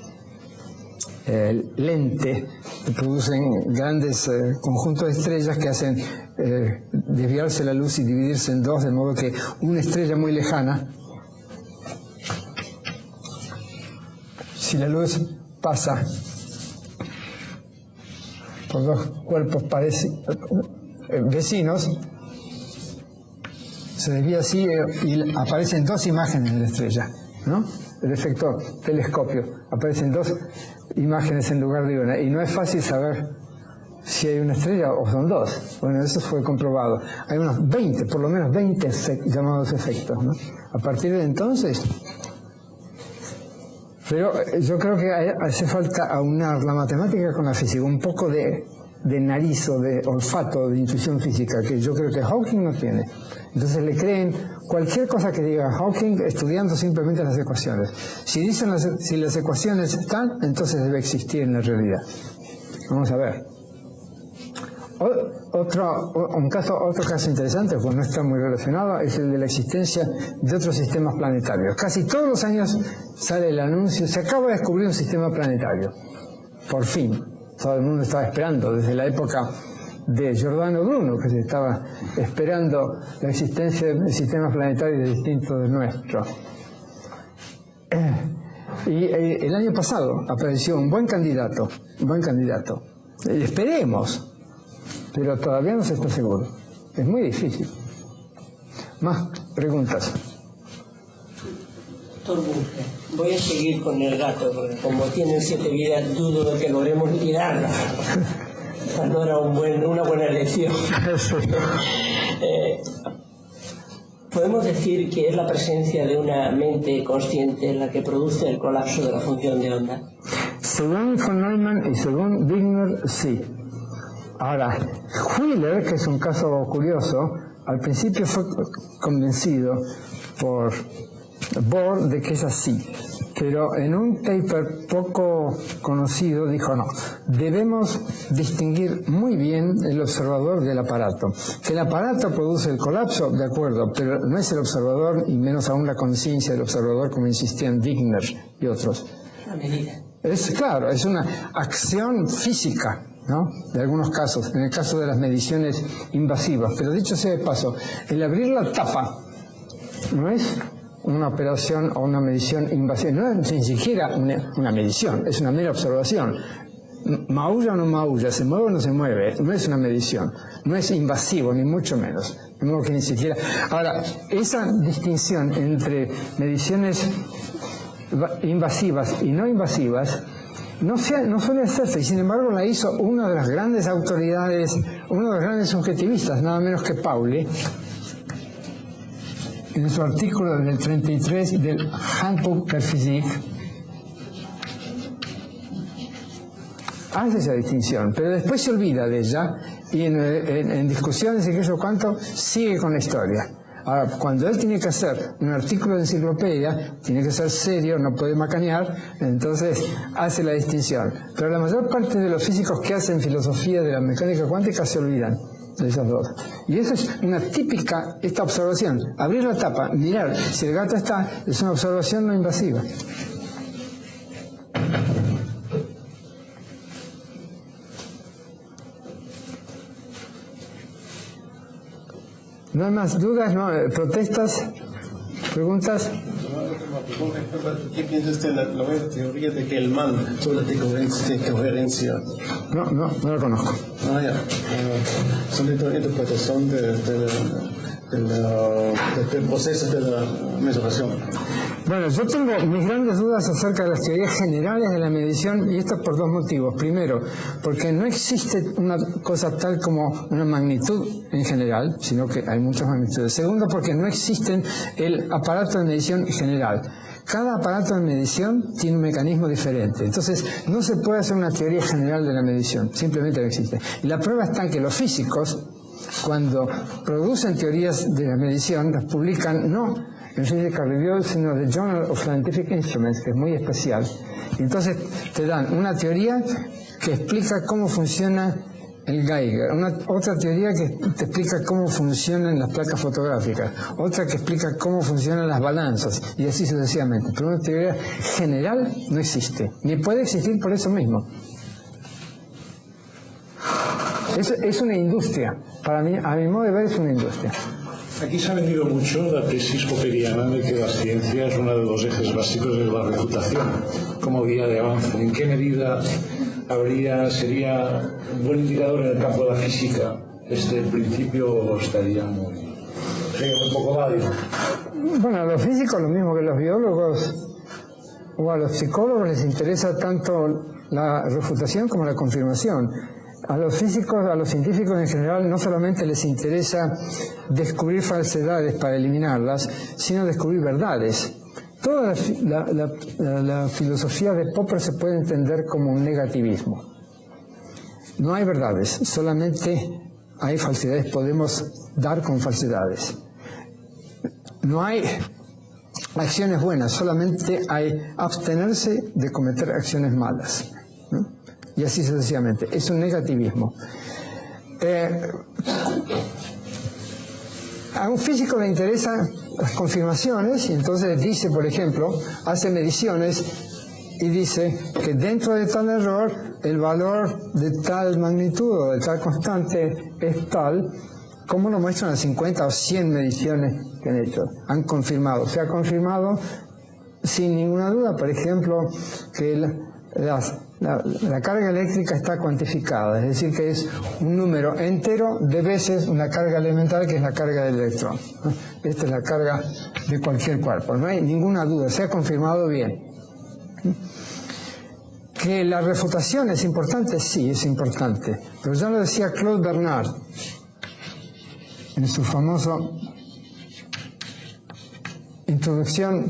lente, que producen grandes conjuntos de estrellas que hacen desviarse la luz y dividirse en dos, de modo que una estrella muy lejana, si la luz pasa por dos cuerpos vecinos, se desvía así y aparecen dos imágenes de la estrella, ¿no? El efecto telescopio, aparecen dos imágenes en lugar de una, y no es fácil saber si hay una estrella o son dos. Bueno, eso fue comprobado. Hay unos 20, por lo menos 20 llamados efectos, ¿no? A partir de entonces. Pero yo creo que hace falta aunar la matemática con la física, un poco de nariz o de olfato, de intuición física, que yo creo que Hawking no tiene. Entonces le creen cualquier cosa que diga Hawking estudiando simplemente las ecuaciones. Si las ecuaciones están, entonces debe existir en la realidad. Vamos a ver. Otro caso interesante, pues no está muy relacionado, es el de la existencia de otros sistemas planetarios. Casi todos los años sale el anuncio, se acaba de descubrir un sistema planetario. Por fin. Todo el mundo estaba esperando, desde la época de Giordano Bruno, que se estaba esperando la existencia de sistemas planetarios distintos del nuestro. Y el año pasado apareció un buen candidato. Esperemos, pero todavía no se está seguro. Es muy difícil. Más preguntas. Doctor Bunge, voy a seguir con el gato, porque como tienen 7 vidas, dudo de que logremos liquidarla. No era una buena elección. ¿Podemos decir que es la presencia de una mente consciente la que produce el colapso de la función de onda? Según von Neumann y según Wigner, sí. Ahora, Wheeler, que es un caso curioso, al principio fue convencido por Bohr de que es así, pero en un paper poco conocido dijo no, debemos distinguir muy bien el observador del aparato. Que el aparato produce el colapso, de acuerdo, pero no es el observador y menos aún la conciencia del observador, como insistían Wigner y otros. La medida. Claro, es una acción física, ¿no? De algunos casos, en el caso de las mediciones invasivas. Pero dicho sea de paso, el abrir la tapa no es una operación o una medición invasiva, no es ni siquiera una medición, es una mera observación. Maulla o no maulla, se mueve o no se mueve, no es una medición, no es invasivo, ni mucho menos. De modo que ni siquiera. Ahora, esa distinción entre mediciones invasivas y no invasivas no suele hacerse, y sin embargo la hizo una de las grandes autoridades, uno de los grandes subjetivistas, nada menos que Pauli, en su artículo del 33 del Handbuch der Physik. Hace esa distinción, pero después se olvida de ella y en discusiones y qué sé cuánto sigue con la historia. Ahora, cuando él tiene que hacer un artículo de enciclopedia, tiene que ser serio, no puede macanear, entonces hace la distinción. Pero la mayor parte de los físicos que hacen filosofía de la mecánica cuántica se olvidan de esas dos. Y eso es una típica, esta observación. Abrir la tapa, mirar si el gato está, es una observación no invasiva. ¿No hay más dudas? ¿No? ¿Protestas? ¿Preguntas? ¿Qué piensas de la nueva teoría de que el mal sobre la decoherencia? No lo conozco. Son la interpretación del proceso de la mesuración. Bueno, yo tengo mis grandes dudas acerca de las teorías generales de la medición, y esto por dos motivos. Primero, porque no existe una cosa tal como una magnitud en general, sino que hay muchas magnitudes. Segundo, porque no existe el aparato de medición general. Cada aparato de medición tiene un mecanismo diferente. Entonces, no se puede hacer una teoría general de la medición. Simplemente no existe. Y la prueba está en que los físicos, cuando producen teorías de la medición, las publican no en Physical Review, sino The Journal of Scientific Instruments, que es muy especial. Y entonces te dan una teoría que explica cómo funciona el Geiger, otra teoría que te explica cómo funcionan las placas fotográficas, otra que explica cómo funcionan las balanzas, y así sucesivamente. Pero una teoría general no existe, ni puede existir por eso mismo. Es una industria. Para mí, a mi modo de ver, es una industria. Aquí se ha vendido mucho la tesis popperiana de que la ciencia es uno de los ejes básicos de la refutación como vía de avance. ¿En qué medida sería un buen indicador en el campo de la física este principio? Sería muy poco válido. Bueno, a los físicos, lo mismo que a los biólogos o a los psicólogos, les interesa tanto la refutación como la confirmación. A los físicos, a los científicos en general, no solamente les interesa descubrir falsedades para eliminarlas, sino descubrir verdades. Toda la filosofía de Popper se puede entender como un negativismo. No hay verdades, solamente hay falsedades, podemos dar con falsedades. No hay acciones buenas, solamente hay abstenerse de cometer acciones malas, ¿no? Y así sucesivamente. Es un negativismo. A un físico le interesan las confirmaciones y entonces dice, por ejemplo, hace mediciones y dice que dentro de tal error el valor de tal magnitud o de tal constante es tal, como lo muestran las 50 o 100 mediciones que han hecho. Han confirmado, se ha confirmado sin ninguna duda, por ejemplo, que la carga eléctrica está cuantificada, es decir, que es un número entero de veces una carga elemental que es la carga del electrón. Esta es la carga de cualquier cuerpo, no hay ninguna duda, se ha confirmado bien. Que la refutación es importante, sí, es importante, pero ya lo decía Claude Bernard en su famoso Introducción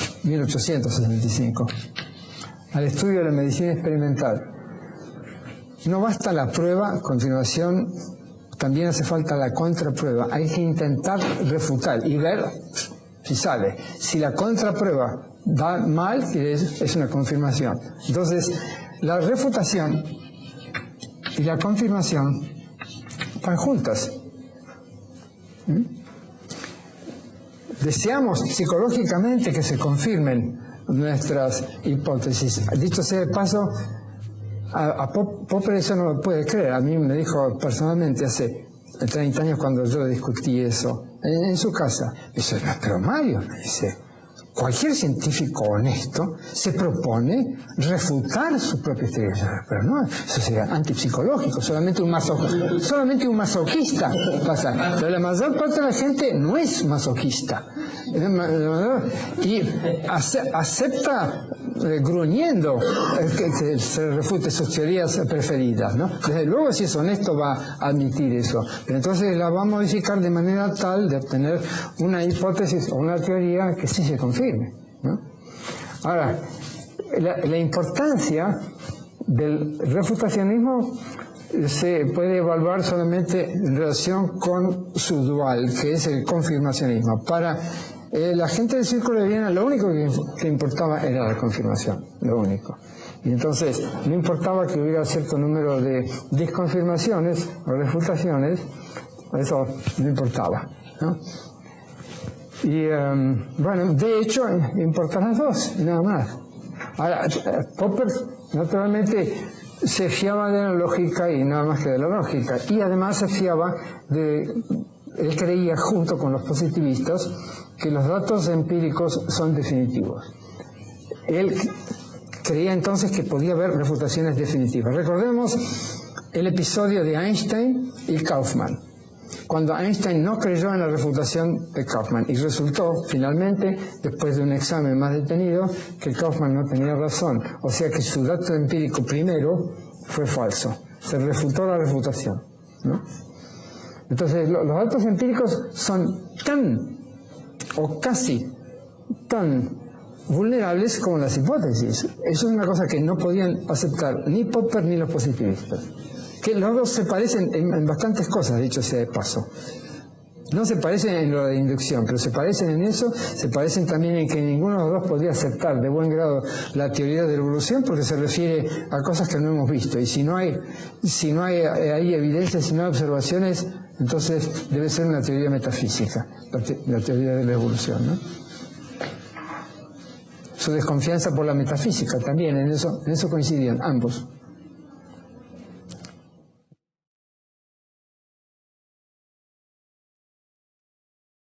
1865 al estudio de la medicina experimental. No basta la prueba, confirmación, también hace falta la contraprueba. Hay que intentar refutar y ver si sale. Si la contraprueba da mal, es una confirmación. Entonces, la refutación y la confirmación están juntas. Deseamos psicológicamente que se confirmen nuestras hipótesis. Dicho sea de paso, a Popper eso no lo puede creer. A mí me dijo personalmente hace 30 años cuando yo discutí eso en su casa. Dice, pero Mario, me dice, cualquier científico honesto se propone refutar su propia teoría. Pero no, eso sería antipsicológico, solamente un masoquista pasa. Pero la mayor parte de la gente no es masoquista. Y acepta gruñendo que se refute sus teorías preferidas, ¿no? Desde luego, si es honesto, va a admitir eso. Pero entonces la va a modificar de manera tal de obtener una hipótesis o una teoría que sí se confirme, ¿no? Ahora, la importancia del refutacionismo se puede evaluar solamente en relación con su dual, que es el confirmacionismo. Para la gente del Círculo de Viena lo único que importaba era la confirmación, lo único. Y entonces no importaba que hubiera cierto número de desconfirmaciones o refutaciones, eso no importaba, ¿no? Y bueno, de hecho importan las dos, nada más. Ahora, Popper naturalmente se fiaba de la lógica y nada más que de la lógica, y además se fiaba él creía, junto con los positivistas, que los datos empíricos son definitivos. Él creía entonces que podía haber refutaciones definitivas. Recordemos el episodio de Einstein y Kaufmann, cuando Einstein no creyó en la refutación de Kaufmann y resultó finalmente, después de un examen más detenido, que Kaufmann no tenía razón, o sea que su dato empírico primero fue falso, se refutó la refutación, ¿no? Entonces los datos empíricos son tan o casi tan vulnerables como las hipótesis. Eso es una cosa que no podían aceptar ni Popper ni los positivistas. Que los dos se parecen en bastantes cosas, dicho sea de paso. No se parecen en lo de inducción, pero se parecen en eso, se parecen también en que ninguno de los dos podría aceptar de buen grado la teoría de la evolución porque se refiere a cosas que no hemos visto. Y si no hay evidencias, si no hay observaciones, entonces debe ser una teoría metafísica, la teoría de la evolución, ¿no? Su desconfianza por la metafísica también, en eso coincidían ambos.